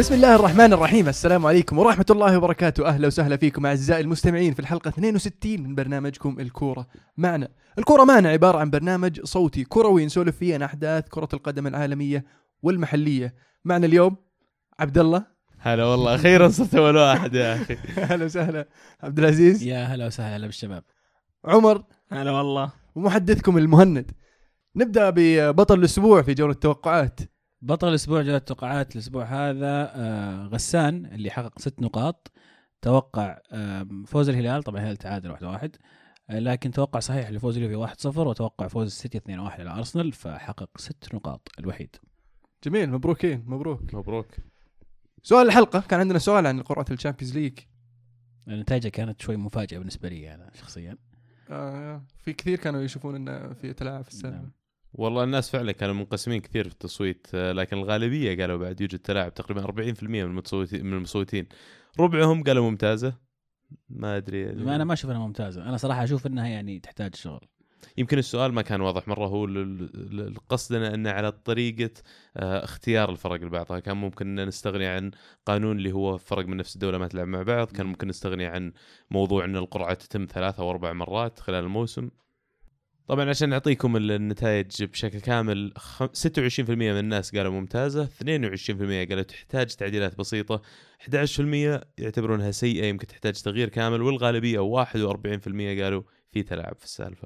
بسم الله الرحمن الرحيم. السلام عليكم ورحمة الله وبركاته. أهلا وسهلا فيكم أعزائي المستمعين في الحلقة 62 من برنامجكم الكورة معنا. الكورة معنا عبارة عن برنامج صوتي كروي نسولف فيه عن أحداث كرة القدم العالمية والمحلية. معنا اليوم عبد الله. هلا والله، أخيرا صرت أول واحد يا أخي. أهلا وسهلا. عبد العزيز. يا هلا وسهلا بالشباب. عمر. هلا والله. ومحدثكم المهند. نبدأ ببطل الأسبوع في جولة التوقعات. بطل الأسبوع جولة التوقعات الأسبوع هذا غسان اللي حقق 6 نقاط. توقع فوز الهلال، طبعا الهلال تعادل 1-1، لكن توقع صحيح لفوز اليوفي 1-0، وتوقع فوز السيتي 2-1 على أرسنال، فحقق 6 نقاط الوحيد. جميل، مبروكين. مبروك. سؤال الحلقة كان عندنا سؤال عن قرعة الشامبيونز ليج. النتائج كانت شوي مفاجئة بالنسبة لي أنا شخصيا. في كثير كانوا يشوفون أنه في تلاعب في السالفة. نعم. والله الناس فعلا كانوا منقسمين كثير في التصويت، لكن الغالبية قالوا بعد يوجد تلاعب. تقريبا 40% من المصوتين ربعهم قالوا ممتازة. ما أدري يعني. أنا ما أشوف أنها ممتازة، أنا صراحة أشوف أنها يعني تحتاج شغل. يمكن السؤال ما كان واضح مرة. هو قصدنا أنه على طريقة اختيار الفرق لبعضها. كان ممكن نستغني عن قانون اللي هو فرق من نفس الدولة ما تلعب مع بعض. كان ممكن نستغني عن موضوع أن القرعة تتم 3 أو 4 مرات خلال الموسم. طبعا عشان نعطيكم النتائج بشكل كامل، 26% من الناس قالوا ممتازة، 22% قالوا تحتاج تعديلات بسيطة، 11% يعتبرونها سيئة يمكن تحتاج تغيير كامل، والغالبية 41% قالوا في تلاعب في السالفة.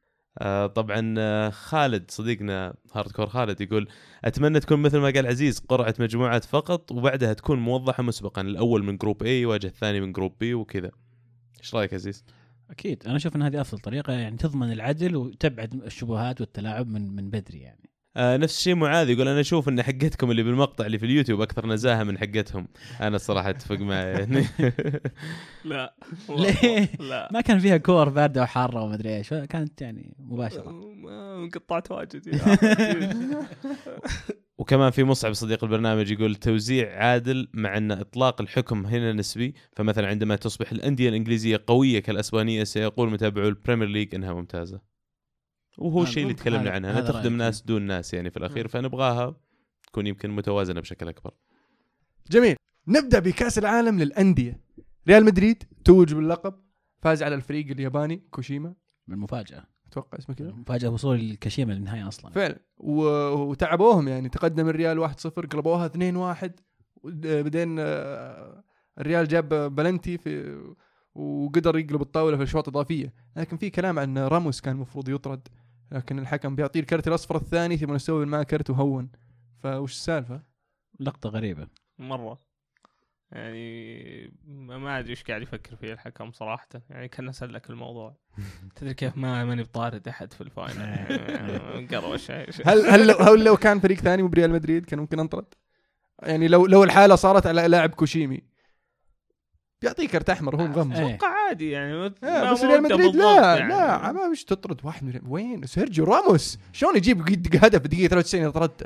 طبعا خالد صديقنا هاردكور خالد يقول أتمنى تكون مثل ما قال عزيز قرعة مجموعات فقط، وبعدها تكون موضحة مسبقا، الأول من جروب A يواجه الثاني من جروب B وكذا. إيش رأيك عزيز؟ أكيد أنا أشوف أن هذه أفضل طريقة، يعني تضمن العدل وتبعد الشبهات والتلاعب من بدري يعني. نفس الشيء معاذ يقول أنا أشوف أن حقتكم اللي بالمقطع اللي في اليوتيوب أكثر نزاهة من حقتهم. أنا الصراحة أتفق معي يعني. لا ليه؟ لا ما كان فيها كور باردة وحارة وما أدري إيش، كانت يعني مباشرة. قطعت واجد. وكمان في مصعب صديق البرنامج يقول توزيع عادل، مع أن إطلاق الحكم هنا نسبي. فمثلا عندما تصبح الأندية الإنجليزية قوية كالأسبانية سيقول متابعو البريمير ليج إنها ممتازة، وهو الشيء اللي تكلمنا عنه، أنا تخدم ناس دون ناس يعني في الأخير، فنبغاها تكون يمكن متوازنة بشكل أكبر. جميل. نبدأ بكأس العالم للأندية. ريال مدريد توج باللقب، فاز على الفريق الياباني كوشيما بالمفاجأة، اتوقع اسمه كذا، مفاجأة وصول الكاشيما للنهاية اصلا فعلا. وتعبوهم يعني، تقدم الريال 1-0 قلبوها 2-1، بعدين الريال جاب بلنتي في وقدر يقلب الطاولة في الشوط الإضافية. لكن في كلام عن راموس كان المفروض يطرد، لكن الحكم بيعطيه الكرت الأصفر الثاني ثم يسوي معه كرت وهون. فوش السالفة؟ لقطة غريبة مرة يعني، ما أدري إيش قاعد يفكر فيه الحكم صراحة. يعني كان نسلك الموضوع. تدري كيف ماني بطارد أحد في الفاينل. قروش. هل لو كان فريق ثاني بريال مدريد كان ممكن انطرد يعني؟ لو الحالة صارت على لاعب كوشيمي بيعطيه كرت أحمر وهو مغمض. أتوقع عادي يعني. بس ريال مدريد لا يعني. لا ما مش تطرد واحد وين سيرجيو راموس؟ شلون يجيب هدف دقيقة 93 طردته؟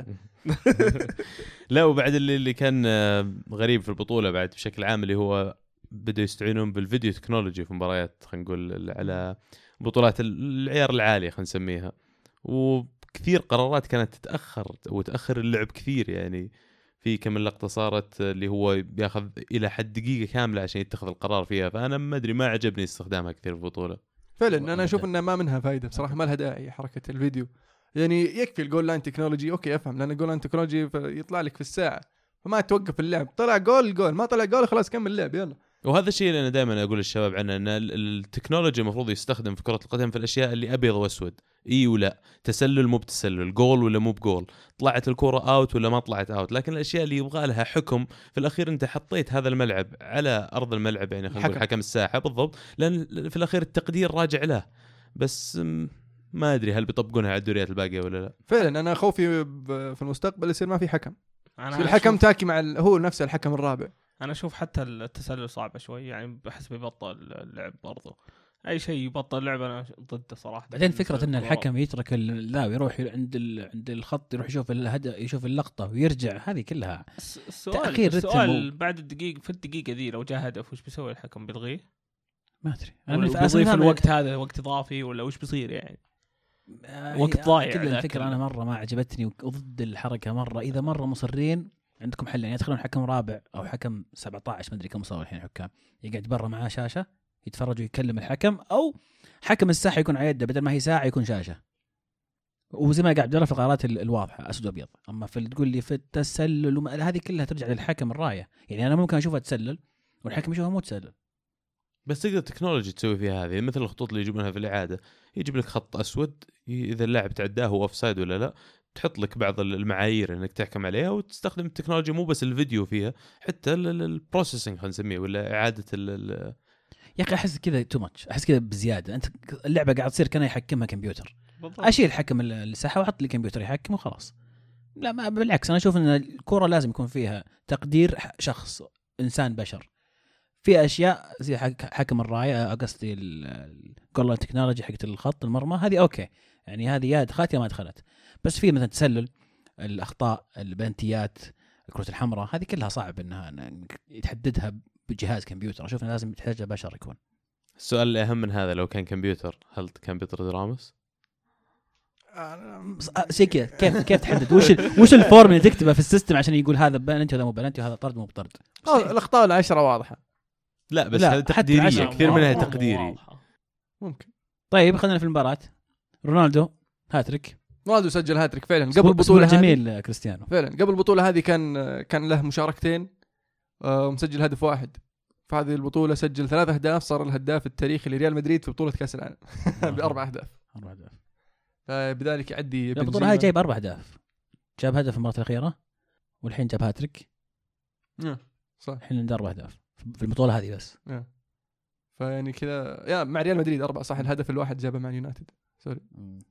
لا، وبعد اللي كان غريب في البطولة بعد بشكل عام اللي هو بدأوا يستعينون بالفيديو تكنولوجي في مباريات، خلينا نقول على بطولات العيار العالي خلينا نسميها، وكثير قرارات كانت تتأخر اللعب كثير يعني. في كم من لقطة صارت اللي هو بياخذ إلى حد دقيقة كاملة عشان يتخذ القرار فيها، فأنا ما أدري، ما عجبني استخدامها كثير في البطولة فعلا. أنا أشوف إن ما منها فايدة بصراحة، ما لها داعي حركة الفيديو يعني. يكفي الجول لاين تكنولوجي، أوكي أفهم، لأن الجول لاين تكنولوجي يطلع لك في الساعة، فما توقف اللعب. طلع جول ما طلع جول خلاص كمل اللعب يلا. وهذا الشيء اللي أنا دائما أقول للشباب عنه، أن التكنولوجيا المفروض يستخدم في كرة القدم في الأشياء اللي أبيض وأسود، إيه ولا، تسلل مو بتسلل، جول ولا مو بجول، طلعت الكرة أوت ولا ما طلعت أوت. لكن الأشياء اللي يبغى لها حكم في الأخير، أنت حطيت هذا الملعب على أرض الملعب يعني، خلينا نقول حكم الساحة بالضبط، لأن في الأخير التقدير راجع له. بس ما أدري هل بيطبقونها على الدوريات الباقية ولا لا. فعلا أنا خوفي في المستقبل يصير ما في حكم، الحكم تاكي مع هو نفسه الحكم الرابع. أنا أشوف حتى التسلل صعب شوي يعني، بحس بيبطل اللعب برضو. أي شيء يبطل اللعب أنا ضده صراحة. بعدين فكرة إن الحكم يترك اللاعب يروح عند الخط، يروح يشوف الهدف، يشوف اللقطة ويرجع، هذه كلها السؤال بعد الدقيقة، في الدقيقة ذي لو جاء هدف وش بيسوي الحكم؟ بيلغيه؟ ما أدري. أنا في الوقت هذا وقت إضافي ولا وش بيصير يعني؟ وقت ضايع. كل الفكرة أنا مرة ما عجبتني وضد الحركة مرة. إذا مرة مصرين عندكم حل يعني تخلون حكم رابع او حكم 17 ما ادري كم صار الحين حكام يقعد برا معاه شاشه يتفرج ويكلم الحكم، او حكم الساحه يكون على يده بدل ما هي ساعه يكون شاشه. وزي ما قاعد في القرارات الواضحه اسود وابيض. اما في اللي تقول لي في التسلل هذه كلها ترجع للحكم الرايه. يعني انا ممكن اشوفها تسلل والحكم يشوفها مو تسلل. بس تقدر التكنولوجي تسوي فيها هذه، مثل الخطوط اللي يجيبونها في الإعادة، يجيب لك خط أسود اذا اللاعب تعداه هو اوفسايد ولا لا، تحط لك بعض المعايير انك تحكم عليها، وتستخدم التكنولوجيا مو بس الفيديو فيها، حتى البروسيسنج خلينا نسميه، ولا اعاده يا اخي احس كذا تو ماتش، احس كذا بزياده. انت اللعبه قاعد تصير كانها يحكمها كمبيوتر. اشيل الحكم الساحه واحط لي كمبيوتر يحكم وخلاص. لا ما بالعكس، انا اشوف ان الكره لازم يكون فيها تقدير شخص انسان بشر. في اشياء زي حكم الرايه، قصدي الجول تكنولوجي حقت الخط المرمى، هذه اوكي يعني هذه يا دخلت يا ما دخلت. بس في مثلا تسلل، الاخطاء، البنتيات، الكرة الحمراء، هذه كلها صعب انها يتحددها بجهاز كمبيوتر. اشوف ان لازم يحتاج بشر يكون. السؤال اللي اهم من هذا، لو كان كمبيوتر هل كان بيطرد راموس؟ شيء كيف تحدد وش الفورم اللي تكتبه في السيستم عشان يقول هذا بلنتي وهذا مو بلنتي وهذا طرد مو بطرد؟ الاخطاء العشرة واضحه. لا بس هذا تقديريه، كثير منها تقديري ممكن. طيب خلينا في المباراة. رونالدو هاتريك. رونالدو سجل هاتريك فعلا قبل البطوله جميل كريستيانو فعلا. قبل البطوله هذه كان له مشاركتين ومسجل هدف واحد. في هذه البطوله سجل 3 أهداف، صار الهداف التاريخي لريال مدريد في بطوله كاس العالم ب4 أهداف. فبذلك يعدي البطوله هاي جايب 4 أهداف. جاب هدف في المباراه الاخيره والحين جاب هاتريك. صح، الحين عنده 4 أهداف في البطوله هذه بس. فيعني كذا يا مع ريال مدريد 4 صح. الهدف الواحد جابه مع يونايتد. سوري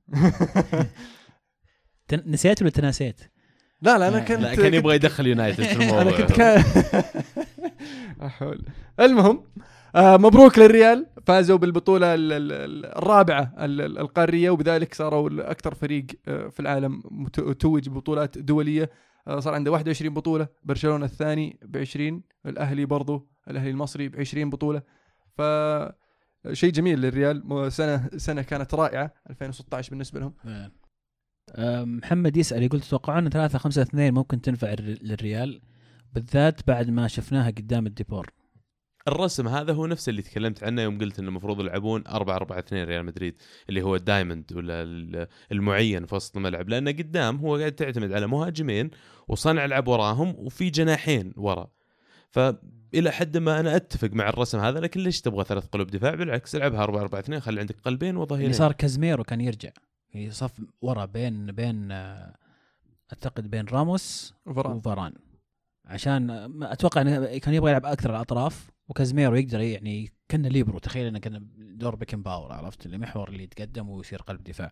نسيت ولا تناسيت؟ لا انا كان يبغى يدخل يونايتد في الموضوع. انا كنت احول. المهم مبروك للريال، فازوا بالبطولة الرابعة القارية، وبذلك صاروا أكثر فريق في العالم توج ببطولات دولية. صار عنده 21 بطولة، برشلونة الثاني ب20، الأهلي برضو الأهلي المصري ب20 بطولة. فشيء جميل للريال. سنة كانت رائعة 2016 بالنسبة لهم. محمد يسأل يقول تتوقعون 3-5-2 ممكن تنفع للريال بالذات بعد ما شفناها قدام الديبور؟ الرسم هذا هو نفس اللي تكلمت عنه يوم قلت انه المفروض يلعبون 4-4-2 ريال مدريد، اللي هو الدايموند ولا المعين في وسط الملعب، لانه قدام هو قاعد تعتمد على مهاجمين وصانع لعب وراهم وفي جناحين ورا. فإلى حد ما انا اتفق مع الرسم هذا، لكن ليش تبغى 3 قلوب دفاع؟ بالعكس العبها 4-4-2، خلي عندك قلبين وظهيرين. اللي صار كازميرو كان يرجع في صف ورا بين اعتقد بين راموس وفاران، عشان اتوقع انه كان يبغى يلعب اكثر على الاطراف، وكازميرو يقدر يعني كان ليبرو. تخيل انه كان دور بيكن باور، عرفت اللي محور اللي يتقدم ويصير قلب دفاع.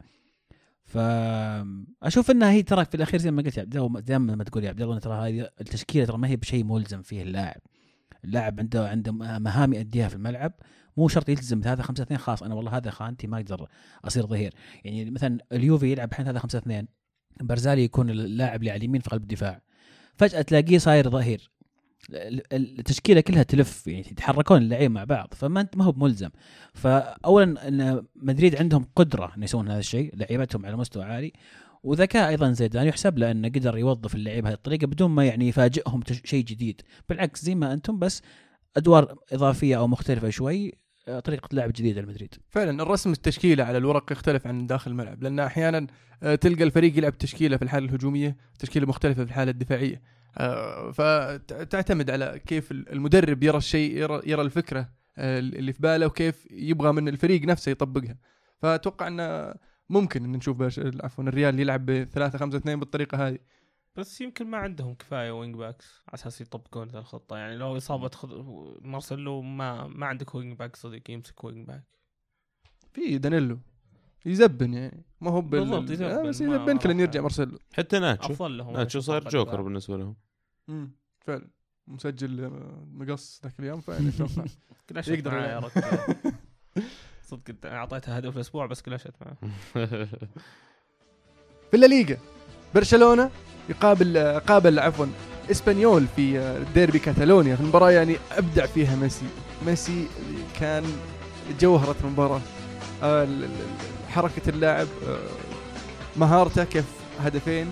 فاشوف انها هي ترى في الاخير زي ما قلت يا عبد الله، دائما ما تقول يا عبد الله ترى هذه التشكيله ترى ما هي بشيء ملزم فيه اللاعب عنده مهام يؤديها في الملعب، مو شرط يلتزم ب3-5-2 خاص. انا والله هذا خانتي ما اقدر اصير ظهير. يعني مثلا اليوفي يلعب الحين 3-5-2، برزالي يكون اللاعب اللي على اليمين في قلب الدفاع، فجأة تلاقيه صاير ظهير. التشكيلة كلها تلف، يعني يتحركون اللعيبة مع بعض، فما هو بملزم. فأولا أن مدريد عندهم قدرة أن يسوون هذا الشيء، لعيبتهم على مستوى عالي، وذكاء أيضا زيدان يحسب لأنه قدر يوظف اللعيبة هذه الطريقة بدون ما يعني يفاجئهم شيء جديد. بالعكس زي ما أنتم، بس أدوار إضافية أو مختلفة شوي، طريقة لعب جديدة لمدريد. فعلا الرسم التشكيلة على الورق يختلف عن داخل الملعب، لأن أحيانا تلقى الفريق يلعب تشكيلة في الحالة الهجومية، تشكيلة مختلفة في الحالة الدفاعية. فتعتمد على كيف المدرب يرى الشيء، يرى الفكرة اللي في باله، وكيف يبغى من الفريق نفسه يطبقها. فأتوقع أن ممكن أن نشوف الريال يلعب ب3-5-2 بالطريقة هذه. بس يمكن ما عندهم كفاية وينج باكس على أساس يطبقون هذه الخطة. يعني لو إصابة مارسيلو ما عندك وينج باك صديق يمسك وينج باك. في دانيلو يزبن، يعني ما هو بالضبط يزبن كلن يرجع مارسيلو. حتى ناتشو صار جوكر بالنسبة لهم. فعلا مسجل مقص ذاك اليوم، فعلا يقدر يا رجل. صدق أعطيتها هدف الأسبوع بس كلاشت معه. في الليغا برشلونة قابل إسبانيول في ديربي كاتالونيا، في المباراة يعني أبدع فيها ميسي كان جوهرة المباراة. حركة اللاعب، مهارته، كيف هدفين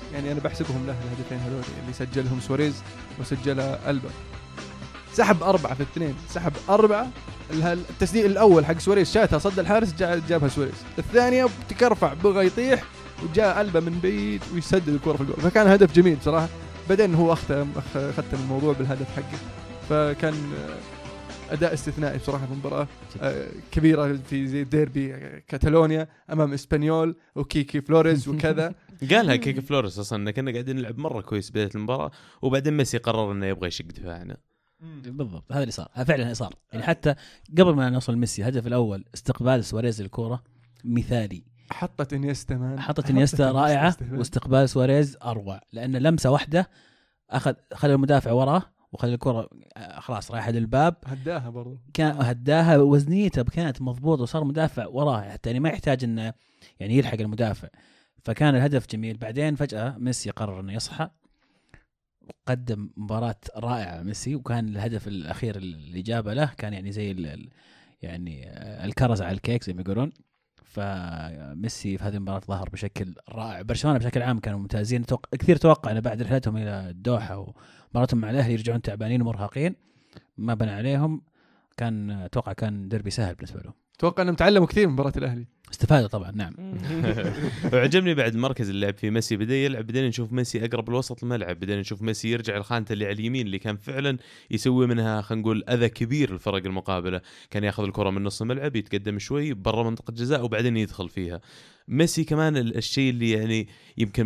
يعني انا بحسبهم له الهدفين هذول اللي سجلهم سواريز وسجلها ألبا. سحب 4 في 2، سحب 4. التسديد الاول حق سواريز شاتها صد الحارس جابها سواريز، الثانيه بتكرفع بغى يطيح وجاء ألبا من بعيد ويسدد الكرة في الجول، فكان هدف جميل بصراحه. بعدين هو ختم الموضوع بالهدف حقه، فكان اداء استثنائي بصراحه في مباراه كبيره في زي ديربي كاتالونيا امام اسبانيول وكيكي فلوريز وكذا. قالها كيكي فلوريز اصلا ان كنا قاعدين نلعب مره كويس بدايه المباراه، وبعدين ميسي قرر انه يبغى يشق دفاعنا. بالضبط هذا اللي صار، فعلا صار. يعني حتى قبل ما نوصل ميسي الهدف الاول استقبال سواريز الكرة مثالي، حطت انيستا رائعه، واستقبال سواريز اروع، لان لمسه واحده خلى المدافع وراه وخلى الكرة خلاص رايحة للباب، هداها برضو، كان هداها، وزنيته كانت مضبوطة وصار مدافع وراه حتى يعني ما يحتاج انه يعني يلحق المدافع، فكان الهدف جميل. بعدين فجأة ميسي قرر انه يصحى وقدم مباراة رائعة ميسي، وكان الهدف الأخير اللي جابه له كان يعني زي يعني الكرز على الكيك زي ما يقولون. فميسي في هذه المباراة ظهر بشكل رائع. برشلونة بشكل عام كانوا ممتازين، كثير توقع أن بعد رحلتهم إلى الدوحة ومباراتهم مع الأهلي يرجعون تعبانين ومرهقين، ما بنى عليهم، كان أتوقع كان ديربي سهل بالنسبة لهم. أتوقع أنهم تعلموا كثير من مباراة الأهلي، استفادوا طبعا. نعم. وعجبني بعد المركز اللي لعب فيه ميسي، بدأ يلعب، بدأنا نشوف ميسي أقرب الوسط الملعب، بدأنا نشوف ميسي يرجع لخانته اللي على اليمين اللي كان فعلا يسوي منها خلينا نقول أذى كبير الفرق المقابلة. كان ياخذ الكرة من نص الملعب يتقدم شوي برا منطقة جزاء وبعدين يدخل فيها. ميسي كمان الشيء اللي يعني يمكن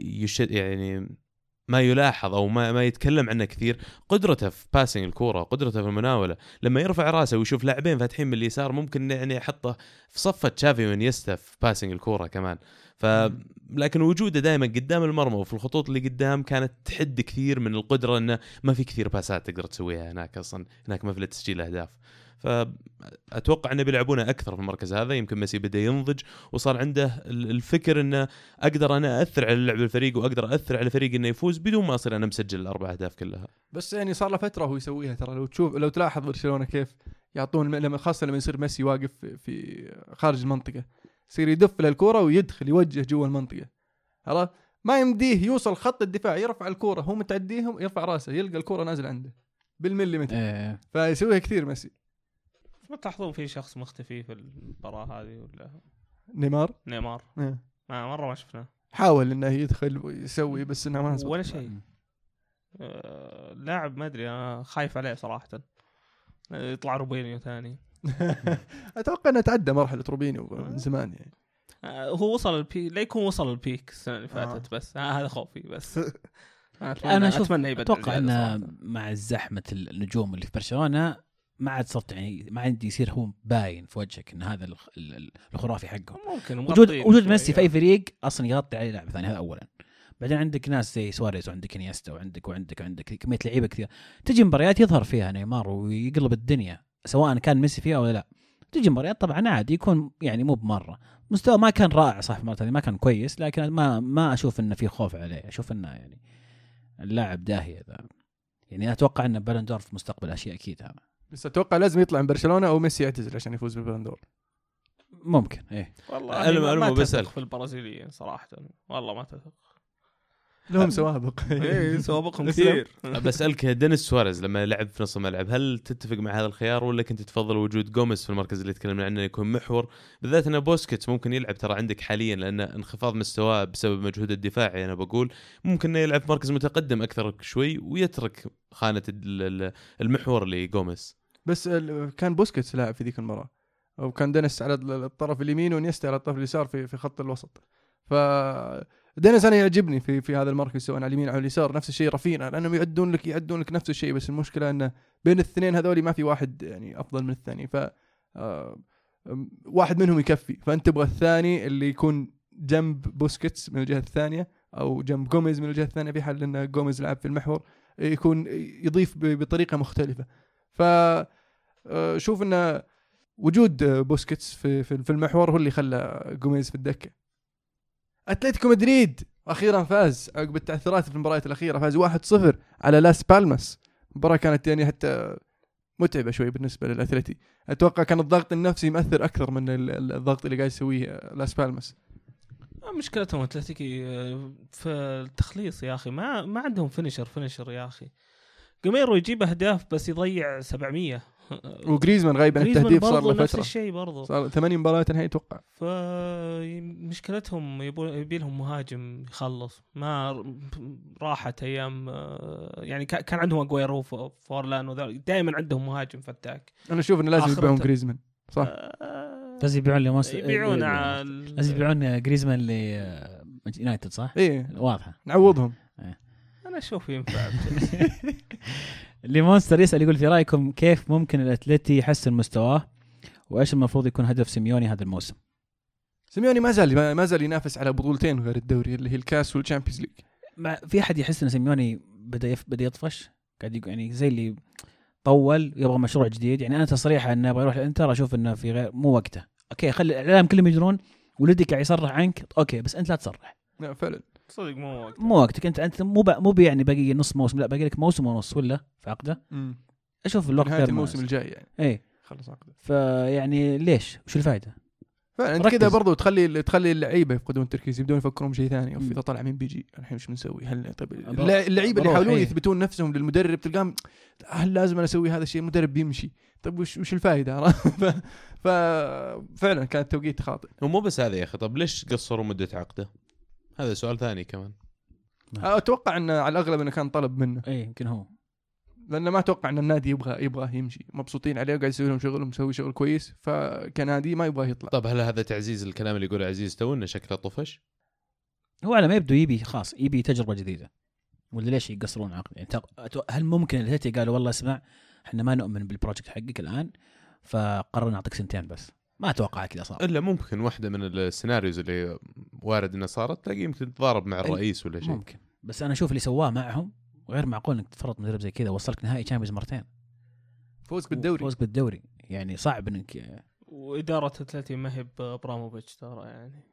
ما يلاحظ أو ما يتكلم عنه كثير، قدرته في باسنج الكرة، قدرته في المناولة. لما يرفع راسه ويشوف لاعبين فاتحين من اليسار ممكن يعني يحطه في صفة تشافي وانيستا في باسنج الكرة كمان. لكن وجوده دائما قدام المرمى وفي الخطوط اللي قدام كانت تحد كثير من القدرة إنه ما في كثير باسات تقدر تسويها هناك، أصلا هناك ما في تسجيل أهداف. فأتوقع أنه بيلعبونه أكثر في المركز هذا. يمكن ميسي بدأ ينضج وصار عنده الفكر أنه أقدر أنا أثر على لعب الفريق وأقدر أثر على فريق أنه يفوز بدون ما أصير أنا مسجل ال4 أهداف كلها. بس يعني صار له فترة هو يسويها ترى. لو تلاحظ برشلونة كيف يعطون لما خاصة لما يصير ميسي واقف في خارج المنطقة، يصير يدف للكرة ويدخل يوجه جوا المنطقة، عرفت؟ ما يمديه يوصل خط الدفاع، يرفع الكرة هو متعديهم، يرفع راسه يلقى الكرة نازل عنده بالمليمتر. فيسويها كثير ميسي. ما تلاحظون في شخص مختفي في المباراة هذه ولا؟ نيمار مرة ما شفناه. حاول انه يدخل ويسوي بس انه ما ولا شيء. لاعب ما ادري، انا خايف عليه صراحة، يطلع روبينيو ثاني. اتوقع انه تعدى مرحلة روبينيو من زمان يعني. هو وصل البيك، لا يكون وصل البيك السنة اللي فاتت. بس هذا خوفي بس. انا اتوقع انه مع الزحمة النجوم اللي في برشلونة ما عاد صرت يعني ما عندي يصير هو باين في وجهك ان هذا الخرافي حقهم. ممكن وجود ميسي في اي فريق اصلا يغطي عليه لاعب ثاني، هذا اولا. بعدين عندك ناس زي سواريز وعندك انيستا وعندك كمية لعيبه كثير، تجي مباريات يظهر فيها نيمار ويقلب الدنيا سواء كان ميسي فيها ولا لا. تجي مباريات طبعا عادي يكون يعني مو بمره مستوى، ما كان رائع صح، في المباراه ما كان كويس، لكن ما اشوف انه في خوف عليه، اشوف انه يعني اللاعب داهيه ذا. يعني اتوقع ان بالندور في مستقبل اشياء اكيد هذا. بس اتوقع لازم يطلع من برشلونه او ميسي يعتزل عشان يفوز بالبالندور. ممكن ايه والله انا ما بسأل في البرازيليين صراحه، والله ما تثق لهم سوابق. ايه سوابقهم كثير. بسألك دينيس سواريز لما لعب في نص الملعب، هل تتفق مع هذا الخيار ولا كنت تفضل وجود جوميز في المركز اللي تكلمنا عنه يكون محور، بالذات ان بوسكيتس ممكن يلعب ترى عندك حاليا لان انخفاض مستواه بسبب مجهود الدفاعي، انا بقول ممكن يلعب في مركز متقدم اكثر شوي ويترك خانة المحور لجوميز. بس كان بوسكيتس لاعب في ذيك المباراة، وكان دينيس على الطرف اليمين ونيستا على الطرف اليسار في خط الوسط. دينيس أنا يعجبني في هذا المركز سواء على اليمين أو اليسار، نفس الشيء رافينا، لأنهم يعدون لك نفس الشيء، بس المشكلة أنه بين الاثنين هذول ما في واحد يعني أفضل من الثاني، واحد منهم يكفي، فأنت تبغى الثاني اللي يكون جنب بوسكيتس من الجهة الثانية أو جنب جوميز من الجهة الثانية، في حال أن جوميز لعب في المحور يكون يضيف بطريقة مختلفة. فشوف أن وجود بوسكيتس في المحور هو اللي خلى جوميز في الدكة. أتلتيكو مدريد أخيرا فاز عقب التعثرات في المباريات الأخيرة، فاز 1-0 على لاس بالماس. المباراة كانت يعني حتى متعبة شوي بالنسبة للأتلتي، أتوقع كان الضغط النفسي مؤثر أكثر من الضغط اللي قاعد يسويه لاس بالماس. مشكلتهم اتلتيكي في التخليص يا اخي، ما عندهم فينيشر يا اخي. جميرو يجيب اهداف بس يضيع 700. وغريزمان غايب عن التهديف صار له فتره، نفس الشيء برضه، صار 8 مباريات نهائي اتوقع. فمشكلتهم يبي لهم مهاجم يخلص. ما راحت ايام يعني كان عندهم اغويرو فورلان دائما عندهم مهاجم فتاك. انا اشوف انه لازم يبيعون غريزمان صح. لازم يبيعون لمصر، لازم يبيعون غريزمان يونايتد صح؟ ايه واضحه نعوضهم. انا اشوف ينفع. لمونستر يسأل يقول في رأيكم كيف ممكن الأتلتي يحسن مستواه وإيش المفروض يكون هدف سيميوني هذا الموسم؟ سيميوني ما زال ينافس على بطولتين غير الدوري اللي هي الكاس والشامبيونز ليج. في أحد يحس إن سيميوني بدأ يطفش قاعد يعني زي اللي طول يبغى مشروع جديد. يعني أنا تصريحه إنه أبغى يروح الإنتر أشوف إنه في غير مو وقته. أوكي خلي الإعلام كلهم يجرون ولدك قاعد يصرح عنك أوكي بس أنت لا تصرح. لا فعلا صدق مو وقتك انت مو يعني باقي نص موسم، لا باقي لك موسم ونص ولا في عقده. اشوف الوقت نهاية الموسم الجاي يعني اي خلص عقده. فيعني ليش وش الفائده؟ فانت كذا برضو تخلي اللعيبه يفقدون التركيز، يبدون يفكرون بشيء ثاني. اذا طلع مين بيجي الحين وش بنسوي؟ هل طيب اللعيبه اللي يحاولون يثبتون نفسهم للمدرب تلقاهم هل لازم انا اسوي هذا الشيء؟ المدرب بيمشي طيب وش الفائده؟ ففعلا كان التوقيت خاطئ. ومو بس هذا يا اخي، طب ليش قصروا مده عقده؟ هذا سؤال ثاني كمان. اتوقع ان على الاغلب انه كان طلب منه. اي يمكن هو، لانه ما اتوقع ان النادي يبغاه يمشي، مبسوطين عليه وقاعد يسوي لهم شغل ومسوي شغل كويس، فكنادي ما يبغاه يطلع. طب هل هذا تعزيز الكلام اللي يقوله عزيز تو انه شكله طفش؟ هو على ما يبدو يبي تجربه جديده، ولا ليش يقصرون عقد؟ يعني هل ممكن الهيتي قالوا والله اسمع احنا ما نؤمن بالبروجكت حقك الان فقررنا نعطيك 2 سنين بس؟ ما اتوقع كذا صار. الا ممكن واحده من السيناريوز اللي وارد انها صارت تلاقي يمكن تضارب مع الرئيس ولا شيء. ممكن، بس انا اشوف اللي سواه معهم غير معقول انك تفرط مدرب زي كذا. وصلك نهائي تشامبيونز مرتين، فوز بالدوري يعني صعب انك. واداره اتلتي ما هي بابراموفيتش ترى يعني.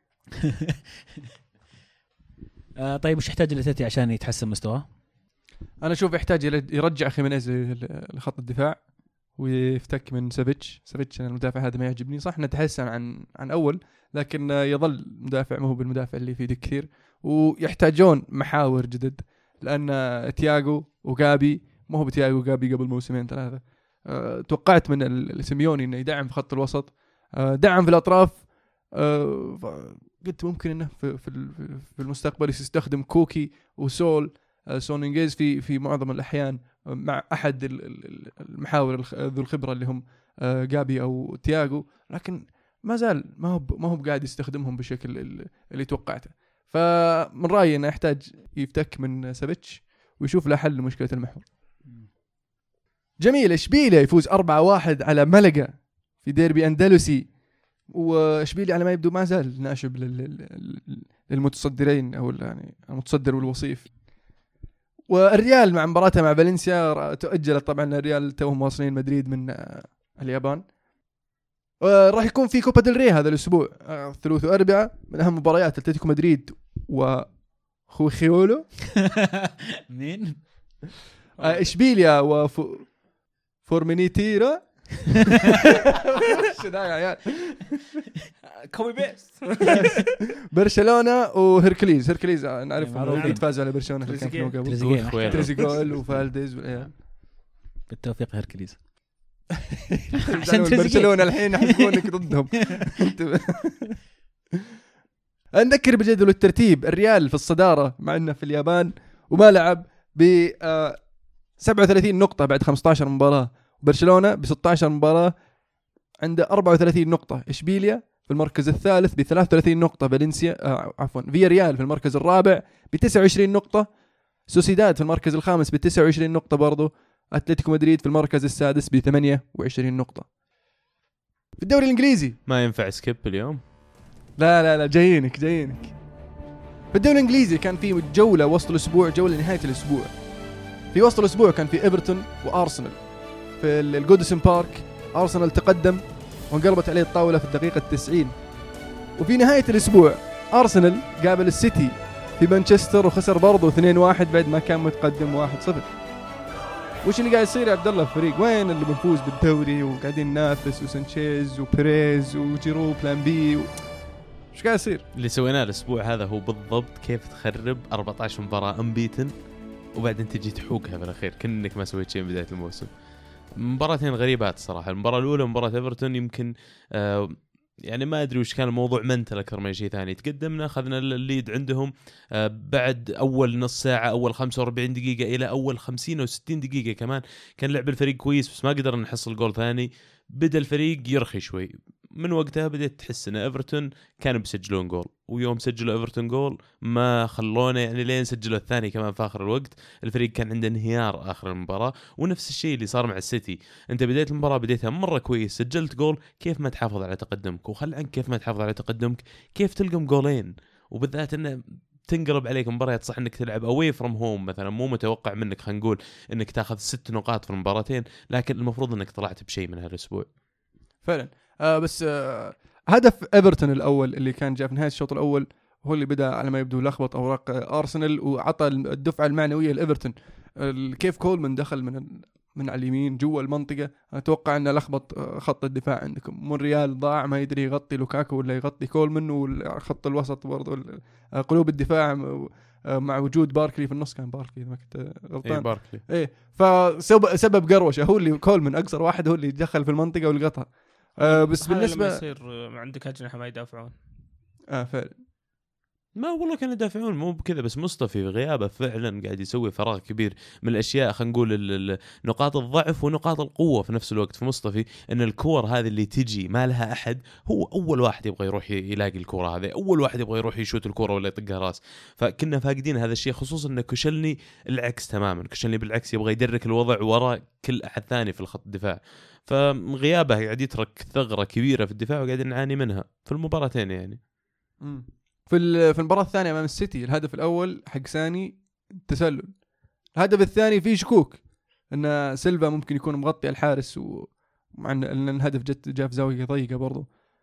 طيب وش يحتاج الاتلتي عشان يتحسن مستواه؟ انا اشوف يحتاج يرجع خيمينيز لخط الدفاع ويفتك من سافيتش. المدافع هذا ما يعجبني، صح نتحسن عن اول، لكن يظل مدافع ما هو بالمدافع اللي فيه كثير. ويحتاجون محاور جدد، لان تياغو وغابي ما هو بتياغو وغابي قبل موسمين 3. توقعت من السيميوني انه يدعم في خط الوسط، دعم في الاطراف. قلت ممكن انه في المستقبل يستخدم كوكي وسول سونينجيز في معظم الاحيان مع احد المحاور ذو الخبره اللي هم غابي او تياغو، لكن ما زال ما هو قاعد يستخدمهم بالشكل اللي توقعته. فمن رايي انه يحتاج يفتك من سافيتش ويشوف له حل لمشكله المحور. جميل. اشبيليا يفوز 4-1 على ملقا في ديربي اندلسي، واشبيليا على ما يبدو ما زال ناشب للمتصدرين او يعني المتصدر والوصيف. والريال مع مباراته مع فالنسيا تؤجلت طبعا. الريال توهم واصلين مدريد من اليابان. راح يكون في كوبا ديل ري هذا الاسبوع 3 و4 من اهم مباريات اتلتيكو مدريد وخوخيولو. مين؟ اشبيليا وفورمينيتيرا. شو ده يا عيال؟ كوبي بيست. برشلونة وهيركليز نعرف انه فاز على برشلونة في الكامب نو قبل. تريزيجول وفالديز بالتوفيق هيركليز. عشان برشلونة الحين يحسبونك ضدهم. نذكر بجدول الترتيب. الريال في الصدارة مع انه في اليابان وما لعب ب 37 نقطة بعد 15 مباراة. برشلونة ب 16 مباراة عنده 34 نقطة. إشبيليا في المركز الثالث ب 33 نقطة. فالنسيا فيا ريال في المركز الرابع ب 29 نقطة. سوسيداد في المركز الخامس ب 29 نقطة برضو. أتلتيكو مدريد في المركز السادس ب 28 نقطة. في الدوري الإنجليزي ما ينفع سكيب اليوم. لا جايينك. في الدوري الإنجليزي كان في جولة وسط الأسبوع، جولة نهاية الأسبوع. في وسط الأسبوع كان في إيفرتون وأرسنال في الجودسون بارك. أرسنال تقدم وانقلبت عليه الطاولة في الدقيقة 90. وفي نهاية الأسبوع أرسنال قابل السيتي في مانشستر وخسر برضو 2-1 بعد ما كان متقدم 1-0. وش اللي قاعد يصير يا عبد الله في الفريق؟ وين اللي بنفوز بالدوري وقاعدين ننافس وسانشيز وبيريز وجيرو بلان بي ايش قاعد يصير؟ اللي سويناه الاسبوع هذا هو بالضبط كيف تخرب 14 مباراه امبيتن وبعدين تجي تحوقها بالاخير كأنك ما سويت شيء من بدايه الموسم. مباراتين غريبات صراحه. المباراه الاولى مباراه ايفرتون يمكن يعني ما ادري وش كان الموضوع منتل اكثر من شيء ثاني. تقدمنا اخذنا الليد عندهم بعد اول نص ساعه، اول 45 دقيقه الى اول 50 او 60 دقيقه كمان كان لعب الفريق كويس، بس ما قدرنا نحصل جول ثاني. بدا الفريق يرخي شوي. من وقتها بدأت تحس ان ايفرتون كانوا بيسجلون جول، ويوم سجلوا ايفرتون جول ما خلونا يعني لين سجلوا الثاني كمان في اخر الوقت. الفريق كان عنده انهيار اخر المباراه. ونفس الشيء اللي صار مع السيتي. انت بدايه المباراه بديتها مره كويس، سجلت جول، كيف ما تحافظ على تقدمك؟ وخل عنك كيف ما تحافظ على تقدمك، كيف تلقم جولين؟ وبالذات انه تنقلب عليك مباريات. صح انك تلعب away from home مثلا، مو متوقع منك خلينا نقول انك تاخذ 6 نقاط في المباراتين، لكن المفروض انك طلعت بشيء من هالاسبوع فعلا. بس هدف ايفرتون الاول اللي كان جاء في نهايه الشوط الاول هو اللي بدا على ما يبدو لخبط اوراق ارسنال، وعطى الدفعه المعنويه لايفرتون. كيف كولمان دخل من على اليمين جوا المنطقه، اتوقع انه لخبط خط الدفاع عندكم. مونريال ضاع ما يدري يغطي لوكاكو ولا يغطي كولمان، وخط الوسط برضو قلوب الدفاع مع وجود باركلي في النص. كان باركلي ما كنت غلطان. اي باركلي. ايه فسبب قروشه هو اللي كولمان اقصر واحد هو اللي دخل في المنطقه والقطها. بس بالنسبه يصير عندك اجنحه ما يدافعون. فعلا ما والله كانوا يدافعون مو بكذا، بس مصطفي غيابه فعلا قاعد يسوي فراغ كبير من الاشياء. خلينا نقول نقاط الضعف ونقاط القوه في نفس الوقت في مصطفي، ان الكور هذه اللي تجي ما لها احد، هو اول واحد يبغى يروح يلاقي الكره هذه، اول واحد يبغى يروح يشوت الكره ولا يطقها راس. فكنا فاقدين هذا الشيء، خصوصا ان كوشلني العكس تماما. كوشلني بالعكس يبغى يدرك الوضع وراء كل احد ثاني في الخط الدفاع. فغيابه قاعد يترك ثغره كبيره في الدفاع وقاعد نعاني منها في المباراتين يعني. في المباراة الثانية أمام السيتي الهدف الأول حق ساني تسلل، الهدف الثاني فيه شكوك أن سيلفا ممكن يكون مغطي الحارس، ومع أن الهدف جاء في زاوية ضيقة برضو.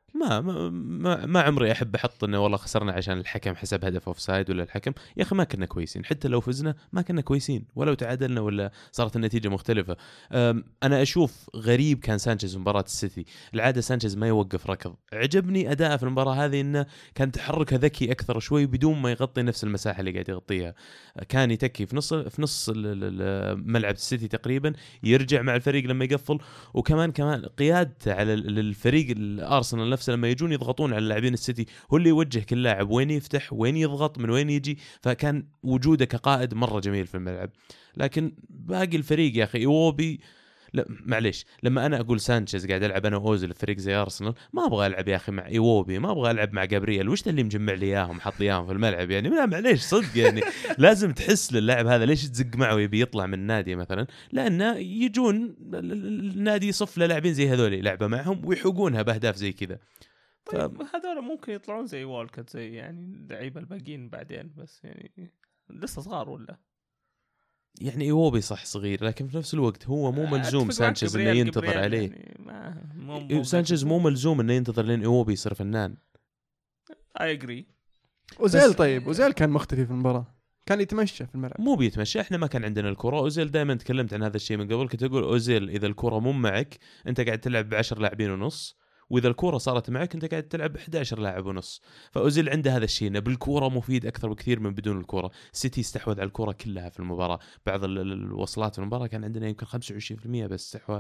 ما عمري احب احط انه والله خسرنا عشان الحكم حسب هدف اوفسايد ولا الحكم. يا اخي ما كنا كويسين، حتى لو فزنا ما كنا كويسين، ولو تعادلنا ولا صارت النتيجه مختلفه. انا اشوف غريب كان سانشيز في مباراه السيتي. العاده سانشيز ما يوقف ركض. عجبني اداءه في المباراه هذه، انه كان تحركه ذكي اكثر شوي بدون ما يغطي نفس المساحه اللي قاعد يغطيها. كان يتكي في نص ملعب السيتي تقريبا، يرجع مع الفريق لما يقفل، وكمان قيادته على الفريق الارسنال نفسه لما يجون يضغطون على اللاعبين السيتي، هو اللي يوجه كل لاعب وين يفتح وين يضغط من وين يجي. فكان وجوده كقائد مرة جميل في الملعب. لكن باقي الفريق يا أخي إيوبي، لا معليش، لما أنا أقول سانشيز قاعد ألعب أنا وأوزيل في فريق زي أرسنال، ما أبغى ألعب يا أخي مع إيوبي، ما أبغى ألعب مع جابرييل. وش اللي مجمع لي إياهم حط إياهم في الملعب يعني؟ لا معليش صدق يعني لازم تحس للاعب هذا ليش تزق معه يبي يطلع من النادي مثلا، لأنه يجون النادي يصف للاعبين زي هذول لعبة معهم ويحقونها بأهداف زي كذا. طيب هذول ممكن يطلعون زي والكت زي يعني اللعيبه الباقيين بعدين، بس يعني لسه صغار ولا يعني إيوبي صح صغير، لكن في نفس الوقت هو مو ملزوم سانشيز انه ينتظر عليه يعني سانشيز مو ملزوم انه ينتظر لين إيوبي يصير فنان. اي اجري. أوزيل طيب أوزيل كان مختفي في المباراة، كان يتمشى في الملعب. مو بيتمشى، احنا ما كان عندنا الكرة. أوزيل دائما تكلمت عن هذا الشيء من قبل، كنت أقول أوزيل إذا الكرة مو معك أنت قاعد تلعب ب10 لاعبين ونص، وإذا الكرة صارت معك أنت قاعد تلعب 11 لاعب ونص. فأوزيل عنده هذا الشيء، إنه بالكرة مفيد أكثر بكثير من بدون الكرة. سيتي استحوذ على الكرة كلها في المباراة، بعض الوصلات في المباراة كان عندنا يمكن 25% بس استحواذ.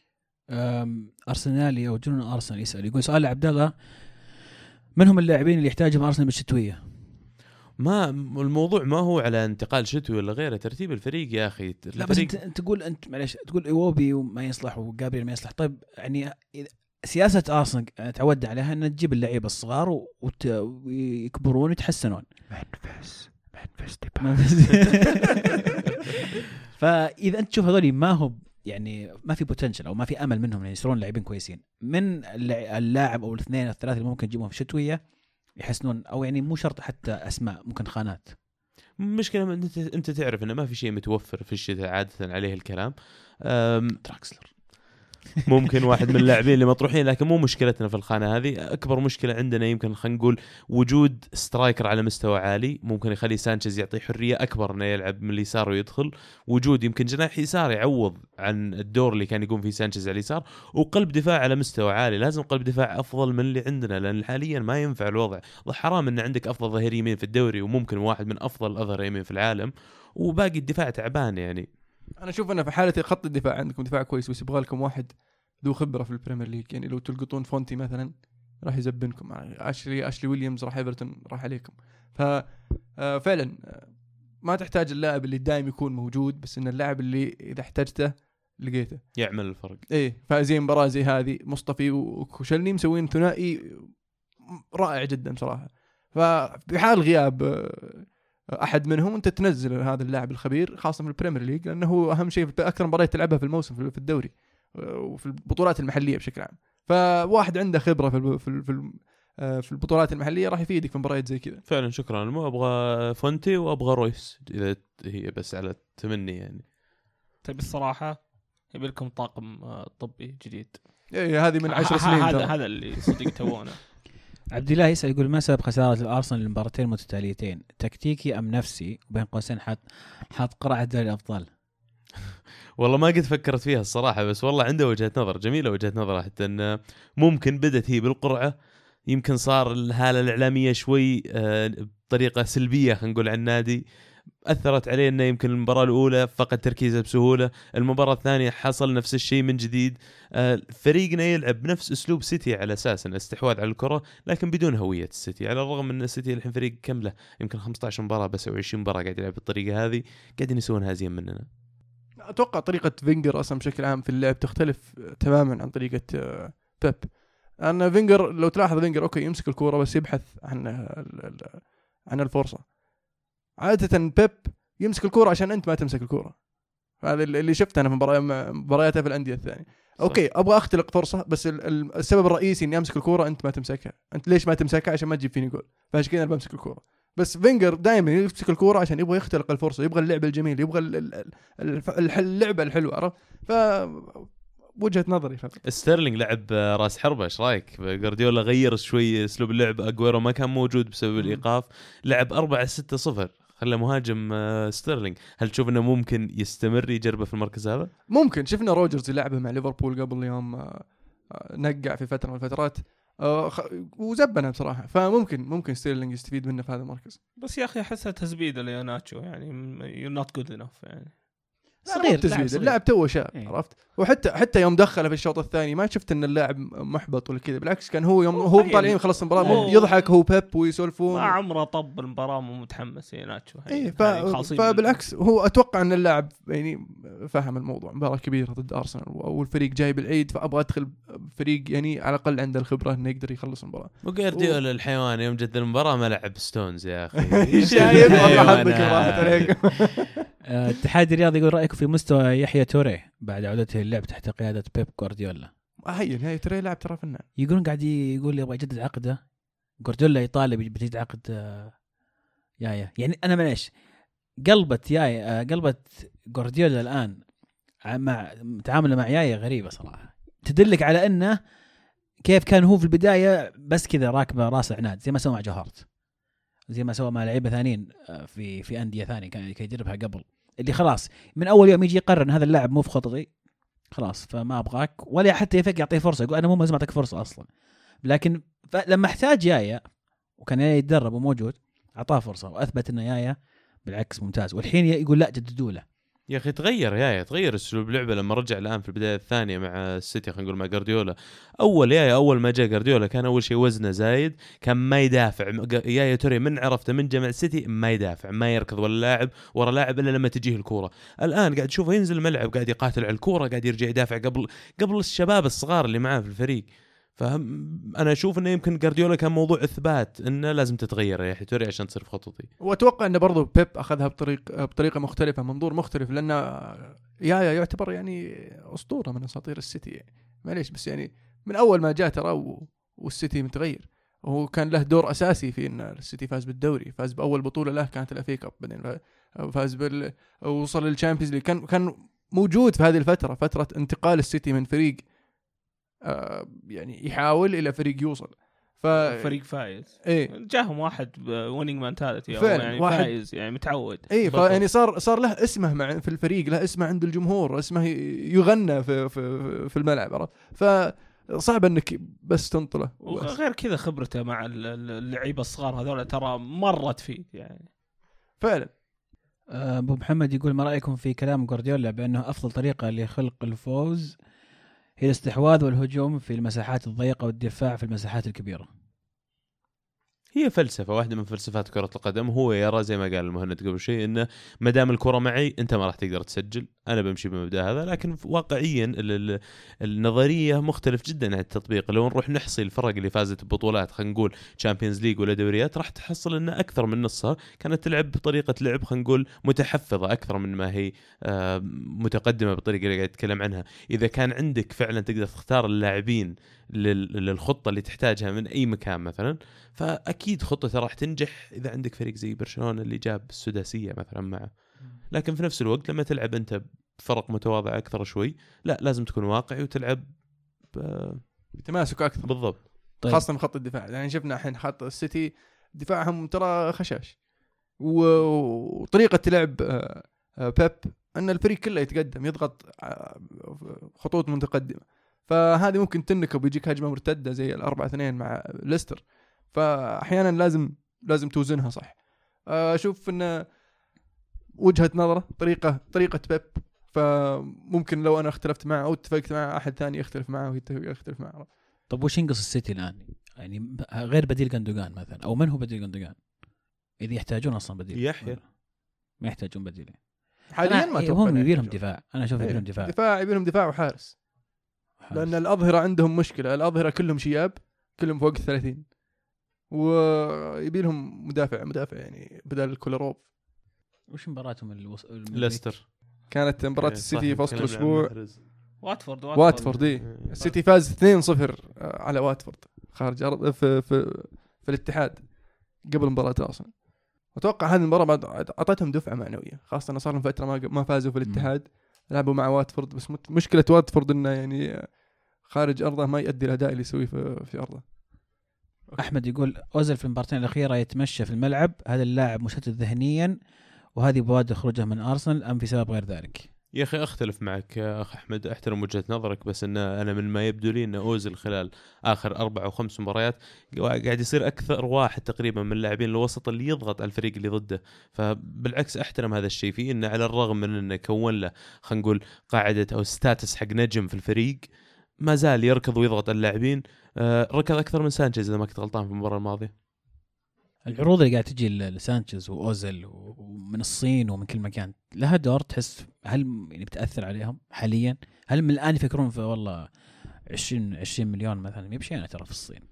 أرسنالي أو جنون أرسنال يقول سؤال عبد الله، من هم اللاعبين اللي يحتاجهم أرسنال بالشتوية؟ ما الموضوع ما هو على انتقال شتوي ولا غيره، ترتيب الفريق يا أخي. لا بس أنت تقول أنت معلش تقول إيوبي وما يصلح وجابريل ما يصلح. طيب يعني سياسة أرسنال تعود عليها أن تجيب اللعيبة الصغار ويكبرون ويتحسنون. فإذا أنت تشوف هذولي ما هو يعني ما في بوتنشل أو ما في أمل منهم أن يصيرون لاعبين كويسين، من اللاعب أو الاثنين أو الثلاثة اللي ممكن تجيبهم في الشتوية يحسنون، أو يعني مو شرط حتى أسماء، ممكن خانات. مشكلة أنت تعرف أنه ما في شيء متوفر في الشتاء عادة عليه الكلام. دراكسلر. ممكن واحد من اللاعبين اللي مطروحين، لكن مو مشكلتنا في الخانة هذه. أكبر مشكلة عندنا يمكن خلينا نقول وجود سترايكر على مستوى عالي ممكن يخلي سانشيز يعطيه حرية أكبر إنه يلعب من اليسار ويدخل. وجود يمكن جناح يسار يعوض عن الدور اللي كان يقوم فيه سانشيز على اليسار. وقلب دفاع على مستوى عالي، لازم قلب دفاع أفضل من اللي عندنا، لأن حاليا ما ينفع الوضع. حرام إن عندك أفضل ظهير يمين في الدوري وممكن واحد من أفضل أظهر يمين في العالم وباقي الدفاع تعبان. يعني انا اشوف انه في حاله خط الدفاع عندكم دفاع كويس، بس يبغى لكم واحد ذو خبره في البريمير ليج. يعني لو تلقطون فونتي مثلا راح يزبنكم، اشلي ويليامز راح ايفرتون راح عليكم. ف فعلا ما تحتاج اللاعب اللي دائم يكون موجود، بس ان اللاعب اللي اذا احتاجته لقيته يعمل الفرق. ايه، فزي مباراه زي هذه مصطفي وكوشلني مسوين ثنائي رائع جدا صراحه. ففي حال غياب احد منهم انت تنزل هذا اللاعب الخبير، خاصه في البريمير ليج، لانه هو اهم شيء في اكثر مباريات تلعبها في الموسم في الدوري وفي البطولات المحليه بشكل عام. فواحد عنده خبره في البطولات المحليه راح يفيدك في مباريات زي كذا. فعلا شكرا. مو ابغى فونتي وابغى رويس اذا هي بس على تمني يعني. طيب الصراحه يبي لكم طاقم طبي جديد. ايه هذه من 10 سنين. هذا اللي صدق توونه. عبد الله يسأل يقول ما سبب خسارة الأرسنال للمباراتين المتتاليتين؟ تكتيكي أم نفسي؟ وبين قوسين حاط قرعة دوري الأبطال. والله ما قد فكرت فيها الصراحة، بس والله عنده وجهة نظر جميلة. وجهة نظر حتى أن ممكن بدت هي بالقرعة، يمكن صار الهالة الإعلامية شوي بطريقة سلبية خلينا نقول عن النادي، أثرت عليه أنه يمكن المباراة الأولى فقد تركيزه بسهولة، المباراة الثانية حصل نفس الشيء من جديد. فريقنا يلعب بنفس أسلوب سيتي على أساس أن استحواذ على الكرة لكن بدون هوية السيتي، على الرغم من السيتي الحين فريق كاملة يمكن 15 مباراة بس أو 20 مباراة قاعد يلعب بالطريقة هذه، قاعدين يسوون هازين مننا. اتوقع طريقه فينجر اصلا بشكل عام في اللعب تختلف تماما عن طريقه بيب. ان فينجر لو تلاحظ فينجر اوكي يمسك الكوره بس يبحث عن الفرصه. عاده بيب يمسك الكوره عشان انت ما تمسك الكوره. هذا اللي شفته انا في مبارياته في الانديه الثانيه. اوكي ابغى اختلق فرصه، بس السبب الرئيسي اني امسك الكوره انت ما تمسكها. انت ليش ما تمسكها؟ عشان ما تجيب فيني جول، فعشان كذا انا بمسك الكوره. بس فينجر دائما يمسك الكوره عشان يبغى يختلق الفرصه، يبغى اللعب الجميل، يبغى اللعبه الحلوه. عرفت؟ وجهة نظري فقط. ستيرلينج لعب راس حربة، ايش رايك؟ جوارديولا غير شوي اسلوب اللعب، اجويرو ما كان موجود بسبب الايقاف، لعب 4-6-0 خلى مهاجم ستيرلينج. هل تشوف انه ممكن يستمر يجربه في المركز هذا؟ ممكن. شفنا روجرز يلعبه مع ليفربول قبل يوم نقع في فترة من الفترات وزبنا بصراحة، فممكن ستيرلينج يستفيد منه في هذا المركز. بس يا اخي احسها تزبيده ليوناتشو، يعني you're not good enough يعني. صغير تزويد اللاعب توه شاب. عرفت؟ وحتى يوم دخله في الشوط الثاني ما شفت ان اللاعب محبط ولا كذا، بالعكس كان هو يوم هو طالعين خلص المباراه يضحك هو بيب ويسولفون. ما عمره طب المباراه مو متحمس ناتشو. اي فبالعكس هو اتوقع ان اللاعب يعني فهم الموضوع، مباراه كبيره ضد ارسنال والفريق جاي بالعيد، فابغى ادخل فريق يعني على الاقل عنده الخبره انه يقدر يخلص المباراه. وجوارديولا الحيوان يوم جد المباراه ما لعب ستونز يا اخي. شايف والله حظك راحت عليك. الاتحاد الرياضي يقول رايكم في مستوى يحيى توري بعد عودته للعب تحت قياده بيب جوارديولا؟ هي ترى لاعب ترى فنان. يقولون قاعد يقول يبغى يجدد عقده، جوارديولا يطالب بتجديد عقد يايا. يعني انا معليش قلبت جوارديولا الان مع تعامله مع يايا غريبه صراحه، تدلك على انه كيف كان هو في البدايه بس كذا راكبه راس عناد، زي ما سوى مع جوهارت، زي ما سوى مع لعيبه ثانيين في انديه ثانيه كان يجربها قبل، اللي خلاص من اول يوم يجي يقرر ان هذا اللاعب مو في خططي خلاص فما ابغاك، ولا حتى يفكر يعطيه فرصه، يقول انا مو لازم اعطيك فرصه اصلا. لكن لما احتاج يايا وكان يايا يتدرب وموجود اعطاه فرصه واثبت انه يايا بالعكس ممتاز، والحين يقول لا جددوا له. يا اخي تغير اسلوب لعبه لما رجع الان في البدايه الثانيه مع السيتي، خلينا نقول مع جوارديولا. اول ما جاء جوارديولا كان اول شيء وزنه زايد، كان ما يدافع. يا توري من عرفته من جمع السيتي ما يدافع، ما يركض ولا لاعب ورا لاعب الا لما تجيه الكوره. الان قاعد تشوفه ينزل الملعب قاعد يقاتل على الكوره، قاعد يرجع يدافع قبل الشباب الصغار اللي معاه في الفريق. فأنا أشوف إنه يمكن جوارديولا كان موضوع إثبات إنه لازم تتغير يا توري عشان تصير في خطتي. وأتوقع إنه برضو بيب أخذها بطريقة مختلفة، منظور مختلف، لأن يايا يعتبر يعني أسطورة من أساطير السيتي يعني. معليش بس يعني من أول ما جاء ترى والسيتي متغير، وهو كان له دور أساسي في إن السيتي فاز بالدوري، فاز بأول بطولة له كانت الأفي كاب، بعدين فاز وصل للشامبيونز ليج. كان موجود في هذه الفترة، فترة انتقال السيتي من فريق يعني يحاول الى فريق يوصل. فريق فايز ايه جاهم واحد ويننج منتاليتي فعلا، يعني واحد فايز يعني متعود. اي يعني صار له اسمه في الفريق، له اسمه عند الجمهور، اسمه يغنى في الملعب، عرفت؟ فصعب انك بس تنطله. وغير كذا خبرته مع اللعيبه الصغار هذول ترى مرت فيه يعني فعلا. ابو محمد يقول ما رايكم في كلام جوارديولا بانه افضل طريقه لخلق الفوز هي الاستحواذ والهجوم في المساحات الضيقه والدفاع في المساحات الكبيره؟ هي فلسفة واحدة من فلسفات كرة القدم. هو يرى زي ما قال المهند قبل شيء إنه ما دام الكرة معي أنت ما راح تقدر تسجل، أنا بمشي بمبدأ هذا. لكن واقعيا النظرية مختلف جدا عن التطبيق. لو نروح نحصي الفرق اللي فازت ببطولات خلينا نقول تشامبيونز ليج ولا دوريات، راح تحصل إن أكثر من نصها كانت تلعب بطريقة لعب خلينا نقول متحفظة أكثر من ما هي متقدمة بالطريقة اللي قاعد أتكلم عنها. إذا كان عندك فعلا تقدر تختار اللاعبين للخطة اللي تحتاجها من أي مكان مثلا، فأكيد خطته راح تنجح إذا عندك فريق زي برشلونة اللي جاب السداسية مثلا معه. لكن في نفس الوقت لما تلعب أنت بفرق متواضع أكثر شوي، لا لازم تكون واقعي وتلعب بتماسك أكثر. بالضبط. طيب. خاصة من خط الدفاع، يعني شفنا الحين خط السيتي دفاعهم ترى خشاش، وطريقة لعب بيب أن الفريق كله يتقدم يضغط خطوط متقدمة، فهذه ممكن تنكب ويجيك هجمة مرتدة زي 4-2 مع ليستر. فأحيانا لازم توزنها صح. أشوف إن وجهة نظره طريقة بيب، فممكن لو أنا اختلفت معه أو اتفقت مع أحد ثاني يختلف معه ويختلف معه. طب وش ينقص السيتي الآن يعني غير بديل جندوجان مثلا؟ أو من هو بديل جندوجان إذا يحتاجون أصلا بديل؟ يحيى ما يحتاجون بديل حاليا ما هم يبيلهم دفاع. أنا أشوف يبيلهم دفاع يبيلهم دفاع وحارس. لأن الأظهرة عندهم مشكلة، الأظهرة كلهم شياب، كلهم فوق 30، ويبيلهم مدافع يعني بدل كولروف. وش مباراتهم ليستر كانت مباراة السيتي في وسط الأسبوع. واتفورد السيتي فاز 2-0 على واتفورد خارج أرض في الاتحاد قبل المباراة أصلا. أتوقع هذه المباراة بعد أعطتهم دفعة معنوية، خاصة أنه صار لهم فترة ما فازوا في الاتحاد. لعبوا مع واتفورد، بس مشكلة واتفورد إنه يعني خارج أرضه ما يؤدي الأداء اللي يسويه في أرضه. أحمد يقول أوزيل في المباراتين الأخيرة يتمشى في الملعب، هذا اللاعب مشتت ذهنيا وهذه بوادر خروجه من أرسنال أم في سبب غير ذلك؟ يا أخي أختلف معك يا أخ أحمد، أحترم وجهة نظرك، بس أنا من ما يبدو لي أن أوزيل خلال آخر 4 أو 5 مباريات قاعد يصير أكثر واحد تقريبا من اللاعبين الوسط اللي يضغط على الفريق اللي ضده. فبالعكس أحترم هذا الشيء فيه، إنه على الرغم من أنه كون له خلينا نقول قاعدة أو ستاتس حق نجم في الفريق، ما زال يركض ويضغط على اللاعبين. ركض أكثر من سانشيز إذا ما كنت غلطان في المباراة الماضية. العروض اللي قاعد تجي لسانشيز وأوزيل ومن الصين ومن كل مكان لها دور، تحس هل يعني بتأثر عليهم حاليا؟ هل من الآن يفكرون في والله 20 مليون مثلا يمشي أنا ترى في الصين؟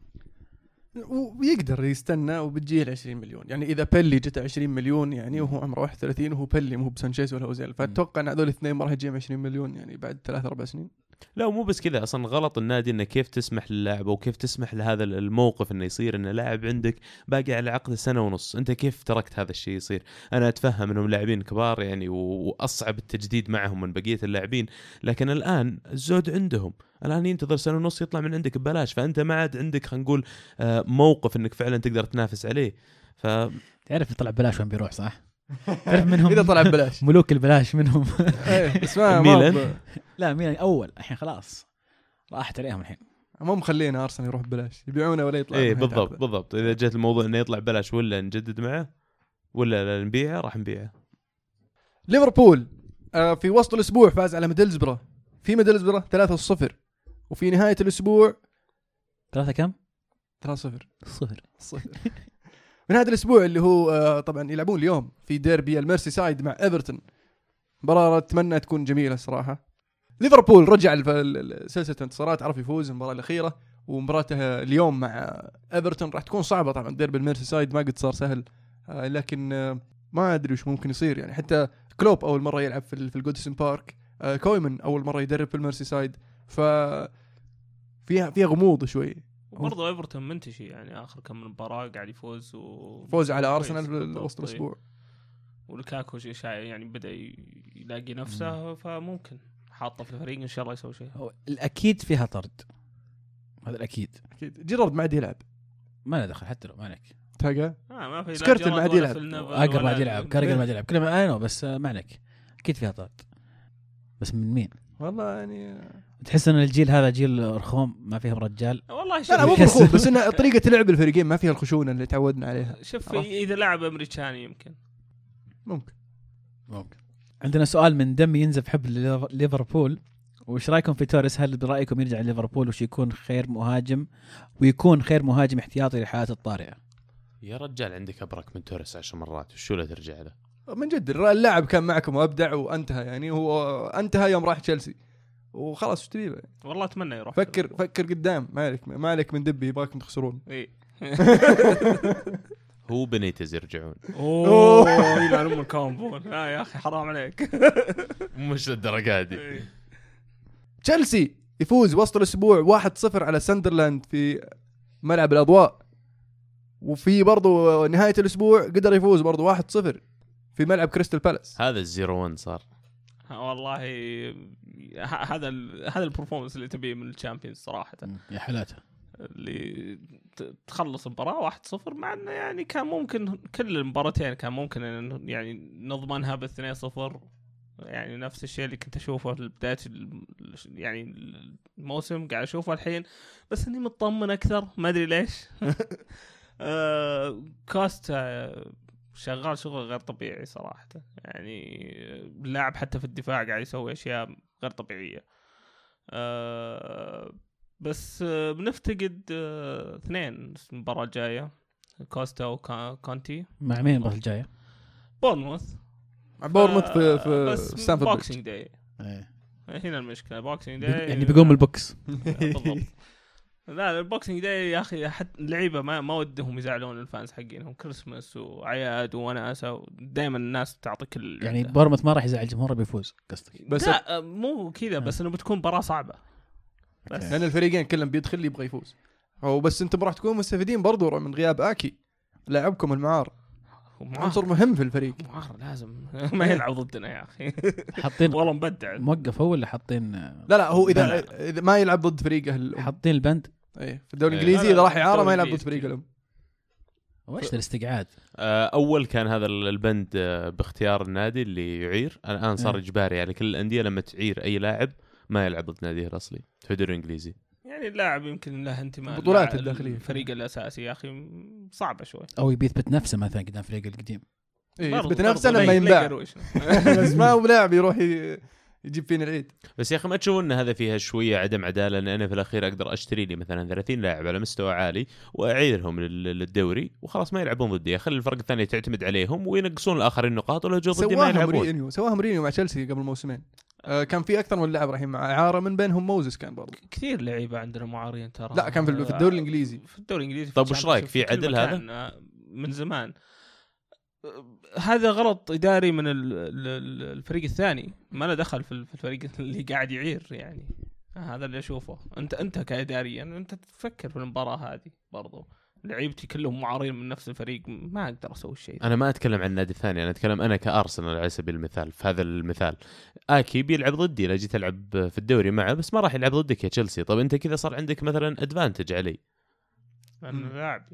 ويقدر يستنى وبتجيه 20 مليون. يعني إذا بيلي جت 20 مليون يعني وهو عمره 31 وهو بيلي مو بسانشيز ولا أوزيل، فأتوقع أن هذول الاثنين ما راح يجيهم 20 مليون يعني بعد 3-4 سنين. لا مو بس كذا، اصلا غلط النادي انه كيف تسمح للاعب او كيف تسمح لهذا الموقف انه يصير، انه لاعب عندك باقي على عقد 1.5 سنة، انت كيف تركت هذا الشيء يصير؟ انا اتفهم انهم لاعبين كبار يعني واصعب التجديد معهم من بقيه اللاعبين، لكن الان الزود عندهم، الان ينتظر 1.5 سنة يطلع من عندك ببلاش، فانت ما عاد عندك خلينا نقول موقف انك فعلا تقدر تنافس عليه. تعرف يطلع بلاش وين بيروح صح؟ تعرف منهم إذا طلع ببلاش ملوك البلاش منهم. بس ما ميلان لا ميلان أول الحين خلاص راحت عليهم الحين، مو مخلينا أرسنال يروح ببلاش، يبيعونه ولا يطلع. ايه بالضبط إذا جت الموضوع إنه يطلع ببلاش ولا نجدد معه ولا نبيعه، راح نبيعه. ليفربول في وسط الأسبوع فاز على ميدلزبرا في ميدلزبرا 3-0، وفي نهاية الأسبوع 3 كم؟ 3-0 من هذا الأسبوع اللي هو طبعا يلعبون اليوم في ديربي الميرسي سايد مع إيفرتون. مباراة أتمنى تكون جميلة صراحة. ليفربول رجع سلسلة انتصارات، عرف يفوز المباراة الأخيرة، ومباراته اليوم مع إيفرتون راح تكون صعبة. طبعا ديربي الميرسي سايد ما قد صار سهل، لكن ما أدري وش ممكن يصير. يعني حتى كلوب أول مرة يلعب في الجودسون بارك، كويمن أول مرة يدرب في الميرسي سايد، فيها غموض شوي. وبرضه ايفرتون منتشي يعني اخر كم مباراه قاعد يفوز فوز على ارسنال في وسط الاسبوع، ولوكاكو يعني بدا يلاقي نفسه، فممكن حاطه في الفريق ان شاء الله يسوي شيء. الاكيد فيها طرد هذا الاكيد. اكيد جيرارد ما عاد يلعب ما له دخل حتى لو ما عليك. تلقى ما في سكرتل ما عاد يلعب. اقرب ما عاد يلعب، كارجر ما عاد يلعب، كلهم انا بس ما عليك اكيد فيها طارد. بس من مين؟ والله يعني تحس ان الجيل هذا جيل رخوم ما فيهم رجال. والله لا مو برخوم، بس إن طريقة لعب الفريقين ما فيها الخشونة اللي تعودنا عليها. شوف إذا لعب أمريكاني يمكن ممكن. عندنا سؤال من دم ينزف حب ليفربول، وش رايكم في توريس؟ هل برأيكم يرجع ليفربول وش يكون خير مهاجم ويكون خير مهاجم احتياطي للحالات الطارئة؟ يا رجال عندك أبرك من توريس 10 مرات وشو لا ترجع له من جد اللاعب كان معكم وابدع وانتهى، يعني هو انتهى يوم راح تشيلسي وخلاص وش تبيه. والله اتمنى يروح. فكر قدام، ما عليك من دبي يبغاكم تخسرون. إيه. هو بنيتز يرجعون. اوه يلعن ام الكامبون. يا اخي حرام عليك. مش للدرجه دي. تشيلسي يفوز وسط الاسبوع 1-0 على ساندرلاند في ملعب الاضواء، وفي برضو نهايه الاسبوع قدر يفوز برضو 1-0 في ملعب كريستال بالاس. هذا ال0-1 صار والله هذا البرفورمانس اللي تبيه من الشامبيونز صراحه. يا حلاته اللي تخلص المباراة 1-0 مع انه يعني كان ممكن كل المباراتين كان ممكن يعني نضمنها ب2-0. يعني نفس الشيء اللي كنت اشوفه في بداية يعني الموسم قاعد اشوفه الحين، بس اني مطمن اكثر ما ادري ليش. كوستا شغال شغل غير طبيعي صراحة، يعني اللاعب حتى في الدفاع قاعد يسوي اشياء غير طبيعية. بس بنفتقد 2 المباراة الجاية، كوستا وكونتي. مع مين المباراة الجاية؟ بورنموث. في ستانفورد بوكسينج داي. هنا المشكلة بوكسينج داي يعني بيقوم البوكس. بالضبط. لا البوكسينج داي يا أخي حتى اللعيبة ما ودهم يزعلون الفانز حقينهم، كريسماس وعياد وناسة دائما الناس تعطيك يعني بورنموث ما راح يزعل الجمهور بيفوز قصدك؟ بس لا مو كذا، بس إنه بتكون مباراة صعبة. لأن يعني الفريقين كلهم بيدخل يبغى يفوز، أو بس أنتم راح تكونوا مستفيدين برضو من غياب آكي لاعبكم المعار، عنصر مهم في الفريق. معار لازم ما يلعب ضدنا يا أخي. حاطين والله مبدع موقف هو اللي حاطين. لا هو إذا ما يلعب ضد فريقه حاطين البند. إيه في الدوري الإنجليزي إذا راح إعارة ما يلعب ضد فريقه الأم. وش الاستقعاد؟ أول كان هذا البند باختيار النادي اللي يعير، الآن صار إجباري يعني كل الأندية لما تعير أي لاعب ما يلعب ضد ناديه الأصلي في الدوري الإنجليزي. يعني اللاعب يمكن له انتماء بطولات الداخلية، الفريق الأساسي يا أخي صعبة شوي، أو يثبت نفسه مثلا قدام فريق القديم. يثبت نفسه لما ينباع. بس ما هو لاعب يروح يجيب فينا العيد. بس يا أخي ما تشوفون أن هذا فيها شوية عدم عدالة؟ لأن أنا في الأخير أقدر أشتري لي مثلا 30 لاعب على مستوى عالي وأعيرهم للدوري وخلاص ما يلعبون ضدي، أخلي الفرق الثانية تعتمد عليهم وينقصون الآخرين نقاط ولا جو ضدي ما يلعبون. سواها مورينيو مع تشيلسي قبل موسمين، كان في أكثر من لاعب رايحين مع إعارة، من بينهم موزس كان برضه. كثير لعيبة عندنا معارين ترى. لا كان في الدوري الإنجليزي. في الدوري الإنجليزي. طب وش رأيك في عدل هذا؟ من زمان هذا غلط إداري من الفريق الثاني، ما له دخل في الفريق اللي قاعد يعير. يعني هذا اللي أشوفه. أنت كإداري يعني أنت تفكر في المباراة هذه برضو. لعيبتي كلهم معارين من نفس الفريق، ما أقدر أسوي شيء. أنا ما أتكلم عن النادي الثاني، أنا أتكلم أنا كأرسنال على سبيل المثال. في هذا المثال آكي بيلعب ضدي، لا جيت ألعب في الدوري معه بس ما راح يلعب ضدك يا تشيلسي. طب أنت كذا صار عندك مثلا أدفانتج علي. أنا لاعبي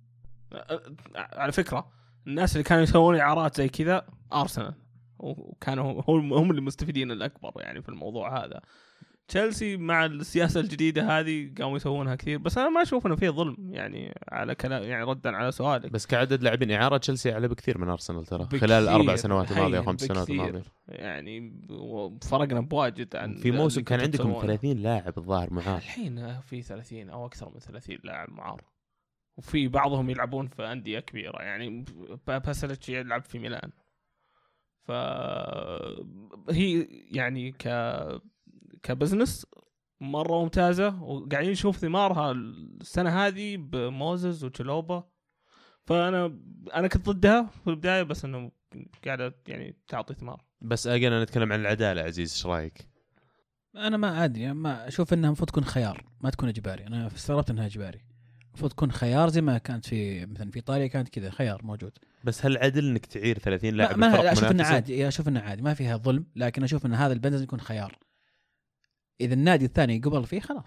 على فكرة الناس اللي كانوا يسوون إعارات زي كذا أرسنال، وكانوا هم اللي مستفيدين الأكبر يعني في الموضوع هذا. تشيلسي مع السياسة الجديدة هذه قاموا يسوونها كثير، بس أنا ما أشوف إنه فيه ظلم يعني على كلام، يعني ردا على سؤالك. بس كعدد لاعبين إعارة تشيلسي أعلى بكثير من أرسنال ترى خلال 4 سنوات الماضية و5 سنوات الماضية، يعني فرقنا بواجد عن في موسم كان عندكم 30 لاعب الظاهر معار، الحين في 30 أو أكثر من 30 لاعب معار، وفي بعضهم يلعبون في أندية كبيرة. يعني باسلتش يلعب في ميلان، فهي يعني كبزنس مرة ممتازة، وقاعدين نشوف ثمارها السنة هذه بموزز وتشلوبا. فأنا كنت ضدها في البداية، بس إنه قاعدة يعني تعطي ثمار. بس أنا نتكلم عن العدالة عزيز، إيش رأيك؟ أنا ما أدري، ما أشوف إنها المفروض تكون خيار ما تكون إجباري. أنا استغربت إنها إجباري، المفروض تكون خيار زي ما كانت في مثلا في إيطاليا كانت كذا خيار موجود. بس هل عدل إنك تعير 30 لاعب؟ ما أشوف إنه عادي، أشوف إنه عادي ما فيها ظلم، لكن أشوف إن هذا البند يكون خيار. إذا النادي الثاني قبل فيه خلاص.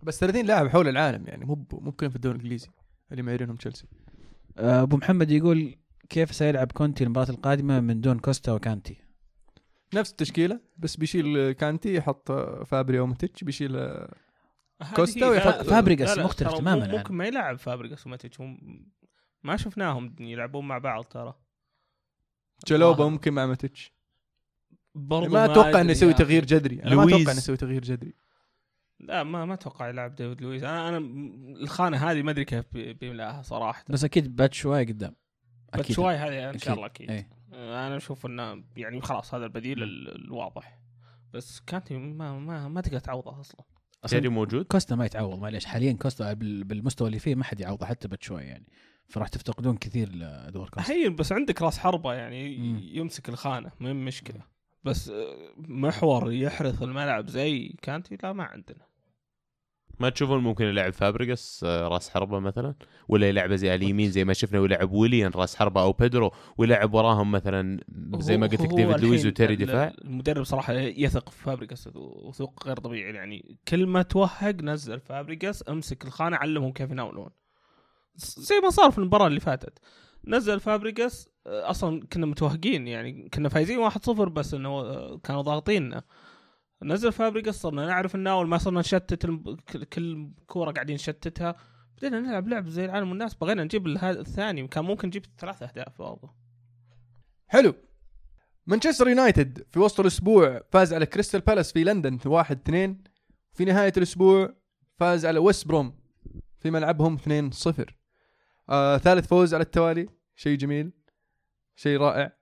بس 30 لاعب حول العالم يعني مو ممكن في الدوري الانجليزي اللي معيرينهم تشيلسي. ابو محمد يقول كيف سيلعب كونتي المباراة القادمة من دون كوستا وكانتي؟ نفس التشكيله بس بيشيل كانتي يحط فابري وماتيتش، بيشيل كوستا ويحط فابريغاس مختلف تماما. ممكن ما يلعب فابريغاس وماتيتش، ما شفناهم يلعبون مع بعض ترى. تشالوبا ممكن مع ماتيتش، برضو ما اتوقع انه يسوي تغيير جذري. انا ما اتوقع انه يسوي تغيير جذري. لا ما اتوقع يلعب ديفيد لويس. انا الخانه هذه ما ادري كيف بيملاها صراحه، بس اكيد بات شوي قدام، اكيد شوي هذه ان شاء الله اكيد. أي. انا اشوف انه يعني خلاص هذا البديل الواضح، بس كانتي ما تقدر تعوضه اصلا. تيري موجود، كوستا ما يتعوض معليش حاليا. كوستا بالمستوى اللي فيه ما حد يعوضه حتى بات شوي يعني، فراح تفتقدون كثير لدور كوستا. هي بس عندك راس حربة يعني يمسك الخانه ما مشكله، بس محور يحرث الملعب زي كانتي لا ما عندنا. ما تشوفون ممكن يلعب فابريغاس راس حربة مثلا، ولا يلعب زي اليمين زي ما شفنا، ويلعب ويليان راس حربة او بيدرو، ويلعب وراهم مثلا زي ما قلت لك ديفيد لويز وتيري دفاع. المدرب صراحه يثق في فابريغاس وثوق غير طبيعي يعني. كل ما توهق نزل فابريغاس، امسك الخانه علمهم كيف يناولون، زي ما صار في المباراه اللي فاتت. نزل فابريغاس، اصلا كنا متوهقين يعني، كنا فايزين 1-0 بس انه كانوا ضاغطيننا. نزل فابريغاس صرنا نعرف الناول، ما صرنا نشتت كل كوره قاعدين نشتتها، بدينا نلعب لعب زي العالم والناس. بغينا نجيب الثاني، كان ممكن نجيب 3 أهداف برضه. حلو. مانشستر يونايتد في وسط الاسبوع فاز على كريستال بالاس في لندن 1-2. في نهايه الاسبوع فاز على ويست بروم في ملعبهم 2-0. ثالث فوز على التوالي، شيء جميل، شيء رائع.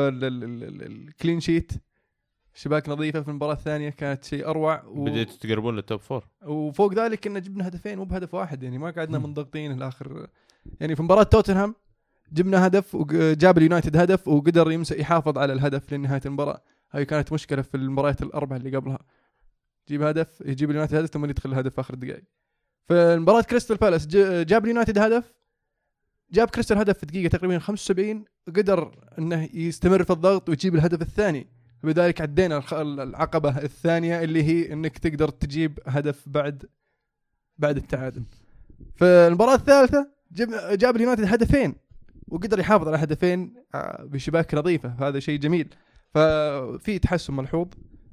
والكلين شيت، شباك نظيفة في المباراة الثانية كانت شيء أروع. بديتوا تقربون للتوب 4، وفوق ذلك إن جبنا هدفين مو بهدف واحد يعني، ما قعدنا منضغطين الآخر يعني. في مباراة توتنهام جبنا هدف وجاب اليونايتد هدف، وقدر يحافظ على الهدف لنهاية المباراة. هاي كانت مشكلة في المباريات الأربعة اللي قبلها، يجيب هدف، يجيب اليونايتد هدف ثم يدخل الهدف في آخر الدقائق. في مباراة كريستال بالاس جاب اليونايتد هدف، جاب كريستال هدف في دقيقة تقريبا 75، وقدر إنه يستمر في الضغط ويجيب الهدف الثاني. بذلك عدينا العقبة الثانية اللي هي إنك تقدر تجيب هدف بعد التعادل. في المباراة الثالثة جاب اليونايتد هدفين، وقدر يحافظ على هدفين بشباك نظيفة، فهذا شيء جميل. ففي تحسن ملحوظ.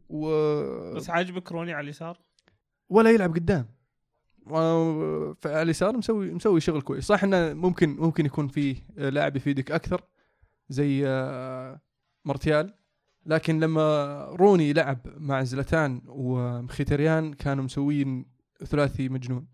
بس عاجبك روني على اليسار ولا يلعب قدام، على اليسار مسوي شغل كويس. صح إنه ممكن يكون فيه لاعب يفيدك أكثر زي مارتيال، لكن لما روني لعب مع زلاتان ومخيتريان كانوا مسوين ثلاثي مجنون،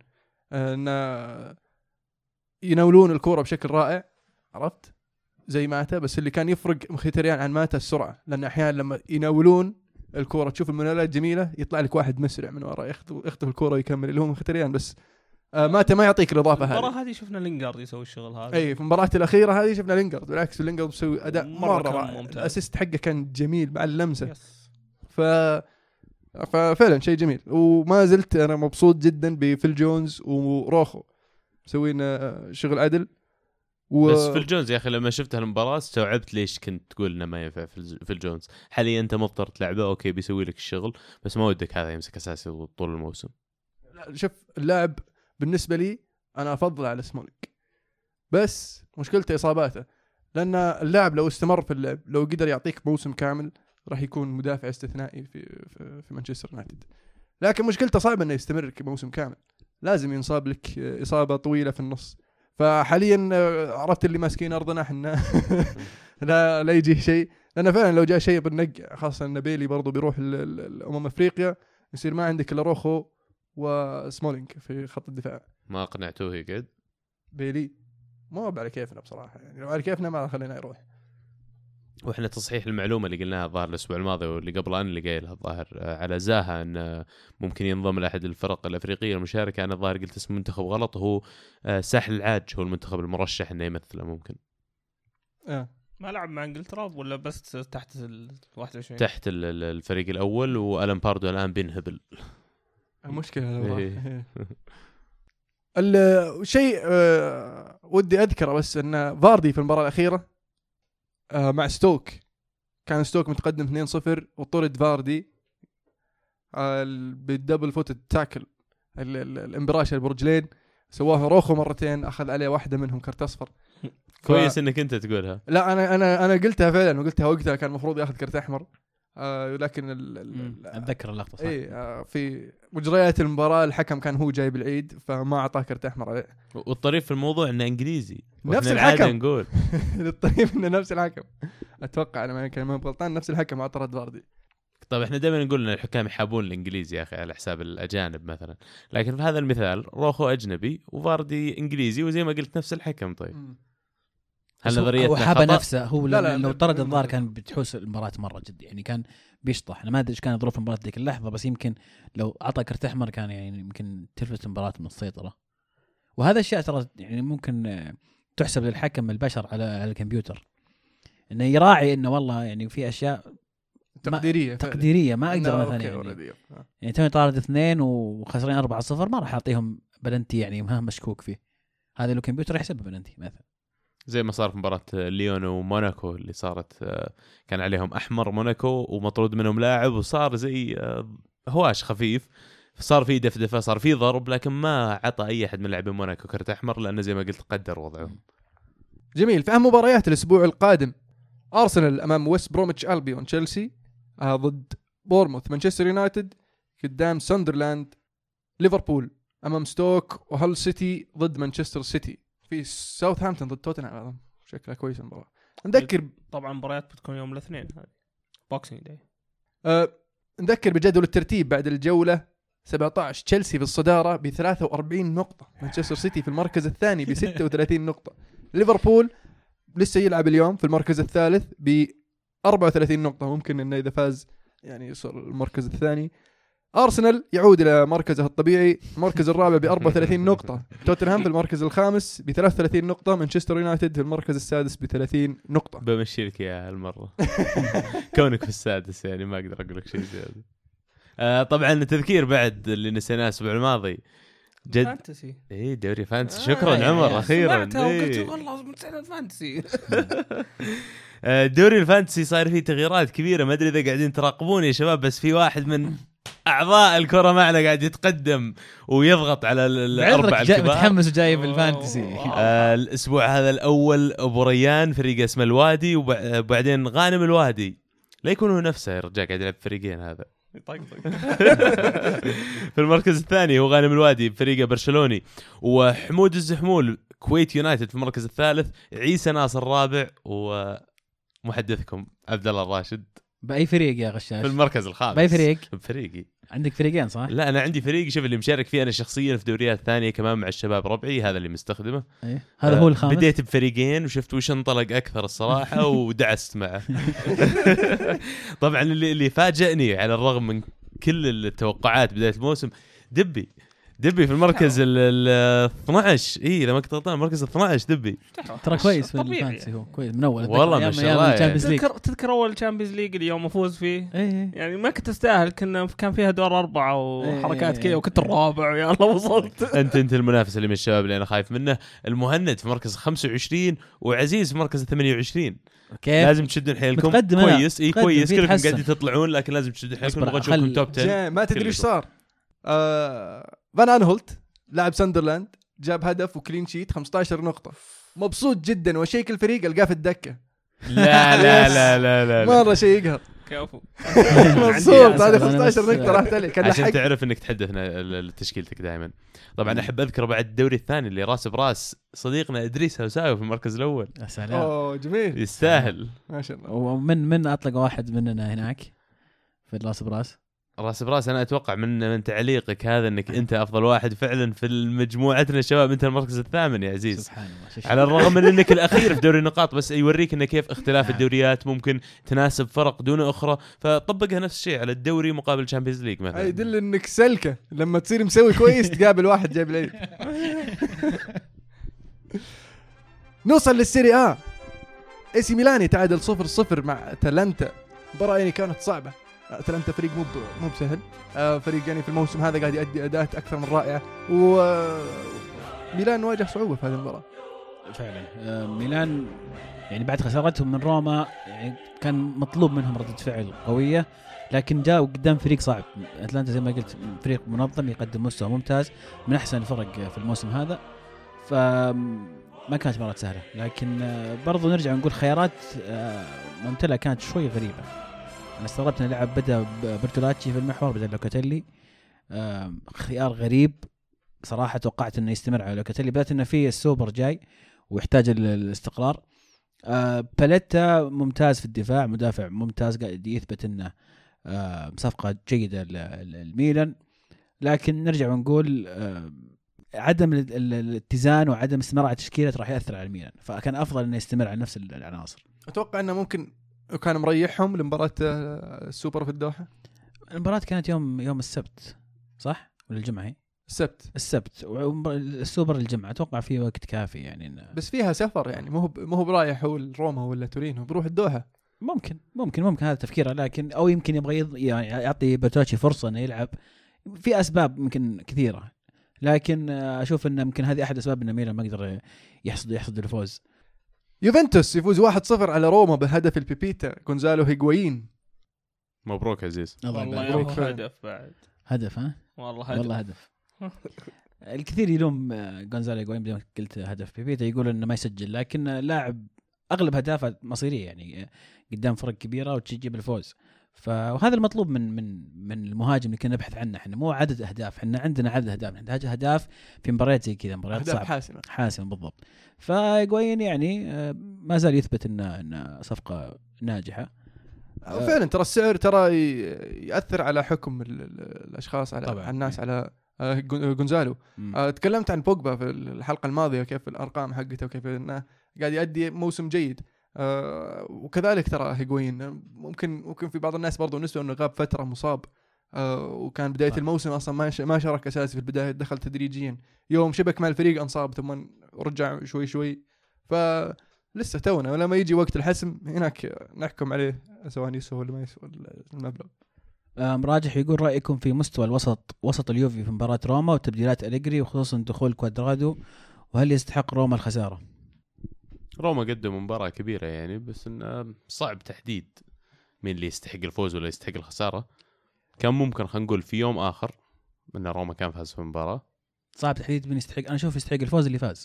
يناولون الكرة بشكل رائع، عرفت زي ماتا. بس اللي كان يفرق مخيتريان عن ماتا السرعة، لأن أحيانا لما يناولون الكرة تشوف المناولات جميلة، يطلع لك واحد مسرع من وراء يخطف الكرة ويكمل اللي هو مخيتريان. بس ماتا ما يعطيك الإضافة هذه. المباراة هذه شفنا لينغارد يسوي الشغل هذا. أي في المباراة الأخيرة هذه شفنا لينغارد، بالعكس لينغارد مسوي أداء مرة رائع. الأسيست حقه كان جميل مع اللمسة. ففعلا شيء جميل. وما زلت أنا مبسوط جدا بفيل جونز وروخو مسوين شغل عدل. بس فيل جونز يا أخي لما شفت المباراة استوعبت ليش كنت تقول إنه ما ينفع فيل جونز. حاليا أنت مضطر تلعبه، أوكي بيسوي لك الشغل، بس ما ودك هذا يمسك أساسي طول الموسم. شوف اللاعب بالنسبة لي أنا أفضل على سمولينج، بس مشكلته إصاباته. لأن اللاعب لو استمر في اللعب، لو قدر يعطيك موسم كامل، راح يكون مدافع استثنائي في مانشستر يونايتد. لكن مشكلته صعبة إنه يستمر كموسم كامل، لازم ينصاب لك إصابة طويلة في النص. فحاليا عرفت اللي ماسكين أرضنا حنا لا يجي شيء، لأن فعلا لو جاء شيء بالنق، خاصة أن بيلي برضو بيروح أفريقيا، يصير ما عندك إلا روخو وسمولينج في خط الدفاع. ما قنعتوه يقعد بيلي ما على كيفنا بصراحة يعني، لو على كيفنا ما خلينا يروح. واحنا تصحيح المعلومه اللي قلناها الظاهر الاسبوع الماضي واللي قبل اللي قايلها الظاهر على زاها ان ممكن ينضم لاحد الفرق الافريقيه المشاركه. انا الظاهر قلت اسم منتخب غلط، هو ساحل العاج هو المنتخب المرشح انه يمثله. ممكن ما لعب مع انجلترا ولا بس تحت 21 تحت الفريق الاول، والان باردو الان بينهبل مشكله. الشيء ودي اذكره بس ان فاردي في المباراه الاخيره مع ستوك، كان ستوك متقدم 2-0 وطرد فاردي بالدبل فوت تاكل الامبراشة برجلين، سواها روخو مرتين، اخذ عليه واحدة منهم كرت اصفر. كويس انك انت تقولها. لا انا قلتها فعلا، وقلتها وقتها كان المفروض ياخذ كرت احمر. لكن اتذكر اللقطه صح. في مجريات المباراه الحكم كان هو جايب العيد فما اعطاه كرت احمر عليه. والطريف في الموضوع انه انجليزي، نفس العاده الحكم نقول الطريف انه نفس الحكم. اتوقع انا ما كان غلطان، نفس الحكم اعطى رد فاردي. طيب احنا دائما نقول ان الحكام يحابون الانجليزي يا اخي على حساب الاجانب مثلا، لكن في هذا المثال روخو اجنبي وفاردي انجليزي وزي ما قلت نفس الحكم. طيب هل نظريتنا هو حاب نفسه هو؟ لا لو طرد الظاهر كان بتحوس المباراة مرة جد، يعني كان بيشطح. انا ما ادري ايش كانت ظروف المباراة ذيك اللحظة، بس يمكن لو اعطى كرت احمر كان يعني يمكن تلفت المباراة من السيطرة. وهذا الشيء ترى يعني ممكن تحسب للحكم البشر على الكمبيوتر، انه يراعي انه والله يعني في اشياء تقديرية ما اقدر مثلا يعني توني طارد 2 وخسرين 4-0 ما راح اعطيهم بلنتي يعني ما مشكوك فيه. هذا لو كمبيوتر يحسب بلنتي مثلا، زي ما صار في مباراة ليون وموناكو اللي صارت، كان عليهم أحمر موناكو ومطرود منهم لاعب، وصار زي هواش خفيف، صار فيه دفدفة، صار فيه ضرب، لكن ما عطى أي أحد من لاعبين موناكو كرت أحمر لأنه زي ما قلت قدر وضعهم. جميل. في أهم مباريات الأسبوع القادم، أرسنال أمام ويست بروميتش ألبيون، تشيلسي ضد بورموث، مانشستر يونايتد قدام ساندرلاند، ليفربول أمام ستوك، وهل سيتي ضد مانشستر سيتي، في ساوثهامبتون ضد توتنهام. شكلها كويس المباراة. نذكر طبعا مباريات بتكون يوم الاثنين هذه بوكسينج داي. نذكر بجدول الترتيب بعد الجولة 17. تشيلسي في الصدارة ب 43 نقطة، مانشستر سيتي في المركز الثاني ب 36 نقطة، ليفربول لسه يلعب اليوم في المركز الثالث ب 34 نقطة، ممكن انه اذا فاز يعني يصير المركز الثاني. أرسنال يعود إلى مركزه الطبيعي، المركز الرابع ب 34 نقطة، توتنهام في المركز الخامس ب 33 نقطة، مانشستر يونايتد في المركز السادس ب 30 نقطة. بمشي لك يا هالمرة كونك في السادس يعني ما أقدر أقول لك شيء زيادة. طبعا تذكير بعد اللي نسيناه الأسبوع الماضي، جد فانتسي. إيه دوري فانتسي. شكرا عمر أخيرا. قلت والله متسنة فانتسي. دوري الفانتسي صار فيه تغييرات كبيرة، ما أدري إذا قاعدين تراقبون يا شباب، بس في واحد من أعضاء الكرة معنا قاعد يتقدم ويضغط على الأربع الكبار. متحمس وجاي بالفانتسي. الأسبوع هذا الأول أبو ريان فريق اسمه الوادي، وبعدين غانم الوادي، لا يكون هو نفسه يا رجال قاعد يلعب فريقين. هذا في المركز الثاني هو غانم الوادي فريقه برشلوني، وحمود الزحمول كويت يونايتد في المركز الثالث، عيسى ناصر الرابع، ومحدثكم عبد الله الراشد بأي فريق يا غشاش في المركز الخامس. بأي فريق؟ بفريقي. عندك فريقين صح؟ لا أنا عندي فريق، شوف اللي مشارك فيه أنا شخصيا في دوريات ثانية كمان مع الشباب ربعي، هذا اللي مستخدمه. أيه. هذا هو الخامس. بديت بفريقين وشفت وش انطلق أكثر الصراحة ودعست معه. طبعا اللي فاجأني على الرغم من كل التوقعات بداية الموسم، دبي في المركز ال 12. اي لما كنت غلطان المركز ال 12 دبي ترى كويس في الفانتسي، هو كويس من اول والله ما شاء الله. تذكر اول تشامبيونز ليج اليوم افوز فيه. إيه. يعني ما كنت استاهل، كان فيها دور 4 وحركات كذا وكنت الرابع ويا الله وصلت. انت المنافس اللي من الشباب اللي انا خايف منه. المهند في مركز 25 وعزيز في مركز 28. كيف لازم تشدون حيلكم كويس. اي كويس كلكم قاعدين تطلعون، لكن لازم تشدون حيلكم نبغى نشوفكم توب 10. ما تدري ايش صار. فان أنهولت لاعب ساندرلاند جاب هدف وكلين شيت 15 نقطة، مبسوط جدا، وشيك الفريق القاه في الدكة. لا مرة شيء يقهر. كفو مبسوط. هذا 15 نقطة راحت عليك عشان تعرف انك تحدثنا تشكيلتك دائما. طبعا احب اذكر بعد الدوري الثاني اللي راس براس صديقنا ادريس هوساوي في المركز الاول. يا سلام جميل يستاهل ما شاء الله. ومن اطلق واحد مننا هناك في راس براس. انا اتوقع من تعليقك هذا انك انت افضل واحد فعلا في مجموعتنا الشباب، انت المركز الثامن يا عزيز. سبحان الله. على الرغم من انك الاخير في دوري النقاط، بس يوريك انه كيف اختلاف الدوريات ممكن تناسب فرق دون اخرى، فطبقها نفس الشيء على الدوري مقابل تشامبيونز ليج مثلا. يدل انك سلكه لما تصير مسوي كويس تقابل واحد جايب العيد. نوصل للسيري A. اي سي ميلان يتعادل 0-0 مع اتلانتا. المباراة يعني كانت صعبة. اتلانتا فريق مو بسهل، فريق يعني في الموسم هذا قاعد يؤدي اداءات اكثر من رائعة، وميلان واجه صعوبة في هذه المباراة. فعلا ميلان يعني بعد خسارتهم من روما يعني كان مطلوب منهم ردة فعل قوية، لكن جاءوا قدام فريق صعب. أتلانتا زي ما قلت فريق منظم يقدم مستوى ممتاز من أحسن الفرق في الموسم هذا، فما كانت مباراة سهلة. لكن برضو نرجع نقول خيارات مونتلا كانت شوي غريبة. أنا استغربت أن اللعب بدأ برتولاتشي في المحور بدل لوكاتيلي، خيار غريب صراحة. توقعت أنه يستمر على لوكاتيلي، بدأت أنه فيه السوبر جاي ويحتاج الاستقرار. باليتا ممتاز في الدفاع، مدافع ممتاز قاعد يثبت أنه صفقة جيدة للميلان. لكن نرجع ونقول عدم الاتزان وعدم استمرار على التشكيلة راح يأثر على الميلان، فكان أفضل أنه يستمر على نفس العناصر. أتوقع أنه ممكن كان مريحهم لمباراة السوبر في الدوحة. المباراة كانت يوم السبت صح ولا الجمعة؟ هي السبت والسوبر الجمعة. أتوقع فيه وقت كافي يعني بس فيها سفر يعني مو هو برايح هو روما ولا تورينو، بروح الدوحة. ممكن هذا تفكيره، لكن أو يمكن يبغى يعني يعطي برتولاتشي فرصة إنه يلعب. في أسباب ممكن كثيرة، لكن أشوف إن ممكن هذه أحد أسباب إن ميلان ما يقدر يحصد الفوز. يوفنتوس يفوز 1-0 على روما بهدف البيبيتا غونزالو هيغوايين. مبروك عزيز. مبروك. هدف بعد هدف ها والله هدف. الكثير يلوم غونزالو هيغوايين بدون قلت هدف بيبيتا، يقول إنه ما يسجل، لكن لاعب أغلب أهدافه مصيرية يعني قدام فرق كبيرة وتجيب الفوز. فهذا المطلوب من المهاجم اللي كنا نبحث عنه. احنا مو عدد اهداف، احنا عندنا عدد اهداف، نحتاج اهداف في مباريات زي كذا، مباريات صعبه حاسمه بالضبط. فغوين يعني ما زال يثبت ان صفقه ناجحه فعلا. ترى السعر ترى ياثر على حكم الاشخاص على الناس على غونزالو. تكلمت عن بوجبا في الحلقه الماضيه كيف الارقام حقته وكيف انه قاعد يؤدي موسم جيد، وكذلك ترى هيغوين ممكن في بعض الناس برضو نسبة انه غاب فترة مصاب، وكان بداية الموسم اصلا ما شارك اساسي في البداية، دخل تدريجيا يوم شبك مع الفريق انصاب ثم رجع شوي فلسه تونا، ولما يجي وقت الحسم هناك نحكم عليه سواء يسوى ولا ما يسوى المبلغ. مراجح يقول رأيكم في مستوى وسط اليوفي في مباراة روما وتبديلات أليجري وخصوصا دخول كوادرادو، وهل يستحق روما الخسارة؟ روما قدم مباراة كبيرة يعني، بس إنه صعب تحديد مين اللي يستحق الفوز ولا يستحق الخسارة. كان ممكن خلينا نقول في يوم آخر إن روما كان فاز في المباراة. صعب تحديد مين يستحق. أنا أشوف يستحق الفوز اللي فاز.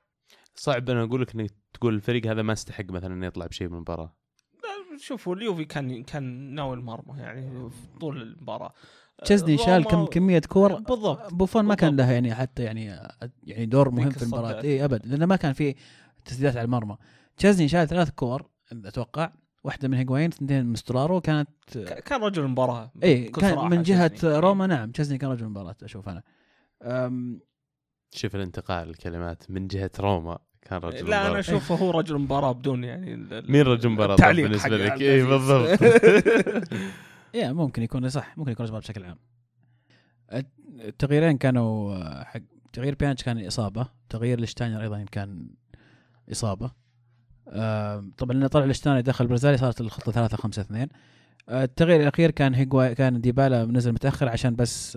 صعب أنا أقول لك إنك تقول الفريق هذا ما استحق مثلا إنه يطلع بشيء من المباراة. شوفوا اليوفي كان ناوي المرمى يعني طول المباراة. تشزني شال كمية كور بالضبط. بوفون ما كان له يعني حتى يعني دور مهم في المباراة أبد، لأنه ما كان في تسديدات على المرمى. تشزني شال 3 كور أتوقع، واحدة من هيغوايين 2 من ستولارو. كان رجل المباراة. كان من جهة روما. نعم تشزني كان رجل المباراة أشوف أنا. شوف الانتقال الكلمات من جهة روما كان رجل لا المباراة. أنا أشوفه هو رجل المباراة بدون يعني مين رجل المباراة بالنسبة لك؟ إيه بالضبط. ممكن يكون صح، ممكن يكون رجل بشكل عام. التغييرين كانوا حق تغيير بيانش كان إصابة، تغيير لشتاينر أيضا كان إصابة. طبعا لأنه طلع لشتاينر دخل برازيلي صارت الخطة 3-5-2. التغيير الأخير كان ديبالا نزل متأخر عشان بس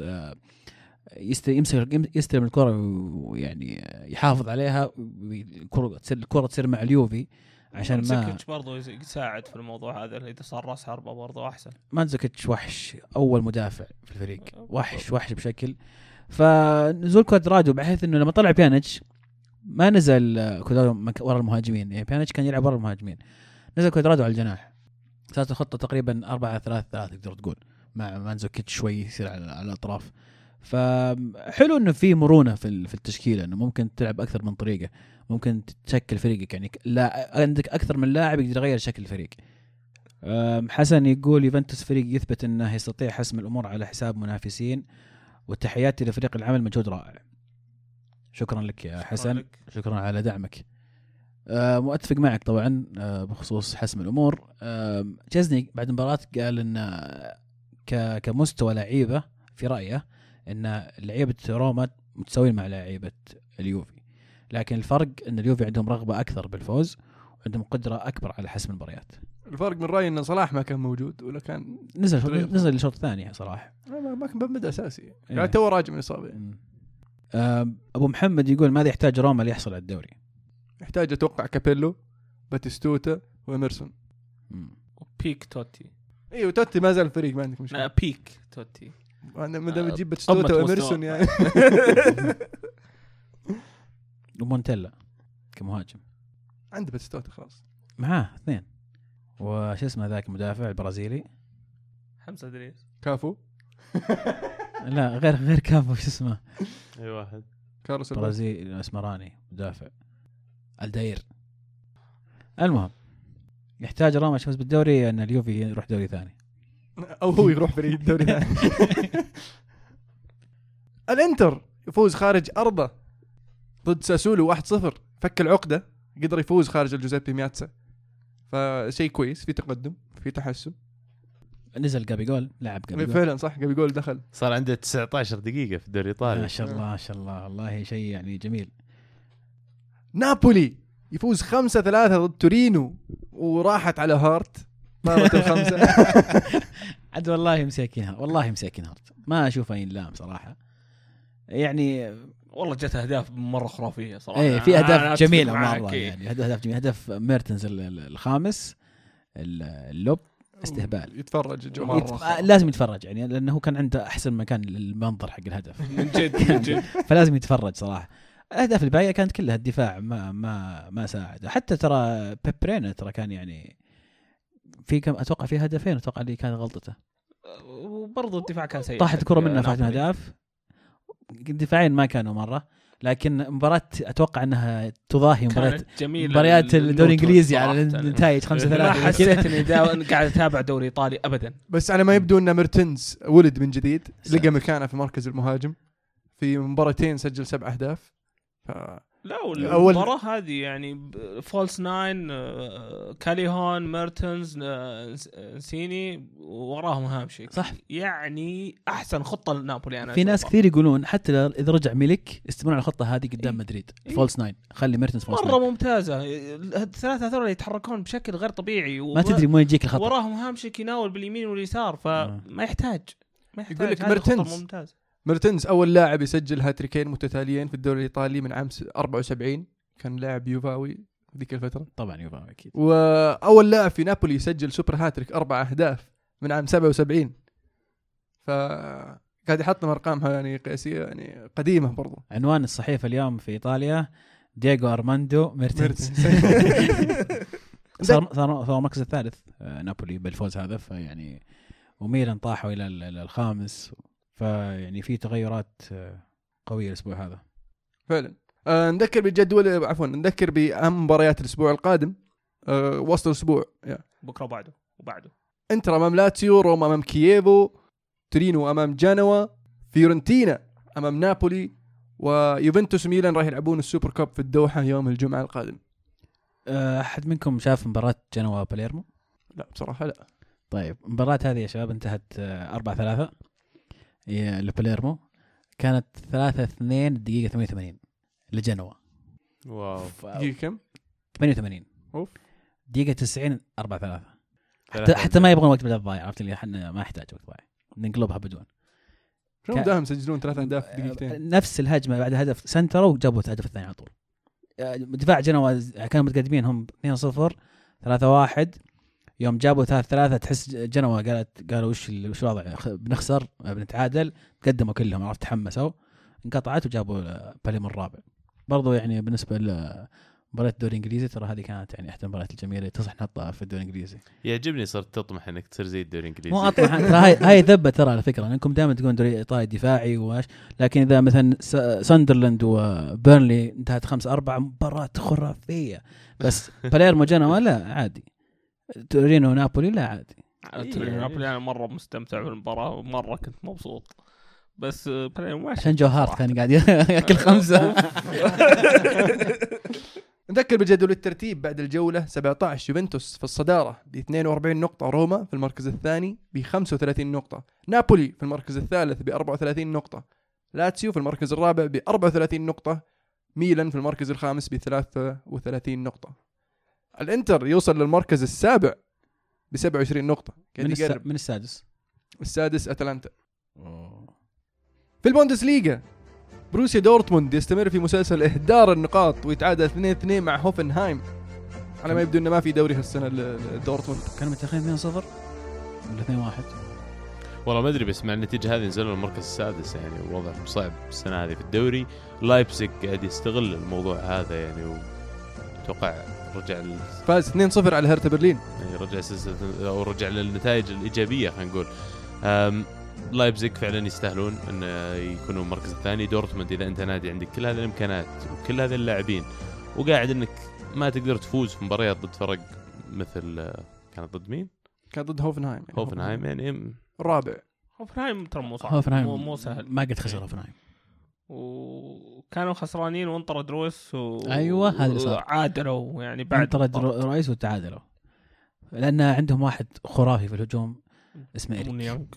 يستلم الكرة ويعني يحافظ عليها، الكرة تصير مع اليوفي عشان ما مانزوكيتش برضو يساعد في الموضوع هذا. إذا صار راس حربة برضو أحسن. مانزوكيتش وحش، أول مدافع في الفريق، وحش بشكل. فنزول كوادرادو بحيث إنه لما طلع بيانيتش ما نزل كوادرادو ورا المهاجمين، يعني بيانيتش كان يلعب ورا المهاجمين، نزل كوادرادو على الجناح. صارت الخطة تقريبا 4-3-3 تقدر تقول، مع مانزوكيتش شوي يصير على الأطراف. فحلو إنه في مرونة في التشكيلة، إنه ممكن تلعب أكثر من طريقة، ممكن تشكل فريقك يعني لا عندك أكثر من لاعب يقدر يغير شكل الفريق. حسن يقول يوفنتوس فريق يثبت أنه يستطيع حسم الأمور على حساب منافسين، وتحياتي لفريق العمل، مجهود رائع. شكرا لك يا حسن، شكرا على دعمك. مؤتفق معك طبعا بخصوص حسم الأمور. تشزني بعد المباراة قال أن كمستوى لعيبة في رأيه أن لعيبة روما متساويين مع لعيبة اليوفي، لكن الفرق أن اليوفي عندهم رغبة أكثر بالفوز وعندهم قدرة أكبر على حسم المباريات. الفرق من رأيي أن صلاح ما كان موجود ولا كان نزل الشوط الثاني صلاح ما كان بمدى أساسي يعني تو راجع من إصابة. أبو محمد يقول ماذا يحتاج روما ليحصل على الدوري؟ يحتاج اتوقع كابيلو، باتيستوتا، وإميرسون. بيك توتي. ايوه توتي ما زال الفريق، ما عندك مشكله. بيك توتي انا ما دام تجيب باتيستوتا وإميرسون يعني. ومونتيلا كمهاجم عنده باتيستوتا خلاص، معاه 2. وش اسمه ذاك المدافع البرازيلي؟ حمزة إدريس. كافو. لا غير كافو، شو اسمه؟ اي واحد كارلوس برازيلي اسمراني مدافع الداير. المهم يحتاج روما يفوز بالدوري ان اليوفي يروح دوري ثاني، او هو يروح فريق الدوري الثاني. الانتر يفوز خارج ارضه ضد ساسولو 1-0، فك العقده، قدر يفوز خارج الجوزيبي مياتسا، فشيء كويس، في تقدم، في تحسن. نزل جابيجول، لعب جابيجول فعلا صح، جابيجول دخل، صار عنده 19 دقيقة في الدوري الإيطالي. ما شاء الله ما شاء الله، والله شيء يعني جميل. نابولي يفوز 5-3 ضد تورينو، وراحت على هارت طارت الخمسة. عاد والله مساكينها، والله مساكين هارت، ما اشوف اي لام صراحه يعني. والله جت اهداف مره خرافيه صراحه. ايه في اهداف جميله معاك مره إيه. يعني، هدف جميل، هدف ميرتنز الخامس اللوب استهبال. يتفرج لازم يتفرج يعني، لانه كان عنده احسن مكان للمنظر حق الهدف. من جد من جد. فلازم يتفرج صراحه. الاهداف الباقيه كانت كلها الدفاع ما ساعد. حتى ترى بيبرينا ترى كان يعني في كم اتوقع في هدفين اتوقع اللي كان غلطته، وبرضه الدفاع كان سيء. طاحت الكره منه فاتنا اهداف. الدفاعين ما كانوا مره، لكن مباراة اتوقع انها تضاهي مباريات الدوري الانجليزي على النتائج 5-3. ما حسيت اني قاعد اتابع دوري ايطالي ابدا. بس على ما يبدو ان ميرتنز ولد من جديد، لقى مكانه في مركز المهاجم، في مباراتين سجل 7 أهداف. لا المباراة هذه يعني فولس 9 كاليهون ميرتنز سيني وراهم هامشي صح، يعني احسن خطة لنابولي. انا في ناس كثير يقولون حتى اذا رجع ميلك استمر على الخطة هذه قدام مدريد فولس 9، خلي ميرتنز فولس 9 مرة ممتازة. الثلاثة هذول يتحركون بشكل غير طبيعي، ما تدري وين يجيك الخطأ، وراهم هامشي يناول باليمين واليسار، فما يحتاج يقول لك ميرتنز أول لاعب يسجل هاتريكين متتاليين في الدوري الإيطالي من عام 74، كان لاعب يوفاوي في ذيك الفترة طبعا يوفاوي أكيد. وأول لاعب في نابولي يسجل سوبر هاتريك 4 أهداف من عام 77، فقاعد يحطم أرقامها يعني قياسية يعني قديمة برضو. عنوان الصحيفة اليوم في إيطاليا دييغو أرماندو ميرتنز. صار المركز الثالث نابولي بالفوز هذا، فيعني وميلان طاحوا إلى الخامس، فيعني في تغيرات قوية الأسبوع هذا فعلا. نذكر بالجدول، عفوا نذكر بأهم مباريات الأسبوع القادم وسط الأسبوع بكرة وبعده انتر أمام لاتسيو، روما أمام كييفو، تورينو أمام جانوا، فيورنتينا أمام نابولي، ويوفنتوس ميلان راح يلعبون السوبر كاب في الدوحة يوم الجمعة القادم. أحد منكم شاف مباراة جانوا باليرمو؟ لا بصراحة لا. طيب المباراة هذه يا شباب انتهت 4-3 لباليرمو، كانت 3-2 الدقيقة 88 لجنوا. واو دقيقة كم؟ 88. اوف. دقيقة 90 4-3. حتى ما يبغون وقت بدل ضايع، عرفت اللي احنا ما يحتاج وقت ضايع، ننقلبها بدون. شو داهم يسجلون 3 أهداف في دقيقتين. نفس الهجمة بعد هدف سنتروا وجابوا الهدف الثاني على طول. دفاع جنوا كانوا متقدمين هم 2-0 3-1، يوم جابوا 3-3 تحس جنوا قالوا وش الوضع، بنخسر بنتعادل، قدموا كلهم، عرفت تحمسوا، انقطعت وجابوا باليرمو الرابع. برضو يعني بالنسبة لمباراة الدوري الانجليزي ترى هذه كانت يعني احدى المباريات الجميلة تصح نحطها في الدوري الانجليزي. يعجبني صرت تطمح انك تصير زي الدوري الانجليزي. مو اطمح ترى، هاي ذبه ترى على فكرة، انكم دائما تقولون دوري ايطالي دفاعي واش، لكن اذا مثلا ساندرلاند وبيرنلي انتهت 5-4 مباراة خرافية، بس باليرمو جنوا لا عادي، تورينو ونابولي لا عادي. تورينو ونابولي انا مرة مستمتع بالمباراة ومرة كنت مبسوط، بس عشان جو هارت كان قاعد ياكل 5. نذكر بجدول الترتيب بعد الجولة 17. يوفنتوس في الصدارة ب 42 نقطة، روما في المركز الثاني ب 35 نقطة، نابولي في المركز الثالث ب 34 نقطة، لاتسيو في المركز الرابع ب 34 نقطة، ميلان في المركز الخامس ب 33 نقطة. الانتر يوصل للمركز السابع ب 27 نقطة. من السادس أتلانتا. في البوندسليغا بروسيا دورتموند يستمر في مسلسل إهدار النقاط ويتعادل 2-2 مع هوفنهايم، على ما يبدو إنه ما في دوري هالسنة لدورتموند. كانوا متأخرين 2-0 ولا 2-1. والله ما ادري، بس مع النتيجه هذه نزلوا المركز السادس، يعني وضع صعب السنه هذه في الدوري. لايبزيج قاعد يستغل الموضوع هذا يعني، وتوقع رجع فاز 2-0 على هرتا برلين، يعني رجع سلسله او رجع للنتائج الايجابيه خلينا نقول. لايبزيج فعلا يستاهلون ان يكونوا المركز الثاني. دورتموند اذا انت نادي عندك كل هذه الامكانات وكل هذه اللاعبين وقاعد انك ما تقدر تفوز في مباريات ضد فرق مثل كانت ضد مين؟ كان ضد هوفنهايم. هوفنهايم يعني الرابع. هوفنهايم ترى مو صعب، هوفنهايم مو سهل. ما قد خسر هوفنهايم، وكانوا خسرانين وانطرد رويس ايوه هذا اللي صار. عادلوا يعني بعد انطرد رئيس وتعادلوا لان عندهم واحد خرافي في الهجوم اسمه إيريك.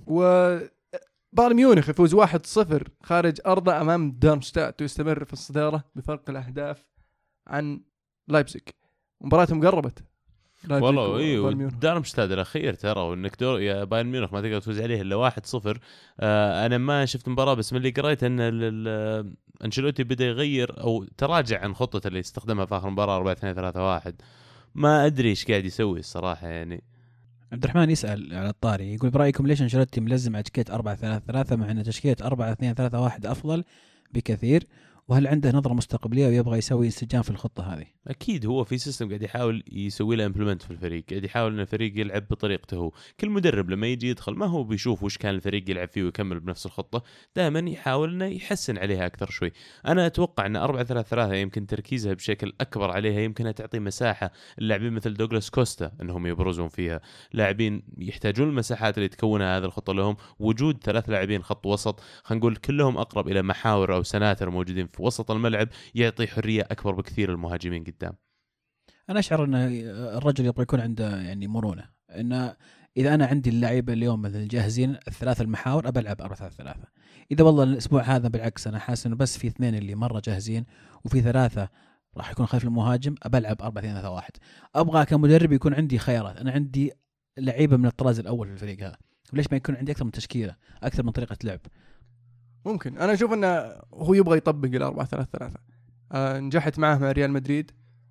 وبايرن ميونخ يفوز 1-0 خارج أرضه أمام دارمشتات ويستمر في الصدارة بفرق الأهداف عن لايبزيج. مباراتهم قربت والله ايوه. دارمشتاد الاخير ترى، وانك دور يا بايرن ميونخ ما تقدر تفوز عليه الا 1-0. انا ما شفت مباراه، بس من اللي قريت ان انشيلوتي بدا يغير او تراجع عن خطته اللي استخدمها في اخر مباراه 4-2-3-1. ما ادري ايش قاعد يسوي الصراحه يعني. عبد الرحمن يسأل على الطاري، يقول برايكم ليش انشيلوتي ملزم على تشكيله 4-3-3 مع ان تشكيله 4-2-3-1 افضل بكثير؟ وهل عنده نظرة مستقبلية ويبغى يسوي انسجام في الخطة هذه؟ أكيد هو في سيستم قاعد يحاول يسوي له امبلمنت في الفريق، قاعد يحاول أن الفريق يلعب بطريقته هو. كل مدرب لما يجي يدخل ما هو بيشوف وش كان الفريق يلعب فيه ويكمل بنفس الخطة، دائما يحاول أنه يحسن عليها أكثر شوي. أنا أتوقع أن 4-3-3 يمكن تركيزها بشكل أكبر عليها، يمكن تعطي مساحة اللاعبين مثل دوغلاس كوستا أنهم يبرزون فيها. لاعبين يحتاجون المساحات اللي تكونها هذه الخطة لهم. وجود 3 لاعبين خط وسط خلينا نقول كلهم أقرب إلى محاور أو سناتر موجودين في وسط الملعب يعطي حرية أكبر بكثير للمهاجمين قدام. أنا أشعر أن الرجل يبغى يكون عنده يعني مرونة، إن إذا أنا عندي اللعيبة اليوم مثلا جاهزين ال3 المحاور أبلعب 4-3-3. إذا والله الأسبوع هذا بالعكس أنا حاسس إنه بس في 2 اللي مرة جاهزين وفي 3 راح يكون خلف المهاجم، أبلعب 4-2-3-1. أبغى كمدرب يكون عندي خيارات، أنا عندي لعيبة من الطراز الأول في الفريق هذا، وليش ما يكون عندي أكثر من تشكيلة، أكثر من طريقة لعب؟ ممكن. أنا أشوف أنه هو يبغى يطبق 4-3-3. نجحت معه مع ريال مدريد،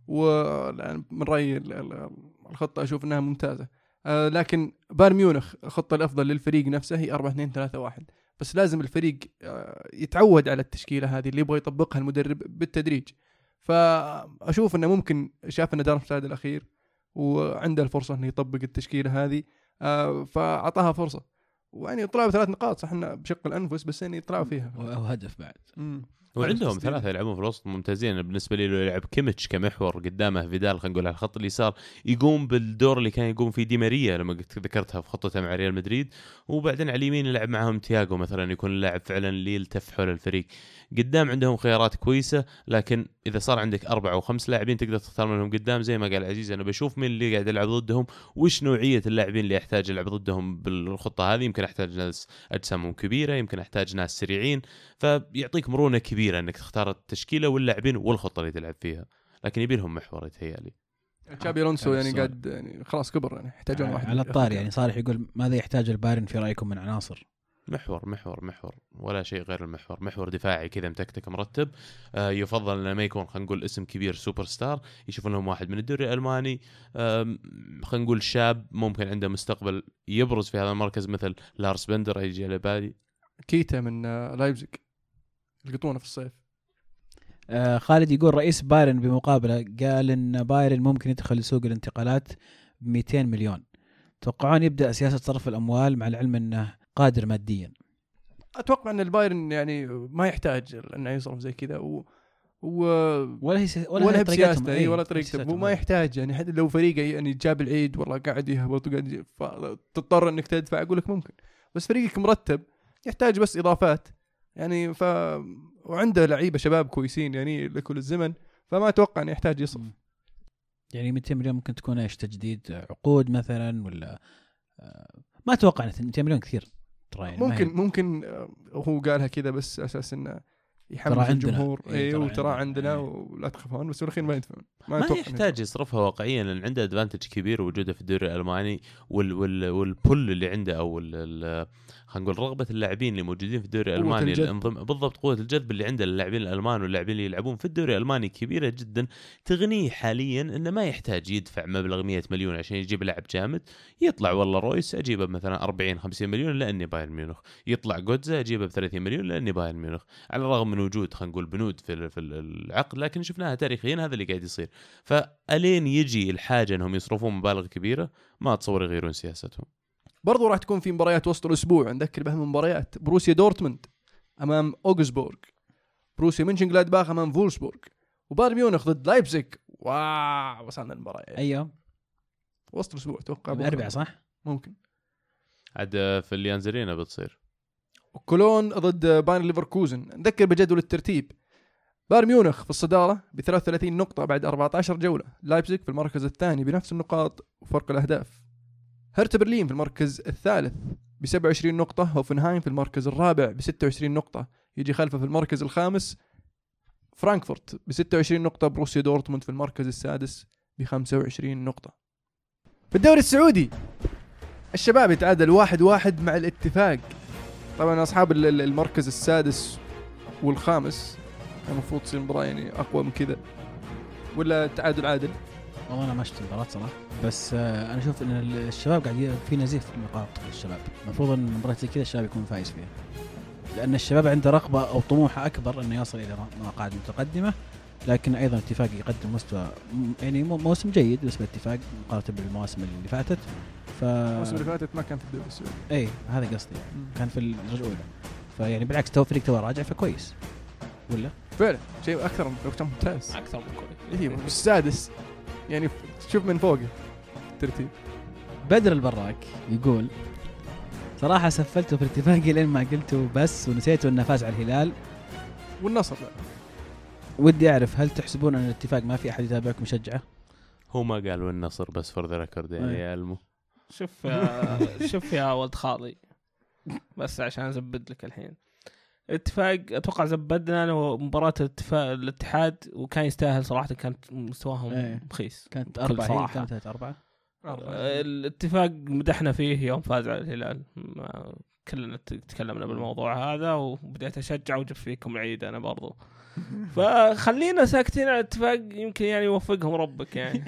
ومن رأيي الخطة أشوف أنها ممتازة. لكن بايرن ميونخ الخطة الأفضل للفريق نفسه هي 4-2-3-1، بس لازم الفريق يتعود على التشكيلة هذه اللي يبغى يطبقها المدرب بالتدريج. فأشوف أنه ممكن شاف أن دارمشتاد الأخير وعنده الفرصة أنه يطبق التشكيلة هذه، فأعطاها فرصة، ويعني طلعوا 3 نقاط صح إنه بشق الأنفس، بس يعني طلعوا فيها وهدف بعد. وعندهم 3 يلعبون في الوسط ممتازين. بالنسبة لي يلعب كيميتش كمحور، قدامه فيدال خلينا نقول على الخط اليسار يقوم بالدور اللي كان يقوم فيه دي ماريا لما ذكرتها في خطته مع ريال مدريد. وبعدين على اليمين يلعب معهم تياغو مثلا، يكون اللاعب فعلا اللي يلتف حول الفريق. قدام عندهم خيارات كويسة، لكن إذا صار عندك 4 أو 5 لاعبين تقدر تختار منهم قدام زي ما قال عزيز. أنا بشوف مين اللي قاعد يلعب ضدهم وش نوعية اللاعبين اللي يحتاج يلعب ضدهم بالخطة هذه. يمكن أحتاج ناس أجسامهم كبيرة، يمكن أحتاج ناس سريعين، فيعطيك مرونة كبيرة أنك تختار التشكيلة واللاعبين والخطة اللي تلعب فيها. لكن يبي لهم محور يتهيألي. تشابي ألونسو يعني قاعد يعني خلاص كبر، يعني يحتاجون واحد على الطار. يعني صالح يقول ماذا يحتاج البايرن في رأيكم من عناصر؟ محور ولا شيء غير المحور. محور دفاعي كذا متكتك مرتب. يفضل انه ما يكون خلينا نقول اسم كبير سوبر ستار، يشوفون لهم واحد من الدوري الالماني خلينا نقول شاب ممكن عنده مستقبل يبرز في هذا المركز، مثل لارس بندر يجي على بالي. كيتا من لايبزيج يلقطونه في الصيف. خالد يقول رئيس بايرن بمقابلة قال ان بايرن ممكن يدخل سوق الانتقالات ب200 مليون. توقعون يبدأ سياسة صرف الأموال مع العلم انه قادر ماديا؟ اتوقع ان البايرن يعني ما يحتاج انه يصرف زي كذا ولا هي سياسته ولا طريقته، وما يحتاج يعني. حتى لو فريقه يعني جاب العيد والله قاعد يهبط وقاعد تضطر انك تدفع، اقول لك ممكن. بس فريقك مرتب يحتاج بس اضافات يعني، وعنده لعيبه شباب كويسين يعني لكل الزمن، فما اتوقع انه يحتاج يصرف. يعني 200 مليون ممكن تكون ايش، تجديد عقود مثلا ولا ما اتوقع ان 200 مليون كثير ترى يعني. ممكن هو قالها كذا بس اساس انه يحمس عندنا. الجمهور إيه، ترى وترى عندنا إيه. ولا تخافون، بس الاخير ما يدفعون. ما أتوقع يحتاج يصرفها واقعيا، لان عنده ادفانتج كبير وجوده في الدوري الالماني والبول اللي عنده، او خلينا نقول رغبه اللاعبين اللي موجودين في الدوري الالماني بالضبط قوه الجذب اللي عنده اللاعبين الالمان واللاعبين اللي يلعبون في الدوري الالماني كبيره جدا، تغنيه حاليا انه ما يحتاج يدفع مبلغ 100 مليون عشان يجيب لاعب جامد. يطلع والله رويس اجيبه مثلا 40 50 مليون لاني بايرن ميونخ، يطلع جوتزا اجيبه ب 30 مليون لاني بايرن ميونخ، على الرغم من وجود خلينا نقول بنود في العقد، لكن شفناها تاريخيا هذا اللي قاعد يصير. فالين يجي الحاجه انهم يصرفون مبالغ كبيره، ما اتصور يغيرون سياستهم. برضو راح تكون في مباريات وسط الاسبوع، نذكر بهم مباريات: بروسيا دورتموند امام اوغسبورغ، بروسيا مونشنغلادباخ امام فولسبورغ، وبايرن ميونخ ضد لايبزيغ. واو وصلنا المباريات. ايوه وسط الاسبوع اتوقع الاربعاء صح ممكن. عاد في اليانزرينا بتصير. كولون ضد بايرن ليفركوزن. نذكر بجدول الترتيب: بايرن ميونخ في الصدارة ب 33 نقطة بعد 14 جولة، لايبزيغ في المركز الثاني بنفس النقاط وفرق الأهداف، هرتا برلين في المركز الثالث ب 27 نقطة، هوفنهايم في المركز الرابع ب 26 نقطة، يجي خلفه في المركز الخامس فرانكفورت ب 26 نقطة، بروسيا دورتموند في المركز السادس ب 25 نقطة. في الدوري السعودي الشباب يتعادل 1-1 مع الاتفاق. طبعا أصحاب المركز السادس والخامس المفروض تصير مباراة يعني أقوى من كذا، ولا التعادل عادل؟ والله انا ما شفت المباراه صراحه، بس انا اشوف ان الشباب قاعد في نزيف في النقاط للشباب. المفروض ان مباراه زي كذا الشباب يكون فايز فيها، لان الشباب عنده رغبه او طموح اكبر انه يصل الى مقاعد متقدمه، لكن ايضا الاتفاق يقدم مستوى يعني موسم جيد بالنسبه للاتفاق مقارنه بالمواسم اللي فاتت. الموسم اللي فاتت ما كان في الدوري السعودي. اي هذا قصدي، كان في الدرجه الاولى، فيعني بالعكس فريق تو راجع فكويس ولا فعلا شيء اكثر من كان ممتاز، اكثر من كويس. ايوه السادس يعني شوف من فوق الترتيب. بدر البراك يقول صراحه سفلته في اتفاقي لين ما قلته بس ونسيته انه فاز على الهلال والنصر. لا ودي اعرف هل تحسبون ان الاتفاق ما في احد يتابعكم مشجعه؟ هو ما قالوا النصر بس فور ذا ريكورد يعني يا المو. شوف يا ولد خالي، بس عشان ازبد لك الحين الاتفاق اتوقع زبدنا انا ومباراه الاتحاد وكان يستاهل صراحه، كانت مستواهم بخيس، كانت 4 كانت 4. الاتفاق مدحنا فيه يوم فاز على الهلال، كلنا تكلمنا بالموضوع هذا وبديت اشجع وجب فيكم العيد انا برضو. فخلينا ساكتين على الاتفاق، يمكن يعني يوفقهم ربك يعني.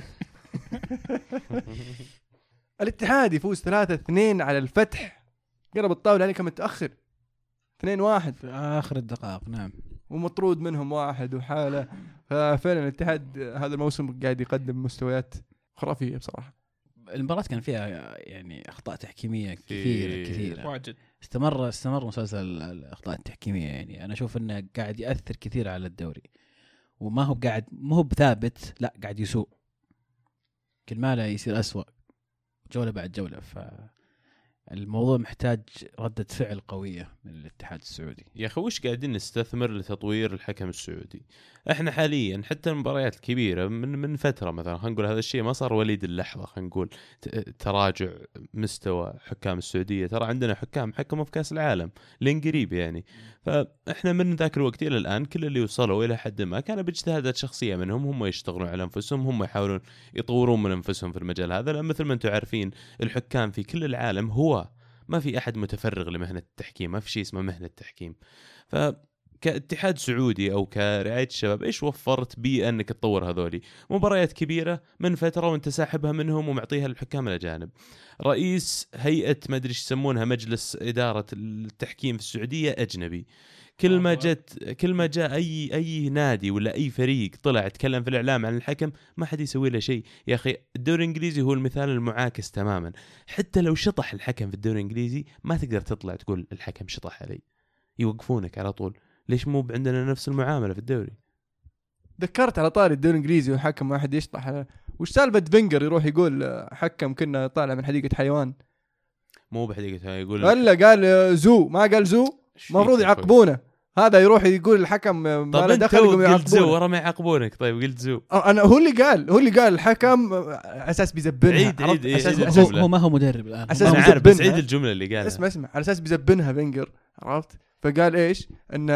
الاتحاد يفوز 3-2 على الفتح، قرب الطاولة عليه كان متأخر 2-1 في آخر الدقائق. نعم ومطرود منهم واحد وحالة. ففعلا الاتحاد هذا الموسم قاعد يقدم مستويات خرافية بصراحة. المباراة كان فيها يعني أخطاء تحكيمية كثيرة واجد. استمر مسلسل الأخطاء التحكيمية، يعني أنا أشوف إنه قاعد يأثر كثير على الدوري، وما هو قاعد ما هو بثابت، لا قاعد يسوء، كل ما لا يصير أسوأ جولة بعد جولة. فالموضوع محتاج ردة فعل قوية من الاتحاد السعودي. يا أخي وش قاعدين نستثمر لتطوير الحكم السعودي؟ احنا حاليا حتى المباريات الكبيرة من فترة مثلا خلينا نقول هذا الشيء ما صار وليد اللحظة، خلينا نقول تراجع مستوى حكام السعودية. ترى عندنا حكام حكموا في كأس العالم لين قريب يعني، فاحنا من ذاك الوقت إلى الآن كل اللي وصلوا إلى حد ما كان باجتهادات شخصية منهم، هم يشتغلون على أنفسهم، هم يحاولون يطورون من أنفسهم في المجال هذا. لأن مثل ما أنتم عارفين الحكام في كل العالم هو ما في أحد متفرغ لمهنة التحكيم، ما في شيء اسمه مهنة التحكيم. كاتحاد سعودي أو كرعاية الشباب إيش وفرت بيئة أنك تطور هذولي مباريات كبيرة من فترة وانت ساحبها منهم ومعطيها للحكام الأجانب؟ رئيس هيئة ما أدري إيش يسمونها مجلس إدارة التحكيم في السعودية أجنبي. كل ما جاء أي نادي ولا أي فريق طلع يتكلم في الإعلام عن الحكم ما حد يسوي له شيء. يا أخي الدوري الإنجليزي هو المثال المعاكس تماما، حتى لو شطح الحكم في الدوري الإنجليزي ما تقدر تطلع تقول الحكم شطح علي، يوقفونك على طول. ليش مو عندنا نفس المعاملة في الدوري؟ ذكرت على طاري الدوري الإنجليزي والحكم واحد يشطح، وش سالفة فينجر يروح يقول حكم كنا طالع من حديقة حيوان؟ مو بحديقة يقول ولا قال زو، ما قال زو، مفروض يعاقبونه. هذا يروح يقول الحكم ما طب له انت دخل يقوم قلت زو يعاقبونه. ورا ما يعاقبونك. طيب قلت زو انا هو اللي قال الحكم على اساس بيزبنها. عيد عرفت؟ عيد على عيد أساس- الجملة. هو ما هو مدرب الان. أساس ما هو انا بيزبنها. عارف بس عيد الجمله اللي قالها. اسمع على اساس بيزبنها فينجر. عرفت؟ فقال ايش ان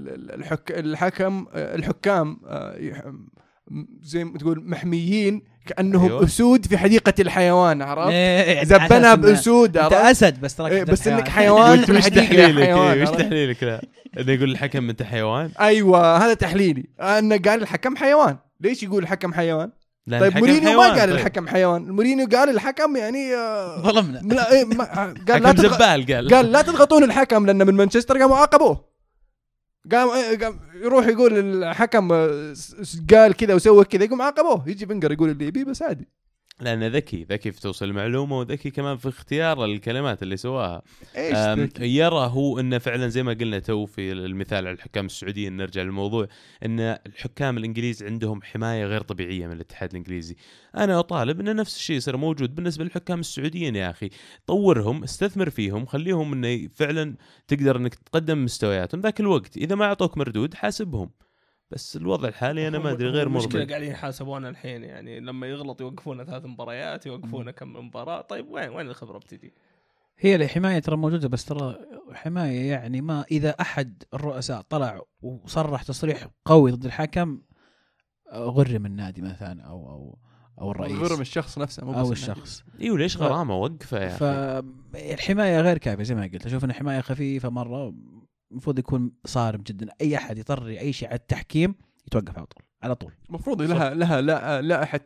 الحكام زي ما تقول محميين كانهم أيوة. اسود في حديقه الحيوان. عرفت؟ يعني زبنها على أساس إنه باسود. انت عرفت؟ اسد بس تراك إيه، بس انك حيوان. حيوان في وش الحديقه تحليلك؟ حيوان. وش عرفت؟ تحليلك؟ لا انه يقول الحكم انت حيوان. ايوه هذا تحليلي. انه قال الحكم حيوان. ليش يقول الحكم حيوان؟ لأن طيب الحكم مورينيو حيوان. ما قال طيب. الحكم حيوان. مورينيو قال الحكم يعني ظلمنا. لا إيه قال لا حكم زبال قال. قال لا تضغطون الحكم لأنه من مانشستر قاموا عاقبوه. قام يروح يقول الحكم قال كذا وسوى كذا يقوم عاقبوه. يجي فينجر يقول اللي يبي بس عادي. لأنه ذكي في توصل المعلومة وذكي كمان في اختيار الكلمات اللي سواها. ايش يرى هو انه فعلا زي ما قلنا تو في المثال على الحكام السعوديين. نرجع للموضوع ان الحكام الانجليز عندهم حمايه غير طبيعيه من الاتحاد الانجليزي. انا اطالب ان نفس الشيء يصير موجود بالنسبه للحكام السعوديين. يا اخي طورهم، استثمر فيهم، خليهم انه فعلا تقدر انك تقدم مستوياتهم. ذاك الوقت اذا ما اعطوك مردود حاسبهم. بس الوضع الحالي انا ما ادري غير المشكلة مرضي. قاعدين يحاسبونا الحين يعني لما يغلط يوقفونه 3 مباريات يوقفونه كم مباراة. طيب وين الخبرة بتجي؟ هي الحمايه ترى موجوده بس ترى حمايه يعني ما اذا احد الرؤساء طلع وصرح تصريح قوي ضد الحكم غرم النادي مثلا او الرئيس غرم الشخص نفسه مو او بس الشخص. ايوه ليش غرامه وقفه يا اخي. فالحمايه غير كافيه زي ما قلت. اشوف ان الحمايه خفيفه مره. المفروض يكون صارم جدا. اي احد يطري اي شيء على التحكيم يتوقف على طول. المفروض لها لائحة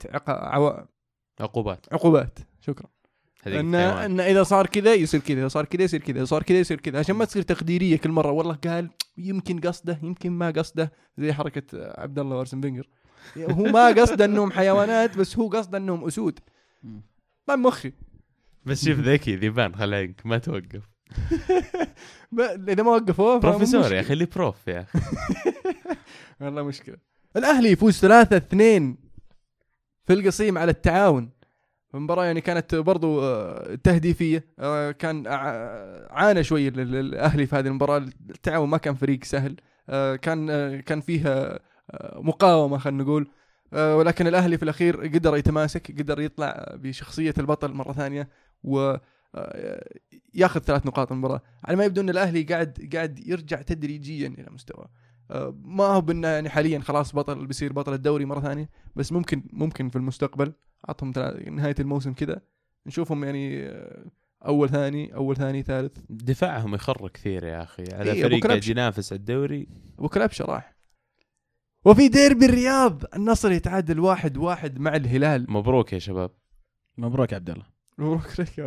عقوبات. شكرا. هذيك ان الحيوان. اذا صار كذا يصير كذا، اذا صار كذا يصير كذا، اذا صار كذا يصير كذا، عشان ما تصير تقديريه كل مره. والله قال يمكن قصده يمكن ما قصده، زي حركه عبد الله وارسن فينجر. هو ما قصده انهم حيوانات بس هو قصده انهم اسود. طيب مخي بس شوف ذكي ذيبان خليك ما توقف. اذا ما وقفوه بروفيسور يا اخي اللي بروف يا اخي. والله مشكله. الاهلي يفوز 3-2 في القصيم على التعاون. المباراة يعني كانت برضو تهديفية. كان عانى شوي الأهلي في هذه المباراة. التعاون ما كان فريق سهل. كان فيها مقاومة خلينا نقول. ولكن الأهلي في الأخير قدر يتماسك، قدر يطلع بشخصية البطل مرة ثانية وياخذ 3 نقاط المباراة. على ما يبدو أن الأهلي قاعد يرجع تدريجيا إلى مستوى. ما هو بأنه يعني حاليا خلاص بطل بيصير بطل الدوري مرة ثانية، بس ممكن في المستقبل عطهم نهاية الموسم كذا نشوفهم يعني أول ثاني ثالث. دفاعهم يخر كثير يا أخي على إيه فريق قاعد ينافس على الدوري. أبو كلبشة راح. وفي ديربي الرياض النصر يتعادل 1-1 مع الهلال. مبروك يا شباب. مبروك يا عبد الله. مبروك لك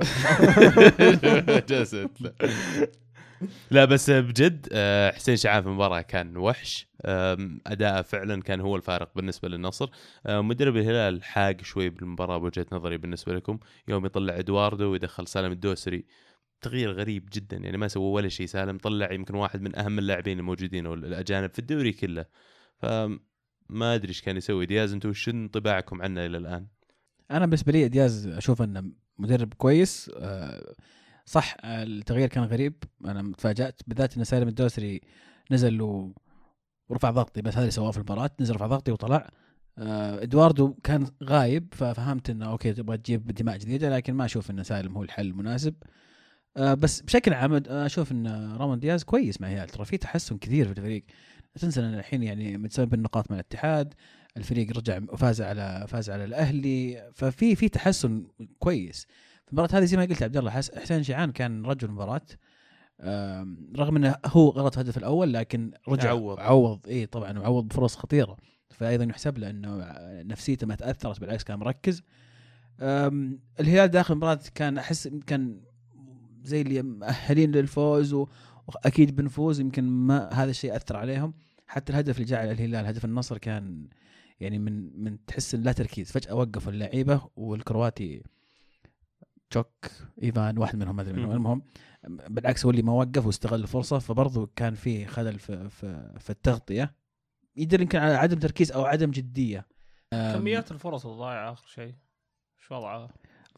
جسد. لا بس بجد حسين شعاف المباراة كان وحش. أداءه فعلا كان هو الفارق بالنسبة للنصر. مدرب الهلال حاق شوي بالمباراة بوجهة نظري. بالنسبة لكم يوم يطلع إدواردو ويدخل سالم الدوسري تغيير غريب جدا يعني ما سوى ولا شيء. سالم طلع يمكن واحد من أهم اللاعبين الموجودين والأجانب في الدوري كله. فما أدري إيش كان يسوي دياز. أنتوا شو انطباعكم عنه إلى الآن؟ أنا بالنسبة لي دياز أشوف أنه مدرب كويس. صح التغيير كان غريب. أنا متفاجأت بالذات أن سالم الدوسري نزل ورفع ضغطي. بس هذا اللي سواه في المباراة، نزل رفع ضغطي وطلع. إدواردو كان غايب ففهمت أنه أوكي تبغى تجيب دماء جديدة، لكن ما أشوف أن سالم هو الحل المناسب. بس بشكل عام أشوف أن رامون دياز كويس مع الهلال. ترى في تحسن كثير في الفريق. تنسى أن الحين يعني متسبب النقاط مع الاتحاد. الفريق رجع وفاز على الأهلي. ففي تحسن كويس في المباراة هذه. زي ما قلت عبد الله حسين شيعان كان رجل المباراة. رغم انه هو غلط هدف الاول لكن رجع عوض. ايه طبعا وعوض بفرص خطيره. فايضا يحسب له انه نفسيته ما تاثرت، بالعكس كان مركز. الهلال داخل المباراة كان احس كان زي اللي مؤهلين للفوز واكيد بنفوز. يمكن ما هذا الشيء اثر عليهم. حتى الهدف اللي جاء على الهلال هدف النصر كان يعني من تحس لا تركيز. فجأة وقفوا اللعيبة والكرواتي تشوك إيفان واحد منهم ما أدري منهم. المهم بالعكس هو اللي ما وقف واستغل الفرصة. فبرضو كان في خلل في التغطية. يدل يمكن على عدم تركيز أو عدم جدية. كميات الفرص الضائعة آخر شيء شو وضعها؟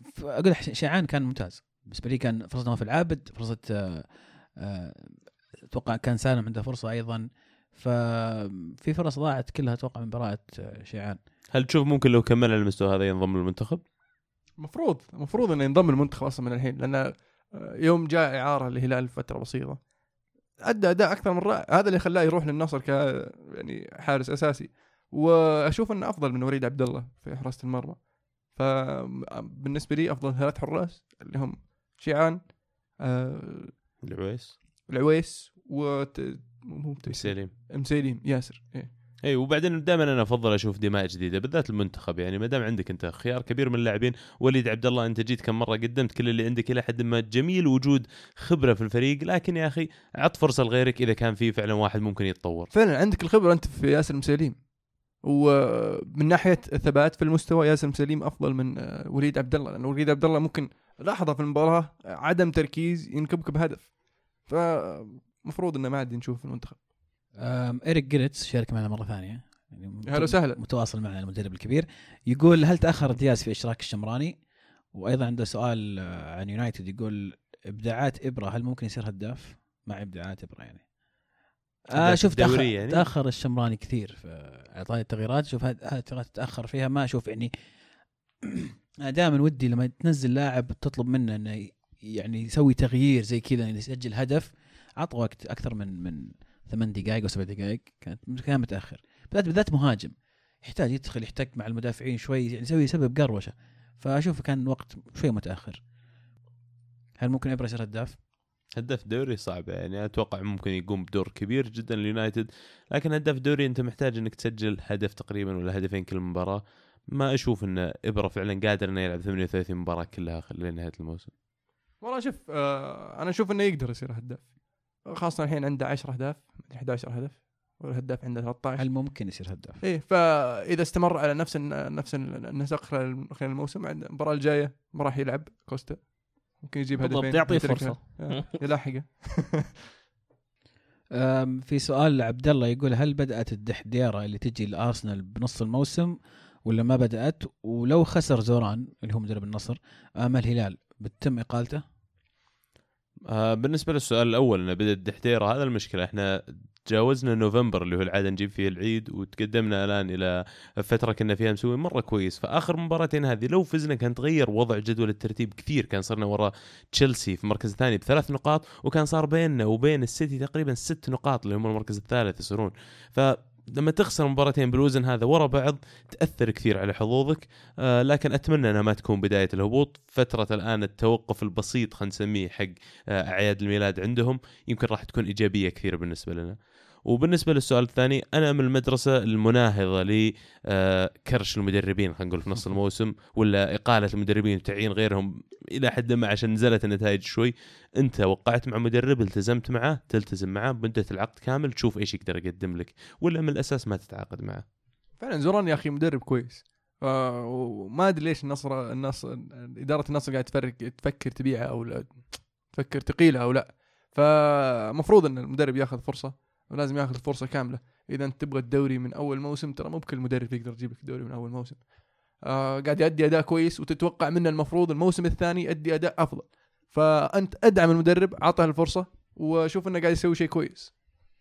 أقول شيعان كان ممتاز بالنسبة لي. كان فرصة نواف العابد، فرصة اتوقع كان سالم عنده فرصه ايضا، ففي فرص ضاعت كلها اتوقع من مباراه شيعان. هل تشوف ممكن لو كمل على المستوى هذا ينضم للمنتخب؟ مفروض انه ينضم المنتخب اصلا من الحين، لان يوم جاء اعاره للهلال فتره بسيطه ادى اداء اكثر من رائع، هذا اللي خلاه يروح للنصر يعني حارس اساسي، واشوف انه افضل من وليد عبد الله في حراسه المرمى. فبالنسبه لي افضل 3 حراس اللي هم شيعان، العويس مسيليم ياسر. اي وبعدين دائما انا افضل اشوف دماء جديده بالذات المنتخب، يعني ما دام عندك انت خيار كبير من اللاعبين. وليد عبد الله انت جيت كم مره قدمت كل اللي عندك الى حد ما، جميل وجود خبره في الفريق، لكن يا اخي عط فرصه لغيرك اذا كان في فعلا واحد ممكن يتطور. فعلا عندك الخبره انت في ياسر مسيليم، ومن ناحيه الثبات في المستوى ياسر مسيليم افضل من وليد عبد الله، لان وليد عبد الله ممكن لحظه في المباراه عدم تركيز ينكبكب هدف، فمفروض انه ما عاد نشوف في المنتخب. إيريك جريتس شارك معنا مرة ثانية، يعني هلا وسهلا، متواصل معنا المدرب الكبير. يقول هل تأخر دياز في إشراك الشمراني؟ وأيضا عنده سؤال عن يونايتد، يقول إبداعات إبرة هل ممكن يصير هداف مع إبداعات إبرة؟ يعني شوف تأخر الشمراني كثير في إعطاء التغييرات. شوف هذا تأخر فيها، ما أشوف يعني أنا دائما ودي لما تنزل لاعب تطلب منه إنه يعني يسوي تغيير زي كذا، يعني يسجل هدف، عطى وقت أكثر من 8 دقائق أو 7 دقائق، كان متأخر. بالذات مهاجم يحتاج يدخل يحتك مع المدافعين شوي، يعني يسوي سبب قروشة، فأشوف كان وقت شوي متأخر. هل ممكن إبرة يصير هداف دوري؟ صعب، يعني أتوقع ممكن يقوم بدور كبير جدا لليونايتد، لكن هداف دوري أنت محتاج أنك تسجل هدف تقريبا ولا هدفين كل مباراة. ما أشوف أن إبرة فعلا قادر أنه يلعب 38 مباراة كلها لنهاية الموسم. والله شوف أنا أشوف أنه يقدر يصير هداف، خاصة الحين عنده 10 أهداف 11 هدف، والهداف عنده 13. هل ممكن يصير هداف؟ إيه، فإذا استمر على نفس النسق خلال الموسم، عند المباراة الجاية ما راح يلعب كوستا، ممكن يجيب هدفين، يعطيه فرصة يلاحقه. في سؤال لعبد الله، يقول هل بدأت الدحديرة اللي تجي لأرسنال بنص الموسم ولا ما بدأت؟ ولو خسر زوران اللي هو مدرب النصر أمام الهلال بتتم إقالته؟ بالنسبة للسؤال الأول أنه بدأت الدحديرة، هذا المشكلة. احنا تجاوزنا نوفمبر اللي هو العادة نجيب فيه العيد، وتقدمنا الآن إلى فترة كنا فيها مسوي مرة كويس. فآخر مباراتين هذه لو فزنا كان تغير وضع جدول الترتيب كثير، كان صرنا وراء تشيلسي في المركز الثاني ب3 نقاط، وكان صار بيننا وبين السيتي تقريبا 6 نقاط اللي هم المركز الثالث يصيرون. لما تخسر مباراتين بالوزن هذا ورا بعض تأثر كثير على حظوظك. لكن أتمنى أنها ما تكون بداية الهبوط. فترة الآن التوقف البسيط خلينا نسميه حق أعياد الميلاد عندهم يمكن راح تكون إيجابية كثير بالنسبة لنا. وبالنسبة للسؤال الثاني، أنا من المدرسة المناهضة لكرش المدربين خلينا نقول في نص الموسم، ولا إقالة المدربين وتعيين غيرهم إلى حد ما عشان نزلت النتائج شوي. أنت وقعت مع مدرب التزمت معه، تلتزم معه بمدة العقد كامل، تشوف إيش يقدر يقدم لك، ولا من الأساس ما تتعاقد معه. فعلا زوران يا أخي مدرب كويس، وما أدري ليش النصر إدارة النصر قاعد تفكر تبيعه أو لا، تفكر تقيله أو لا. فمفروض أن المدرب يأخذ فرصة، ولازم ياخذ فرصه كامله. اذا انت تبغى الدوري من اول موسم، ترى مو بكل مدرب يقدر يجيب لك الدوري من اول موسم. قاعد يؤدي اداء كويس وتتوقع منه المفروض الموسم الثاني يؤدي اداء افضل، فانت ادعم المدرب، عطه الفرصه، وشوف انه قاعد يسوي شيء كويس.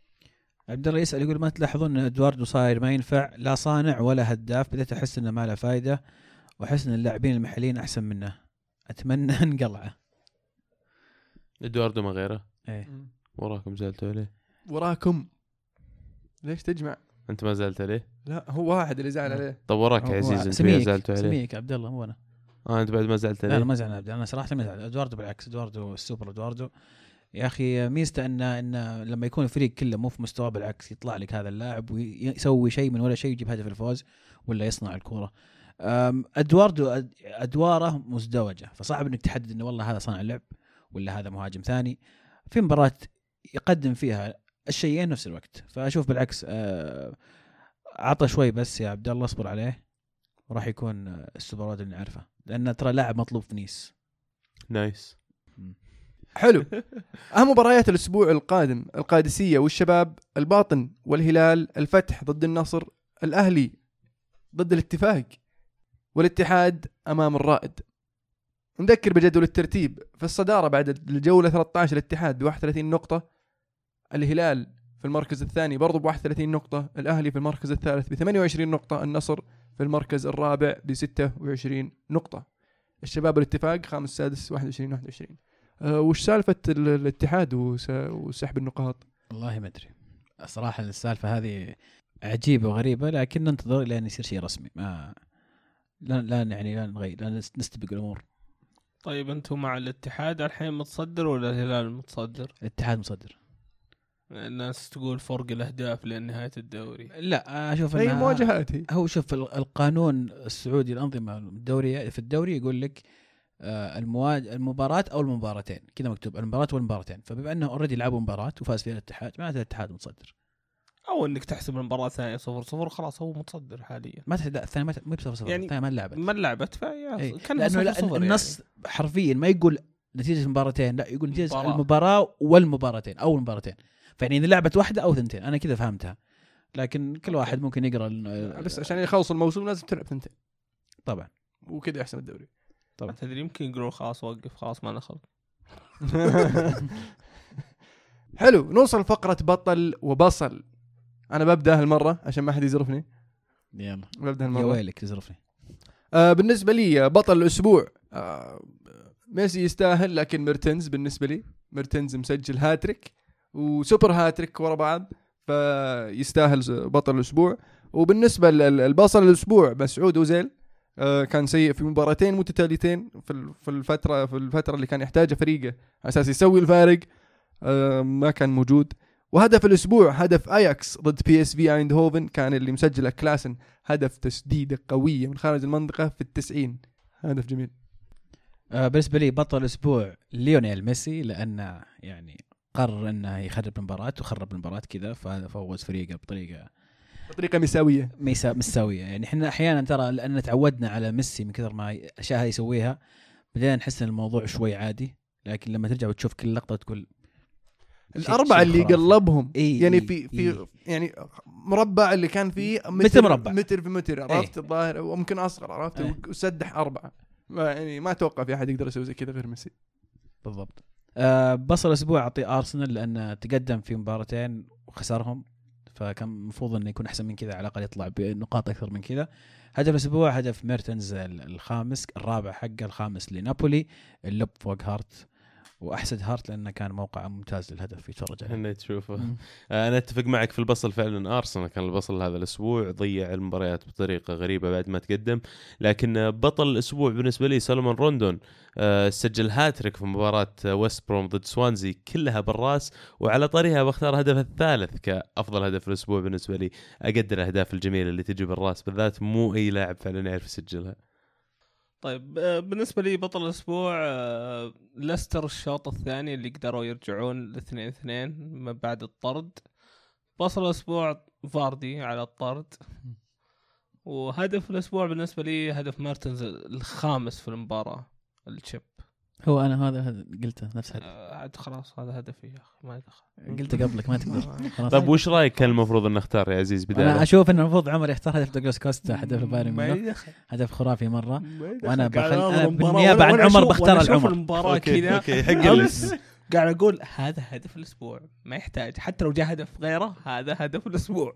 عبد الله يسأل يقول ما تلاحظون ان ادواردو صاير ما ينفع لا صانع ولا هداف؟ بديت احس انه ما له فايده، واحس ان اللاعبين المحليين احسن منه، اتمنى انقلعه. ادواردو ما غيره؟ ايه وراكم زعلتوا عليه؟ وراكم ليش تجمع؟ انت ما زعلت عليه؟ لا هو واحد اللي زعل عليه. طب وراك يا عزيز انت زعلتوا عليه؟ سميك عبد الله مو انا. انت بعد ما زعلت عليه؟ لا ما زعلنا عبد الله، انا صراحه ما زعلت. ادواردو بالعكس، ادواردو السوبر ادواردو يا اخي. ميزته ان لما يكون الفريق كله مو في مستوى بالعكس يطلع لك هذا اللاعب ويسوي شيء من ولا شيء، يجيب هدف الفوز ولا يصنع الكرة. ادواردو ادواره مزدوجه، فصعب انك تحدد انه والله هذا صانع لعب ولا هذا مهاجم ثاني. في مباراة يقدم فيها الشيئين نفس الوقت، فاشوف بالعكس عطى شوي بس يا عبد الله، اصبر عليه وراح يكون السوبر اللي نعرفه، لان ترى لاعب مطلوب في نيس. نايس حلو. اهم مباريات الاسبوع القادم: القادسيه والشباب، الباطن والهلال، الفتح ضد النصر، الاهلي ضد الاتفاق، والاتحاد امام الرائد. نذكر بجدول الترتيب: في الصداره بعد الجوله 13 الاتحاد ب 31 نقطه، الهلال في المركز الثاني برضو ب 31 نقطة، الأهلي في المركز الثالث ب 28 نقطة، النصر في المركز الرابع ب 26 نقطة. الشباب الاتفاق خامس سادس 21. وش سالفة الاتحاد وسحب النقاط؟ والله ما أدري صراحة، السالفة هذه عجيبة وغريبة، لكن ننتظر إلى أن يصير شيء رسمي. ما لا يعني لا نغير، لا نستبق الأمور. طيب أنتم مع الاتحاد الحين متصدر ولا الهلال متصدر؟ الاتحاد مصدر. الناس تقول فرق الأهداف لنهاية الدوري. لا أشوف أي مواجهات هو شوف القانون السعودي الأنظمة الدورية في الدوري يقول لك المباراة أو المباراتين، كذا مكتوب المباراة والمباراتين. فبما أنه أوريدي لعبوا مباراة وفاز فيها الاتحاد، معناته الاتحاد متصدر. أو إنك تحسب المباراة الثانية 0-0 خلاص هو متصدر حاليا. ما تحدى الثانية ما ب0-0 يعني الثانية ما لعبت إيه. كان 0-0 النص يعني. حرفيا ما يقول نتيجة المباراتين، لا يقول نتيجة مباراة. المباراة والمباراتين أو المباراتين. فيعني إذا لعبت واحدة أو ثنتين، أنا كذا فهمتها. لكن كل واحد ممكن يقرأ بس عشان يخلص الموسم لازم تلعب ثنتين طبعا، وكذا يحسم الدوري. طبعا تدري يمكن يقولون خلاص وقف، خلاص ما نخل. حلو، نوصل فقرة بطل وبصل. أنا ببدأ هالمرة عشان ما حد يزرفني. يلا ببدأ يا هالمرة. ويلك تزرفني. بالنسبة لي بطل الأسبوع ميسي يستاهل، لكن ميرتنز بالنسبة لي، ميرتنز مسجل هاتريك وسوبر هاتريك ورا بعض، فيستاهل بطل الأسبوع. وبالنسبة للبصل الأسبوع مسعود أوزيل، كان سيء في مباراتين متتاليتين في الفترة اللي كان يحتاجها فريقه على أساس يسوي الفارق، ما كان موجود. وهدف الأسبوع هدف أياكس ضد PSV أيندهوفن، كان اللي مسجله كلاسن، هدف تسديدة قوية من خارج المنطقة في 90، هدف جميل. بالنسبة لي بطل الأسبوع ليونيل ميسي، لأنه يعني قرر أنه يخرب المباراة وخرب المباراة كذا، ففوز فريقه بطريقة مساوية. يعني احنا أحيانا ترى لأن تعودنا على ميسي من كثر ما الأشياء هذه يسويها، بدأنا نحس أن الموضوع شوي عادي، لكن لما ترجع وتشوف كل لقطة تقول الأربعة اللي قلبهم يعني في يعني مربع اللي كان فيه متر في متر، عرفت الظاهر، وممكن أصغر، عرفت، وسدح 4. يعني ما أتوقع في أحد يقدر يسوي زي كذا غير ميسي. بالضبط. بصل الأسبوع أعطي أرسنال، لأنه تقدم في مباراتين وخسرهم، فكان المفروض أنه يكون أحسن من كذا، على الأقل يطلع بنقاط أكثر من كذا. هدف الأسبوع هدف ميرتنز الخامس، الرابع حقه، الخامس لنابولي، اللب فوق هارت، وأحسد هارت لأنه كان موقع ممتاز للهدف يتفرج عليه. أنا تشوفه. أنا أتفق معك في البصل، فعلا أرسنال كان البصل هذا الأسبوع، ضيع المباريات بطريقة غريبة بعد ما تقدم. لكن بطل الأسبوع بالنسبة لي سولومون روندون، سجل هاتريك في مباراة ويست بروم ضد سوانزي، كلها بالراس، وعلى طريقها بختار هدف الثالث كأفضل هدف الأسبوع بالنسبة لي. أقدر الأهداف الجميلة اللي تجي بالراس بالذات، مو أي لاعب فعلا يعرف يسجلها. طيب بالنسبة لي بطل الأسبوع ليستر الشوط الثاني اللي قدروا يرجعون 2-2 من بعد الطرد. بطل الأسبوع فاردي على الطرد. وهدف الأسبوع بالنسبة لي هدف مارتنز الخامس في المباراة، الشيب. هو أنا هذا قلته نفس هذا. خلاص هذا هدفي يا أخي، ما يدخل. قلته قبلك ما تقدر. طيب وش رأيك كان المفروض أن نختار يا عزيز بداية؟ أنا أشوف أن المفروض عمر يختار هدف دوغلاس كوستا، هدف البايرن ميونخ، هدف خرافي مرة. وأنا بالنيابة عن عمر بختار العمر. المباراة كذا قاعد أقول هذا هدف الأسبوع، ما يحتاج حتى لو جاء هدف غيره، هذا هدف الأسبوع.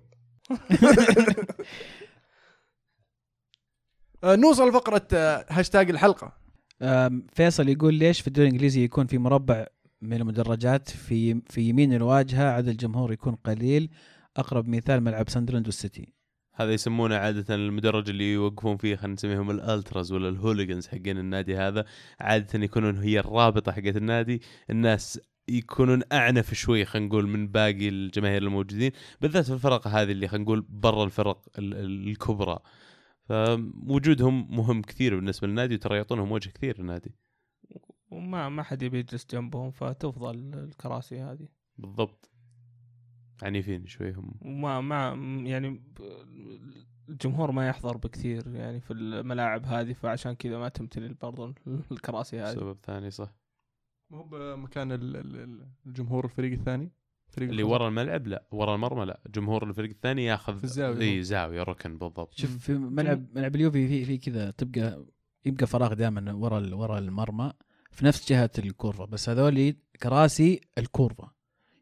نوصل لفقرة هاشتاج الحلقة. فيصل يقول ليش في الدوري الإنجليزي يكون في مربع من المدرجات في يمين الواجهة، عدد الجمهور يكون قليل؟ أقرب مثال ملعب ساندرلاند والسيتي. هذا يسمونه عادة المدرج اللي يوقفون فيه، خلينا نسميهم الالتراز ولا الهوليجنز حقين النادي. هذا عادة يكونون هي الرابطة حقت النادي، الناس يكونون أعنف شوي خلينا نقول من باقي الجماهير الموجودين، بالذات في الفرق هذه اللي خلينا نقول برا الفرق الكبرى. فوجودهم مهم كثير بالنسبة للنادي، وترى يعطونهم وجه كثير للنادي، وما حد يبي يجلس جنبهم، فتفضل الكراسي هذه. بالضبط، عنيفين شوي هم، وما يعني الجمهور ما يحضر بكثير يعني في الملاعب هذه، فعشان كذا ما تمتلي برضو الكراسي هذه. سبب ثاني صح، مو بمكان الجمهور الفريق الثاني اللي ورا الملعب، لا ورا المرمى، لا جمهور الفريق الثاني ياخذ الزاوية. زاوية ركن. بالضبط. شوف في ملعب اليوفي في كذا يبقى فراغ دائما ورا المرمى في نفس جهة الكورفة، بس هذول كراسي الكورفة،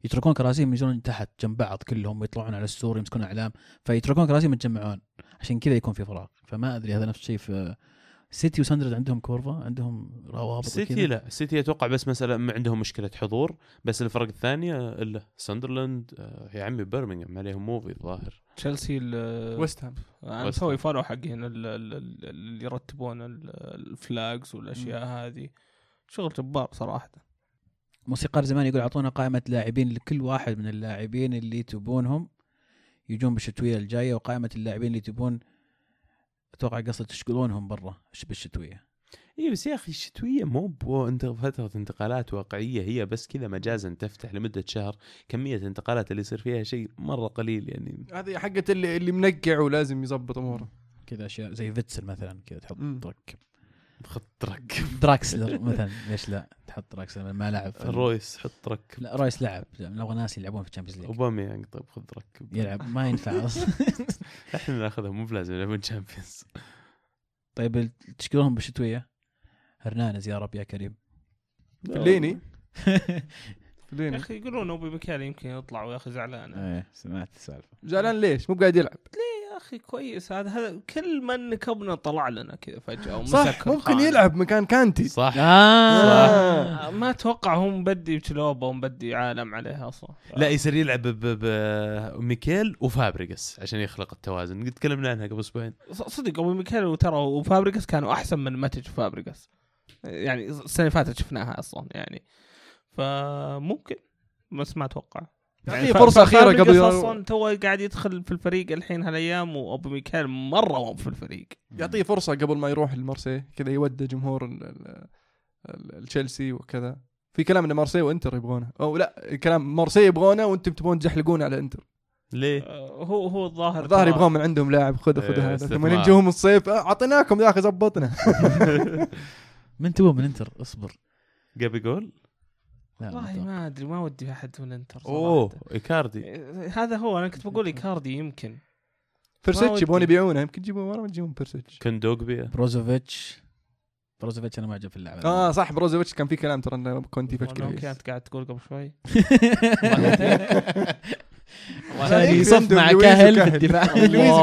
يتركون كراسيهم ينزلون تحت جنب بعض كلهم يطلعون على السور يمسكون اعلام فيتركون كراسيهم يتجمعون عشان كذا يكون في فراغ. فما ادري هذا نفس الشيء في سيتي وساندرد عندهم كورفا عندهم روابط سيتي لا سيتي اتوقع بس مساله ما عندهم مشكله حضور بس الفرق الثانيه الا ساندرلاند يا عمي برمنغهام عليهم موفي الظاهر تشيلسي ويست هام انا مسوي فولو حقين اللي يرتبون الفلاجز والاشياء هذه شغل جبار صراحه. موسيقار زمان يقول اعطونا قائمه لاعبين لكل واحد من اللاعبين اللي تبونهم يجون بالشتويه الجايه وقائمه اللاعبين اللي تبون اتوقع قصد تشغلونهم برا بالشتويه. اي بس يا اخي الشتويه مو انت فتره انتقالات واقعيه هي بس كذا مجازا تفتح لمده شهر كميه الانتقالات اللي يصير فيها شيء مره قليل يعني. هذه حقه اللي منقع ولازم يزبط اموره كذا اشياء زي فيتسل مثلا كذا تحط تركب خط ركب دراكسلر مثلا ليش لا تحط دراكسلر ما لعب رويس حط ركب لا رويس لعب نبغى ناس يلعبون في الشامبيونز ليج. اوباميانغ طيب خذ ركب يلعب ما ينفع اصلا. احنا ناخذها مو بلازم يلعبون تشامبيونز. طيب تشكلهم بالشتويه هرنانز يا رب يا كريم فليني يا اخي يقولون اوبي ميكال يمكن يطلع ويا اخي زعلان. ايه سمعت السالفه. زعلان ليش مو قاعد يلعب؟ يا اخي كويس هذا كل من نكبنا طلع لنا كذا فجاه صح ممكن يلعب مكان كانتي صح ما اتوقع هو مبدي بتلوبه ومبدي عالم عليها اصلا. لا يصير يلعب بميكيل وفابريغاس عشان يخلق التوازن. قد تكلمنا عنها قبل اسبوعين صدق ابو ميكيل وترى وفابريغاس كانوا احسن من ماتج فابريغاس يعني السنه اللي فاتت شفناها اصلا يعني فممكن بس ما اتوقع يعني فرصه اخيره قبل اصلا تو قاعد يدخل في الفريق الحين هالايام وابو ميكيل مره مو في الفريق. يعطيه فرصه قبل ما يروح لمارسي كذا يودع جمهور تشيلسي وكذا. في كلام ان مارسي وانتر يبغونه او لا كلام مارسي يبغونه وانتم تبون تزحلقون على انتر. ليه هو الظاهر يبغون من عندهم لاعب خذ هذا ثم نجوهم الصيف اعطيناكم يا اخي زبطنا. من تبون من انتر اصبر جابي جول والله ما ادري ما ودي احد من انتر صراحه. اوه ايكاردي هذا هو انا كنت بقول ايكاردي يمكن بيرسيتش يبغون يبيعونه يمكن يجيبون ورا ما تجيبون بيرسيتش. كندوغبيا بروزوفيتش انا ما عجب في اللعبه. صح بروزوفيتش كان في كلام ترى انه كونتي فشكل كانت قاعد تقول قبل شوي عشان يصف مع كاهل في الدفاع.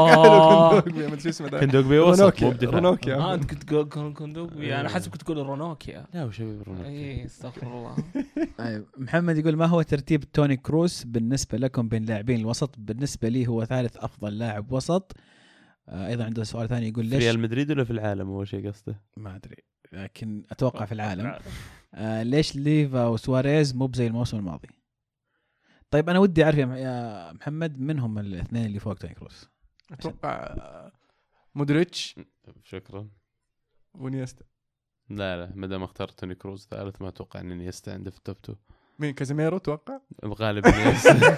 كندوغبيا وسط مو بدفاع. رونوكيا انت كنت تقول كندوغبيا انا حسب كنت تقول رونوكيا. لا وش رونوكيا اي استغفر الله. محمد يقول ما هو ترتيب توني كروس بالنسبه لكم بين لاعبين الوسط؟ بالنسبه لي هو ثالث افضل لاعب وسط. ايضا عنده سؤال ثاني يقول ليش ريال مدريد ولا في العالم اول شيء قصده ما ادري لكن اتوقع في العالم. ليش ليفا وسواريز مو بزي الموسم الماضي؟ طيب انا ودي اعرف يا محمد منهم الاثنين اللي فوق توني كروس. اتوقع مودريتش شكرا ونيستا. لا ما دام اخترت توني كروز ثالث ما اتوقع ان نيستا عنده في التوب 2. مين كازيميرو توقع غالبا نيستا.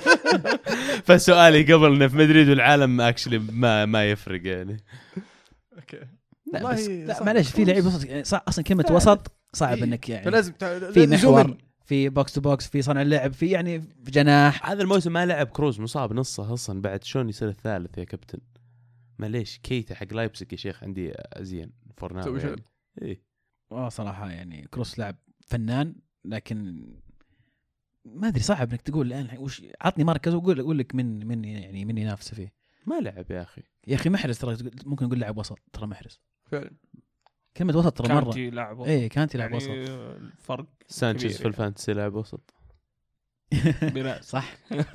فسؤالي قبل انه في مدريد والعالم اكشلي ما يفرق يعني. اوكي لا بس لا معلش في لعيب وسط يعني اصلا كلمه وسط صعب انك يعني فلازم في محور في بوكس تو بوكس في صانع اللعب في يعني في جناح. هذا الموسم ما لعب كروز مصاب نصه اصلا بعد شلون يصير الثالث يا كابتن؟ معليش كيتا حق لايبزيج يا شيخ عندي ازين فورناو يعني. ايه صراحه يعني كروس لاعب فنان لكن ما ادري صعب انك تقول الان وش عطني مركز واقول لك من يعني من ينافس فيه. ما لعب يا اخي محرز ترى ممكن نقول لاعب وسط ترى محرز فعلا. كلمه وسط ترى مره كانتي لاعب وسط. ايه كانتي لاعب يعني وسط. الفرق سانشيز في الفانتسي لاعب وسط. صح.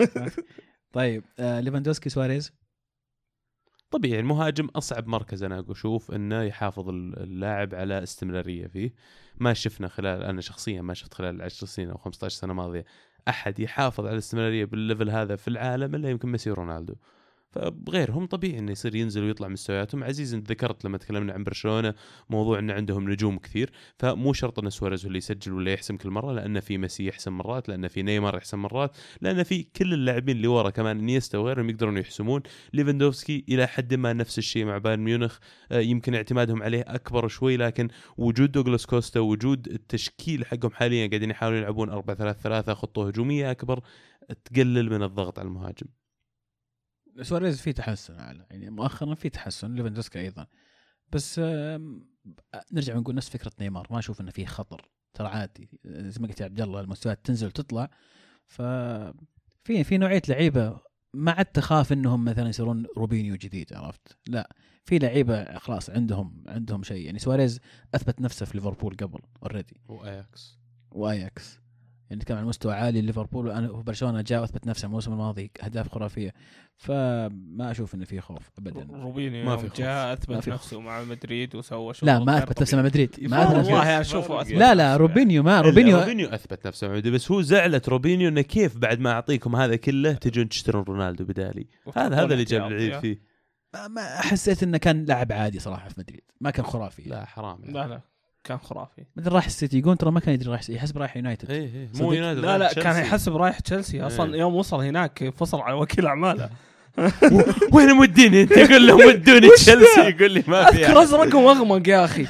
طيب ليفاندوسكي سواريز طبيعي المهاجم أصعب مركز أنا أشوف إنه يحافظ اللاعب على استمرارية فيه. ما شفنا أنا شخصيا ما شفت خلال 10 سنين أو 15 سنة ماضية أحد يحافظ على الاستمرارية بالليفل هذا في العالم إلا يمكن ميسي ورونالدو. فبغيرهم طبيعي انه يصير ينزل ويطلع مستوياتهم. عزيز انت ذكرت لما تكلمنا عن برشلونة موضوع ان عندهم نجوم كثير، فمو شرط ان سواريز هو اللي يسجل ولا يحسم كل مره، لان في ميسي يحسم مرات، لان في نيمار يحسم مرات، لان في كل اللاعبين اللي ورا كمان انيستا وغيرهم يقدرون يحسمون. ليفاندوفسكي الى حد ما نفس الشيء مع بايرن ميونخ، يمكن اعتمادهم عليه اكبر شوي، لكن وجود دوغلاس كوستا وجود التشكيل حقهم حاليا قاعدين يحاولون يلعبون 4-3-3 خطه هجوميه اكبر تقلل من الضغط على المهاجم. سواريز في تحسن يعني مؤخرا في تحسن، ليفاندوفسكي ايضا، بس نرجع ونقول نفس فكره نيمار، ما اشوف انه فيه خطر، ترى عادي زي ما قلت يا عبد الله المستويات تنزل وتطلع، في نوعيه لعيبه ما عاد تخاف انهم مثلا يصيرون روبينيو جديد، عرفت؟ لا، في لعيبه خلاص عندهم شيء. يعني سواريز اثبت نفسه في ليفربول قبل اوريدي، واياكس يعني كان على مستوى عالي. ليفربول وبرشلونه جاء اثبت نفسه الموسم الماضي، اهداف خرافيه. فما اشوف انه في خوف ابدا. روبينيو ما في جاء اثبت نفسه مع مدريد وسوى شغل. لا ما اثبت نفسه مع مدريد، ما أثبت والله نفسه. اشوفه أثبت لا نفسه. روبينيو روبينيو اثبت نفسه مع مدريد، بس هو زعلت روبينيو انه كيف بعد ما اعطيكم هذا كله تجون تشترون رونالدو بدالي. هذا اللي جاب العيد فيه. ما حسيت انه كان لاعب عادي صراحه في مدريد، ما كان خرافي. لا حرام يعني. لا كان خرافي. مثل راح السيتي يقول ترى ما كان يدري راح، يحسب رايح يونايتد. ايه مو يونايتد. لا كان يحسب رايح تشيلسي اصلا. يوم وصل هناك فصل على وكيل اعماله. وين موديني انت؟ يقول لهم ودوني تشيلسي، يقول لي ما في. اذكر ازرق واغمق يا اخي.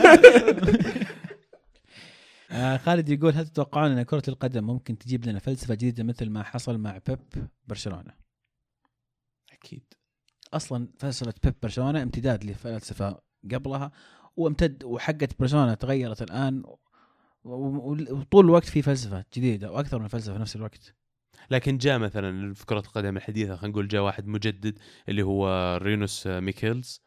خالد يقول هل تتوقعون ان كرة القدم ممكن تجيب لنا فلسفة جديدة مثل ما حصل مع بيب برشلونة؟ اكيد. اصلا فلسفة بيب برشلونة امتداد لفلسفة قبلها وامتد، وحقت برشلونة تغيرت الان، وطول الوقت في فلسفة جديدة واكثر من فلسفة في نفس الوقت. لكن جاء مثلا في كرة القدم الحديثة خلينا نقول جاء واحد مجدد اللي هو رينوس ميكيلز،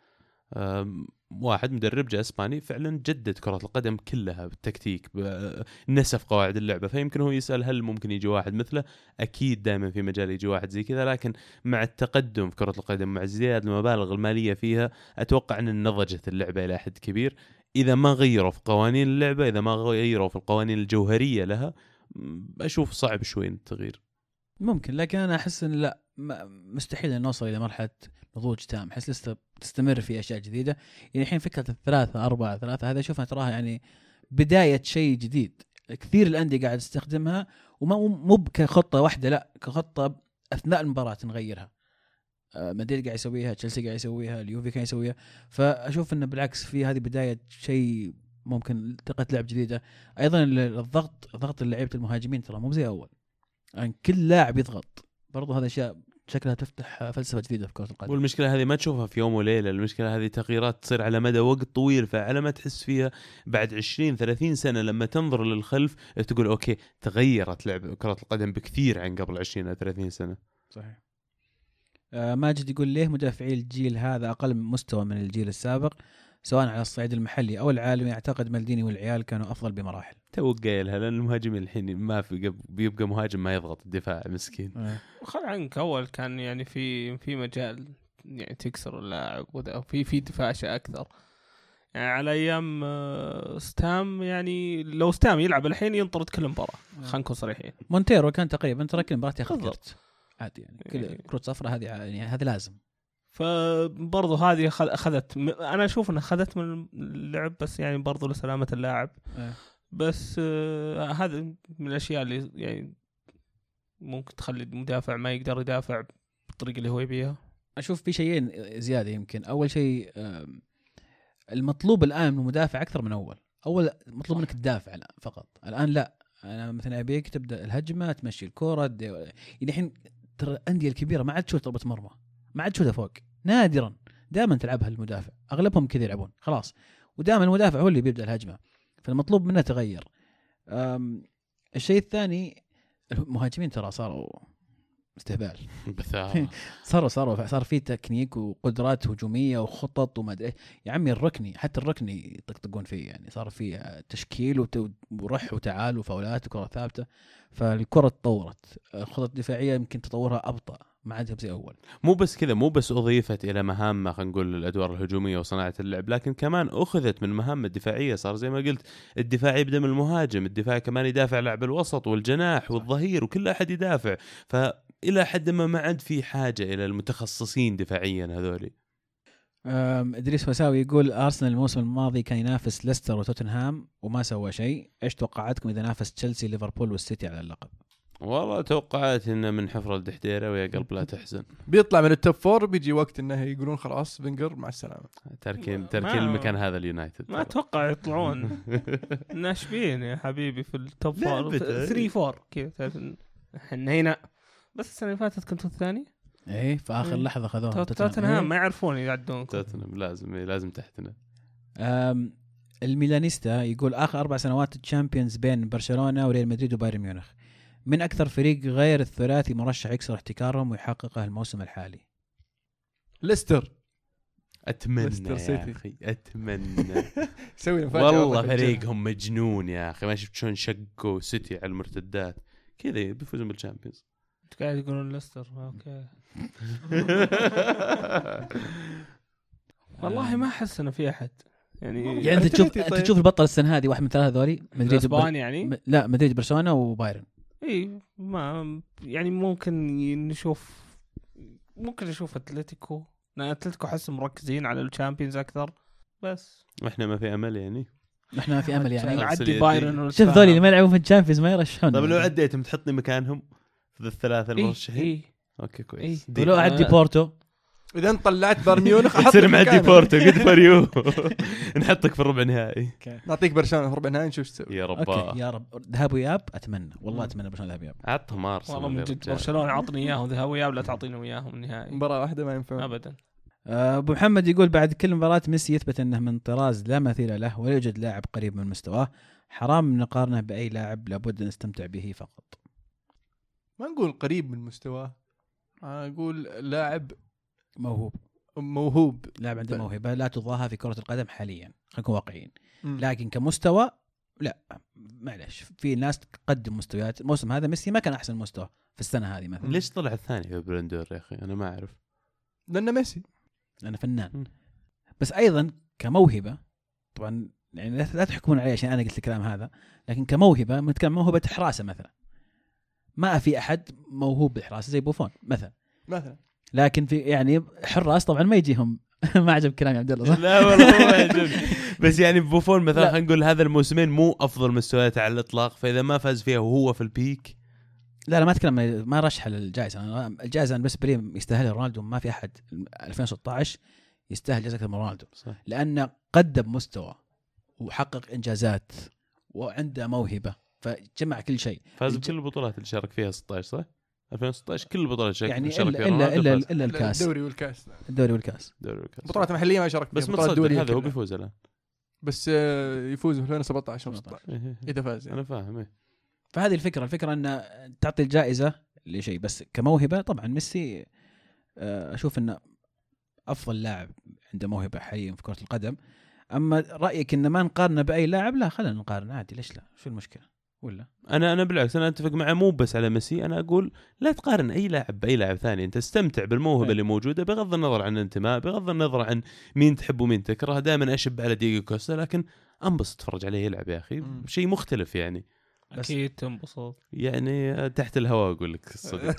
واحد مدرب جاء اسباني فعلا جدد كرة القدم كلها بالتكتيك، نسف قواعد اللعبة. فيمكن هو يسأل هل ممكن يجي واحد مثله؟ أكيد دائما في مجال يجي واحد زي كذا، لكن مع التقدم في كرة القدم مع ازدياد المبالغ المالية فيها أتوقع أن نضجت اللعبة إلى حد كبير. إذا ما غيروا في قوانين اللعبة، إذا ما غيروا في القوانين الجوهرية لها، أشوف صعب شوي التغيير. ممكن، لكن أنا أحس أن لا، مستحيل أن نوصل إلى مرحلة نضوج تام. أحس لسه تستمر في أشياء جديدة. يعني الحين فكرة 3-4-3 هذا أشوفها تراها يعني بداية شيء جديد. كثير الأندية قاعد تستخدمها، ومو كخطة واحدة، لا كخطة أثناء المباراة نغيرها. مدريد قاعد يسويها، تشيلسي قاعد يسويها، اليوفي قاعد يسويها. فأشوف أنه بالعكس في هذه بداية شيء ممكن طريقة لعب جديدة. أيضا ضغط اللعيبة المهاجمين ترى مو زي أول، يعني كل لاعب يضغط برضو. هذا أشياء شكلها تفتح فلسفة جديدة في كرة القدم. والمشكلة هذه ما تشوفها في يوم وليلة، المشكلة هذه تغييرات تصير على مدى وقت طويل، فعلى ما تحس فيها بعد 20-30 سنة لما تنظر للخلف تقول أوكي تغيرت لعب كرة القدم بكثير عن قبل 20-30 سنة. صحيح. ماجد يقول ليه مدافعي الجيل هذا أقل مستوى من الجيل السابق سواء على الصعيد المحلي أو العالمي؟ أعتقد مالديني والعيال كانوا أفضل بمراحل. توقعها لأن المهاجمين الحين ما في بيبقى مهاجم ما يضغط الدفاع مسكين. خل عنك أول كان يعني في مجال يعني تكسر اللاعب في دفاع أشياء أكثر. يعني على أيام ستام، يعني لو ستام يلعب الحين ينطرد كل مباراة. خلينا نكون صريحين. مونتيرو كان تقريبا ترى كل مباراة ياخذ كرت عادي، يعني كل كرة صفراء هذه يعني هذا لازم. فبرضه هذه أخذت، أنا أشوف أنها أخذت من اللعب، بس يعني برضه لسلامة اللاعب. بس هذا من الأشياء اللي يعني ممكن تخلي المدافع ما يقدر يدافع بالطريقة اللي هو يبيها. أشوف في شيئين زيادة. يمكن أول شيء المطلوب الآن من المدافع أكثر من أول مطلوب منك تدافع فقط. الآن لا، أنا مثلا أبيك تبدأ الهجمة، تمشي الكرة. يعني الحين ترى الأندية الكبيرة ما عاد تشوت ضربة مرمى، ما عاد تشوتها فوق، نادرا. دائما تلعبها المدافع، أغلبهم كذا يلعبون خلاص، ودائما المدافع هو اللي بيبدأ الهجمة. فالمطلوب منه تغير. الشيء الثاني المهاجمين ترى صاروا استهبال. صار في تكنيك وقدرات هجومية وخطط وما ادري. يا عمي الركني، حتى الركني يطقطقون فيه، يعني صار فيه تشكيل ورح وتعال وفاولات وكرة ثابتة. فالكرة تطورت، الخطط الدفاعية يمكن تطورها أبطأ، ما عادها زي أول. مو بس كذا، مو بس أضيفت إلى مهام خلينا نقول الأدوار الهجومية وصناعة اللعب، لكن كمان أخذت من مهام الدفاعية. صار زي ما قلت الدفاع يبدأ من المهاجم، الدفاع كمان يدافع لعب الوسط والجناح والظهير وكل أحد يدافع. فإلى حد ما عاد في حاجة إلى المتخصصين دفاعيا هذولي. إدريس وساوي يقول أرسنال الموسم الماضي كان ينافس ليستر وتوتنهام وما سوى شيء. إيش توقعاتكم إذا نافس تشيلسي ليفربول والسيتي على اللقب؟ والله توقعت إنه من حفرة الدحديرة ويا قلب لا تحزن بيطلع من التوب فور. بيجي وقت إنه يقولون خلاص فينجر مع السلامة، تركين المكان هذا اليونايتد. ما أتوقع يطلعون ناشبين يا حبيبي في التوب فور 3-4 كذا. إحنا هنا بس السنة اللي فاتت كنتوا الثاني. إيه في آخر لحظة خذوها توتنهام. ما يعرفون يعدون. توتنهام لازم تحتنا. الميلانيستا يقول آخر 4 سنوات الشامبيونز بين برشلونة وريال مدريد وبايرن ميونخ. من اكثر فريق غير الثلاثي مرشح يكسر احتكارهم ويحققه الموسم الحالي؟ ليستر. اتمنى ليستر يا سيتي. اخي اتمنى. سوي مفاجأة والله واضحة في الجنة. فريقهم مجنون يا اخي، ما شفت شلون شقوا سيتي على المرتدات كذا بيفوزون بالشامبيونز. انت قاعد تقولون ليستر اوكي. والله ما احس انه في احد يعني انت تشوف طيب. انت تشوف البطل السنه هذه واحد من ثلاثه ذولي، مدريد اسبانيا يعني لا مدريد برشلونه وبايرن. اي ما يعني ممكن نشوف اتلتيكو، لان اتلتيكو احس مركزين على الشامبيونز اكثر بس. واحنا ما في امل يعني. احنا ما في امل يعني. نعدي بايرن شوف ذولي اللي ما يلعبون في الشامبيونز ما يرشحون. طيب لو عديتم تحطني مكانهم في الثلاثه المرشحين؟ اي اوكي كويس. ولو اعدي بورتو اذا انت طلعت بايرن ميونخ احط تصير معدي بورتو قد فريو. نحطك في الربع نهائي. نعطيك برشلونه في ربع نهائي نشوف ايش تسوي. يا رب. اوكي يا رب ذهاب وياب اتمنى والله اتمنى برشلونه ذهاب وياب. عطهم ارسنال والله من جد برشلونه عطني اياهم ذهاب وياب، لا تعطينهم اياهم نهائي مباراه واحده ما ينفع. ابدا. ابو محمد يقول بعد كل مباراه ميسي يثبت انه من طراز لا مثيل له ولا يوجد لاعب قريب من مستواه، حرام نقارنه باي لاعب، لابد نستمتع به فقط. ما نقول قريب من مستواه، انا اقول لاعب موهوب لاعب عنده موهبه لا تضاهى في كره القدم حاليا، خلينا نكون واقعيين. مم. لكن كمستوى لا معلش، في ناس تقدم مستويات. الموسم هذا ميسي ما كان احسن مستوى في السنه هذه مثلا. ليش طلع الثاني في بلندور يا اخي؟ انا ما اعرف. لانه ميسي انا فنان بس ايضا كموهبه طبعا يعني لا تحكمون علي عشان انا قلت الكلام هذا، لكن كموهبه نتكلم موهبه حراسه مثلا، ما في احد موهوب بالحراسه زي بوفون مثلا. لكن في يعني حراس طبعا ما يجيهم. ما عجب كلامي عبد الله صح؟ لا والله ما عجبني. بس يعني بوفون مثلا خلينا نقول هذا الموسمين مو افضل مستوياته على الاطلاق، فاذا ما فاز فيها وهو في البيك. لا ما اتكلم، ما رشح للجائزه. الجائزه انا بس بريم يستاهل رونالدو، ما في احد 2016 يستاهل جائزه اكثر من رونالدو صح. لانه قدم مستوى وحقق انجازات وعنده موهبه، فجمع كل شيء. فاز بكل البطولات اللي شارك فيها 16 صح؟ 2016 كل البطولات يعني شارك فيها الا الكاس، الدوري والكاس بطولات محليه ما شارك فيها، بس متصدر هذا هو بيفوز الان. بس يفوز في 2017 اذا فاز يعني. انا فاهم ايه. فهذه الفكره ان تعطي الجائزه لشيء، بس كموهبه طبعا ميسي اشوف انه افضل لاعب عنده موهبه حاليا في كره القدم. اما رايك ان ما نقارنه باي لاعب، لا خلينا نقارن عادي، ليش لا؟ شو المشكله؟ ولا انا بالعكس انا اتفق معه، مو بس على ميسي. انا اقول لا تقارن اي لاعب باي لاعب ثاني، انت استمتع بالموهبه اللي موجوده بغض النظر عن الانتماء، بغض النظر عن مين تحب ومين تكره. دائما اشب على دييغو كوستا، لكن انبسط اتفرج عليه يلعب يا اخي، شيء مختلف يعني. اكيد تنبسط يعني تحت الهواء اقول لك الصدق.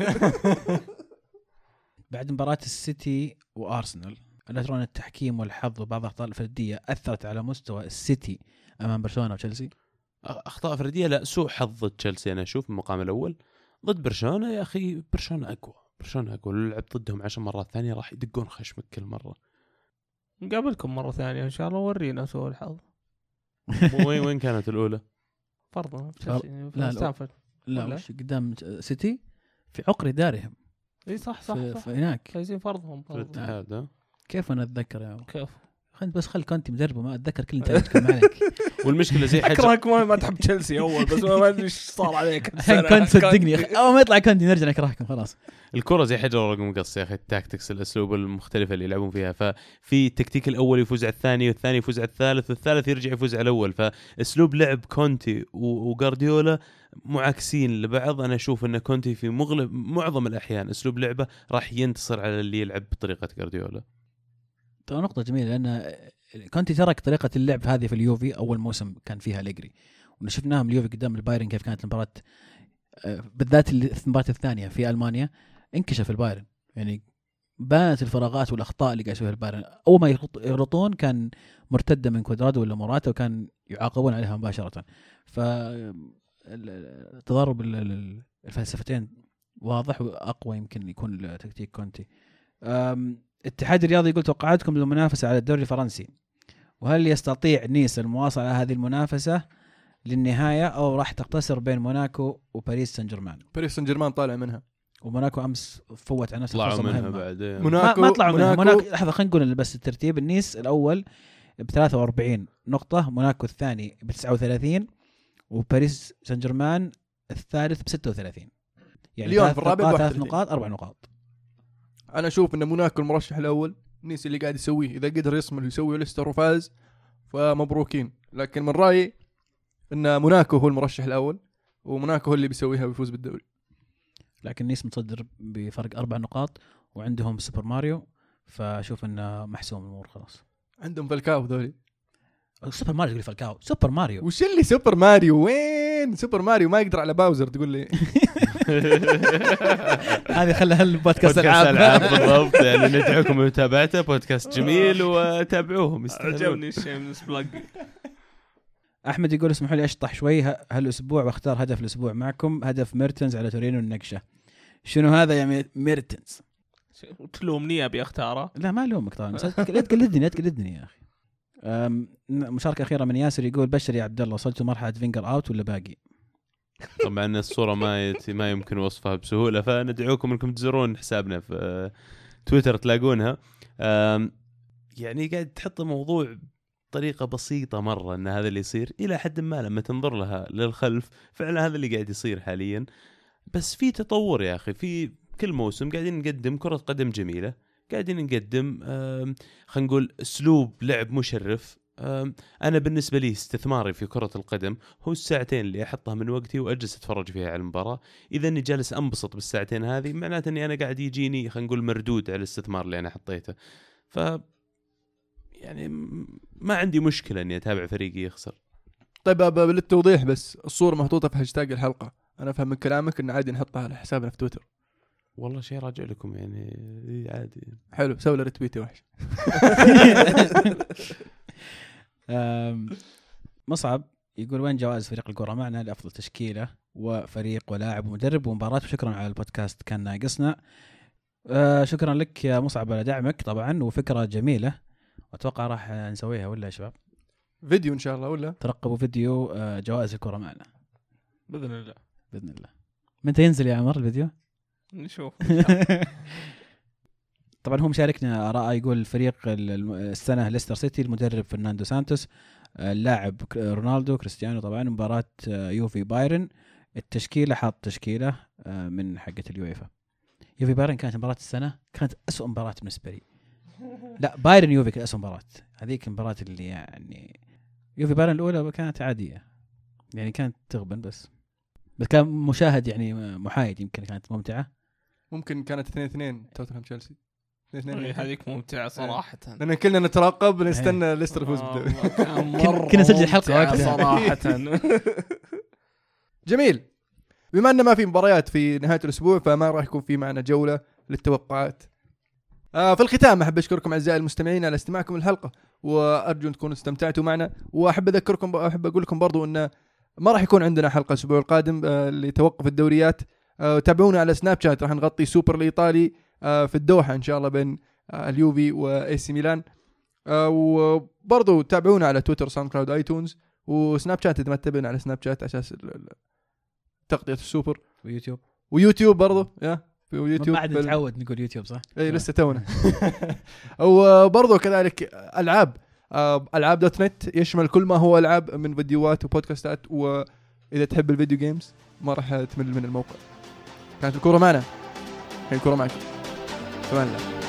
بعد مباراه السيتي وارسنال، ألا ترون التحكيم والحظ وبعض الأخطاء الفردية أثرت على مستوى السيتي أمام برشلونة وتشيلسي؟ أخطاء فردية لا، سوء حظ تشيلسي أنا أشوف المقام الأول ضد برشلونة. يا أخي برشلونة أقوى، لو لعب ضدهم 10 مرات ثانية راح يدقون خشمك كل مرة. نقابلكم مرة ثانية إن شاء الله، ورينا سوء الحظ. وين كانت الأولى؟ فرضا لا وش قدام سيتي في عقر دارهم. اي صح في هناك فايزين فرضهم في الاتحاد. كيف انا اتذكر يا كيف بس خل كونتي مدربه، ما اتذكر كل نتائجكم عليك. والمشكله زي حاجه اكرهك ما تحب تشيلسي اول، بس ما ادري ايش صار عليك. كنت صدقني اول ما يطلع كونتي نرجع نكرهكم خلاص. الكره زي حجر ورقم مقص يا اخي، التاكتكس الاسلوب المختلفه اللي يلعبون فيها. ففي التكتيك الاول يفوز على الثاني، والثاني يفوز على الثالث، والثالث يرجع يفوز على الاول. فاسلوب لعب كونتي وغارديولا معاكسين لبعض. انا اشوف ان كونتي في معظم الاحيان اسلوب لعبه راح ينتصر على اللي يلعب بطريقه غارديولا. ترى نقطه جميله، لان كونتي ترك طريقه اللعب هذه في اليوفي اول موسم كان فيها أليجري، ونشفناهم اليوفي قدام البايرن كيف كانت المباراه، بالذات المباراه الثانيه في المانيا انكشف البايرن، يعني بانت الفراغات والاخطاء اللي قاعد يسويها البايرن. اول ما يغلطون كان مرتده من كوادرادو ولا موراتا وكان يعاقبون عليها مباشره. فالتضارب الفلسفتين واضح واقوى يمكن يكون تكتيك كونتي. الاتحاد الرياضي يقول توقعاتكم للمنافسه على الدوري الفرنسي، وهل يستطيع نيس المواصله على هذه المنافسه للنهايه او راح تقتصر بين موناكو وباريس سان جيرمان؟ باريس سان جيرمان طالع منها، وموناكو امس فوت على نفسه فرصه مهمه بعد. ما طلعوا منها. موناكو لحظه خلينا نقول بس الترتيب، النيس الاول ب 43 نقطه، موناكو الثاني ب 39، وباريس سان جيرمان الثالث ب 36. يعني ليون في الرابع ب 3 نقاط 4 نقاط. انا اشوف ان موناكو المرشح الاول، نيس اللي قاعد يسويه اذا قدر يصمل ويسوي ليستر وفاز فمبروكين، لكن من رايي ان موناكو هو المرشح الاول وموناكو هو اللي بيسويها ويفوز بالدوري. لكن نيس متصدر بفرق 4 نقاط وعندهم سوبر ماريو، فاشوف انه محسوم الامور خلاص. عندهم فالكاو ذولي. سوبر ماريو تقول فالكاو، سوبر ماريو وش اللي سوبر ماريو؟ وين سوبر ماريو؟ ما يقدر على باوزر تقول لي. هذه خلها البودكاست بودكاست العاب. العاب بالضبط. يعني ندعوكم لمتابعته، بودكاست جميل وتابعوهم. عجبني الشيء من سبلاج. احمد يقول اسمحوا لي اشطح شوي هالاسبوع واختار هدف الاسبوع معكم، هدف ميرتنز على تورينو النقشه. شنو هذا يا ميرتنز؟ تلومني ابي اختاره؟ لا ما الومك طبعا، بس لا تقلدني يا اخي. مشاركه اخيره من ياسر يقول بشر يا عبد الله، وصلتوا مرحله فينجر اوت ولا باقي؟ طبعا الصوره ما يمكن وصفها بسهوله، فندعوكم انكم تزورون حسابنا في تويتر تلاقونها. يعني قاعد تحط الموضوع بطريقه بسيطه مره ان هذا اللي يصير، الى حد ما لما تنظر لها للخلف فعلا هذا اللي قاعد يصير حاليا. بس في تطور يا اخي، في كل موسم قاعدين نقدم كره قدم جميله، قاعدين نقدم خلينا نقول اسلوب لعب مشرف. انا بالنسبه لي استثماري في كره القدم هو الساعتين اللي احطها من وقتي واجلس اتفرج فيها على المباراه. اذا اني جالس انبسط بالساعتين هذه معناته اني انا قاعد يجيني خلينا نقول مردود على الاستثمار اللي انا حطيته. ف يعني ما عندي مشكله اني اتابع فريقي يخسر. طيب للتوضيح بس، الصوره محطوطه في هاشتاج الحلقه، انا افهم من كلامك ان عادي نحطها على حسابنا في تويتر. والله شيء راجع لكم يعني عادي. حلو، سوي له ريتويت يا وحش. مصعب يقول وين جوائز فريق الكرة معنا لأفضل تشكيلة وفريق ولاعب ومدرب ومباراة، وشكرا على البودكاست كان ناقصنا. شكرا لك يا مصعب على دعمك طبعا، وفكرة جميلة وأتوقع راح نسويها ولا يا شباب؟ فيديو إن شاء الله ولا ترقبوا فيديو جوائز الكرة معنا بإذن الله. بإذن الله. متى ينزل يا عمر الفيديو؟ نشوف. طبعا هو مشاركنا آراء، يقول الفريق السنة ليستر سيتي، المدرب فرناندو سانتوس، اللاعب رونالدو كريستيانو، طبعا مباراة يوفي بايرن. التشكيلة حاط تشكيلة من حقة اليويفا. يوفي بايرن كانت مباراة السنة، كانت أسوأ مباراة بالنسبة لي. لا بايرن يوفي كانت أسوأ مباراة، هذيك المباراة اللي يعني يوفي بايرن الأولى كانت عادية يعني كانت تغبن، بس كان مشاهد يعني محايد، يمكن كانت ممتعة. ممكن كانت 2-2 توتنهام تشيلسي 2-2. هذيك ممتعة صراحة، لأن كلنا نترقب نستنى ليستر يفوز بالدوري. كنا نسجل حلقة وقتها صراحة. جميل. بما أن ما في مباريات في نهاية الأسبوع فما راح يكون في معنا جولة للتوقعات. في الختام أحب أشكركم أعزائي المستمعين على استماعكم الحلقة، وأرجو أن تكونوا استمتعتوا معنا. وأحب أذكركم، أحب أقول لكم برضو أن ما راح يكون عندنا حلقة الأسبوع القادم لتوقف الدوريات. تابعونا على سناب شات، راح نغطي سوبر الإيطالي في الدوحة إن شاء الله بين اليوفي وإي سي ميلان. وبرضو تابعونا على تويتر، ساوند كلاود، ايتونز، وسناب شات إذا ما تتابعونا على سناب شات أساس تغطية السوبر، ويوتيوب برضو في يوتيوب. بعد نتعود نقول يوتيوب صح؟ اي لسه تونا. وبرضو كذلك ألعاب دوت نت يشمل كل ما هو ألعاب من فيديوهات وبودكاستات، وإذا تحب الفيديو جيمز ما راح تمل من الموقع. كانت الكورة معنا، الكورة معكم. تمام.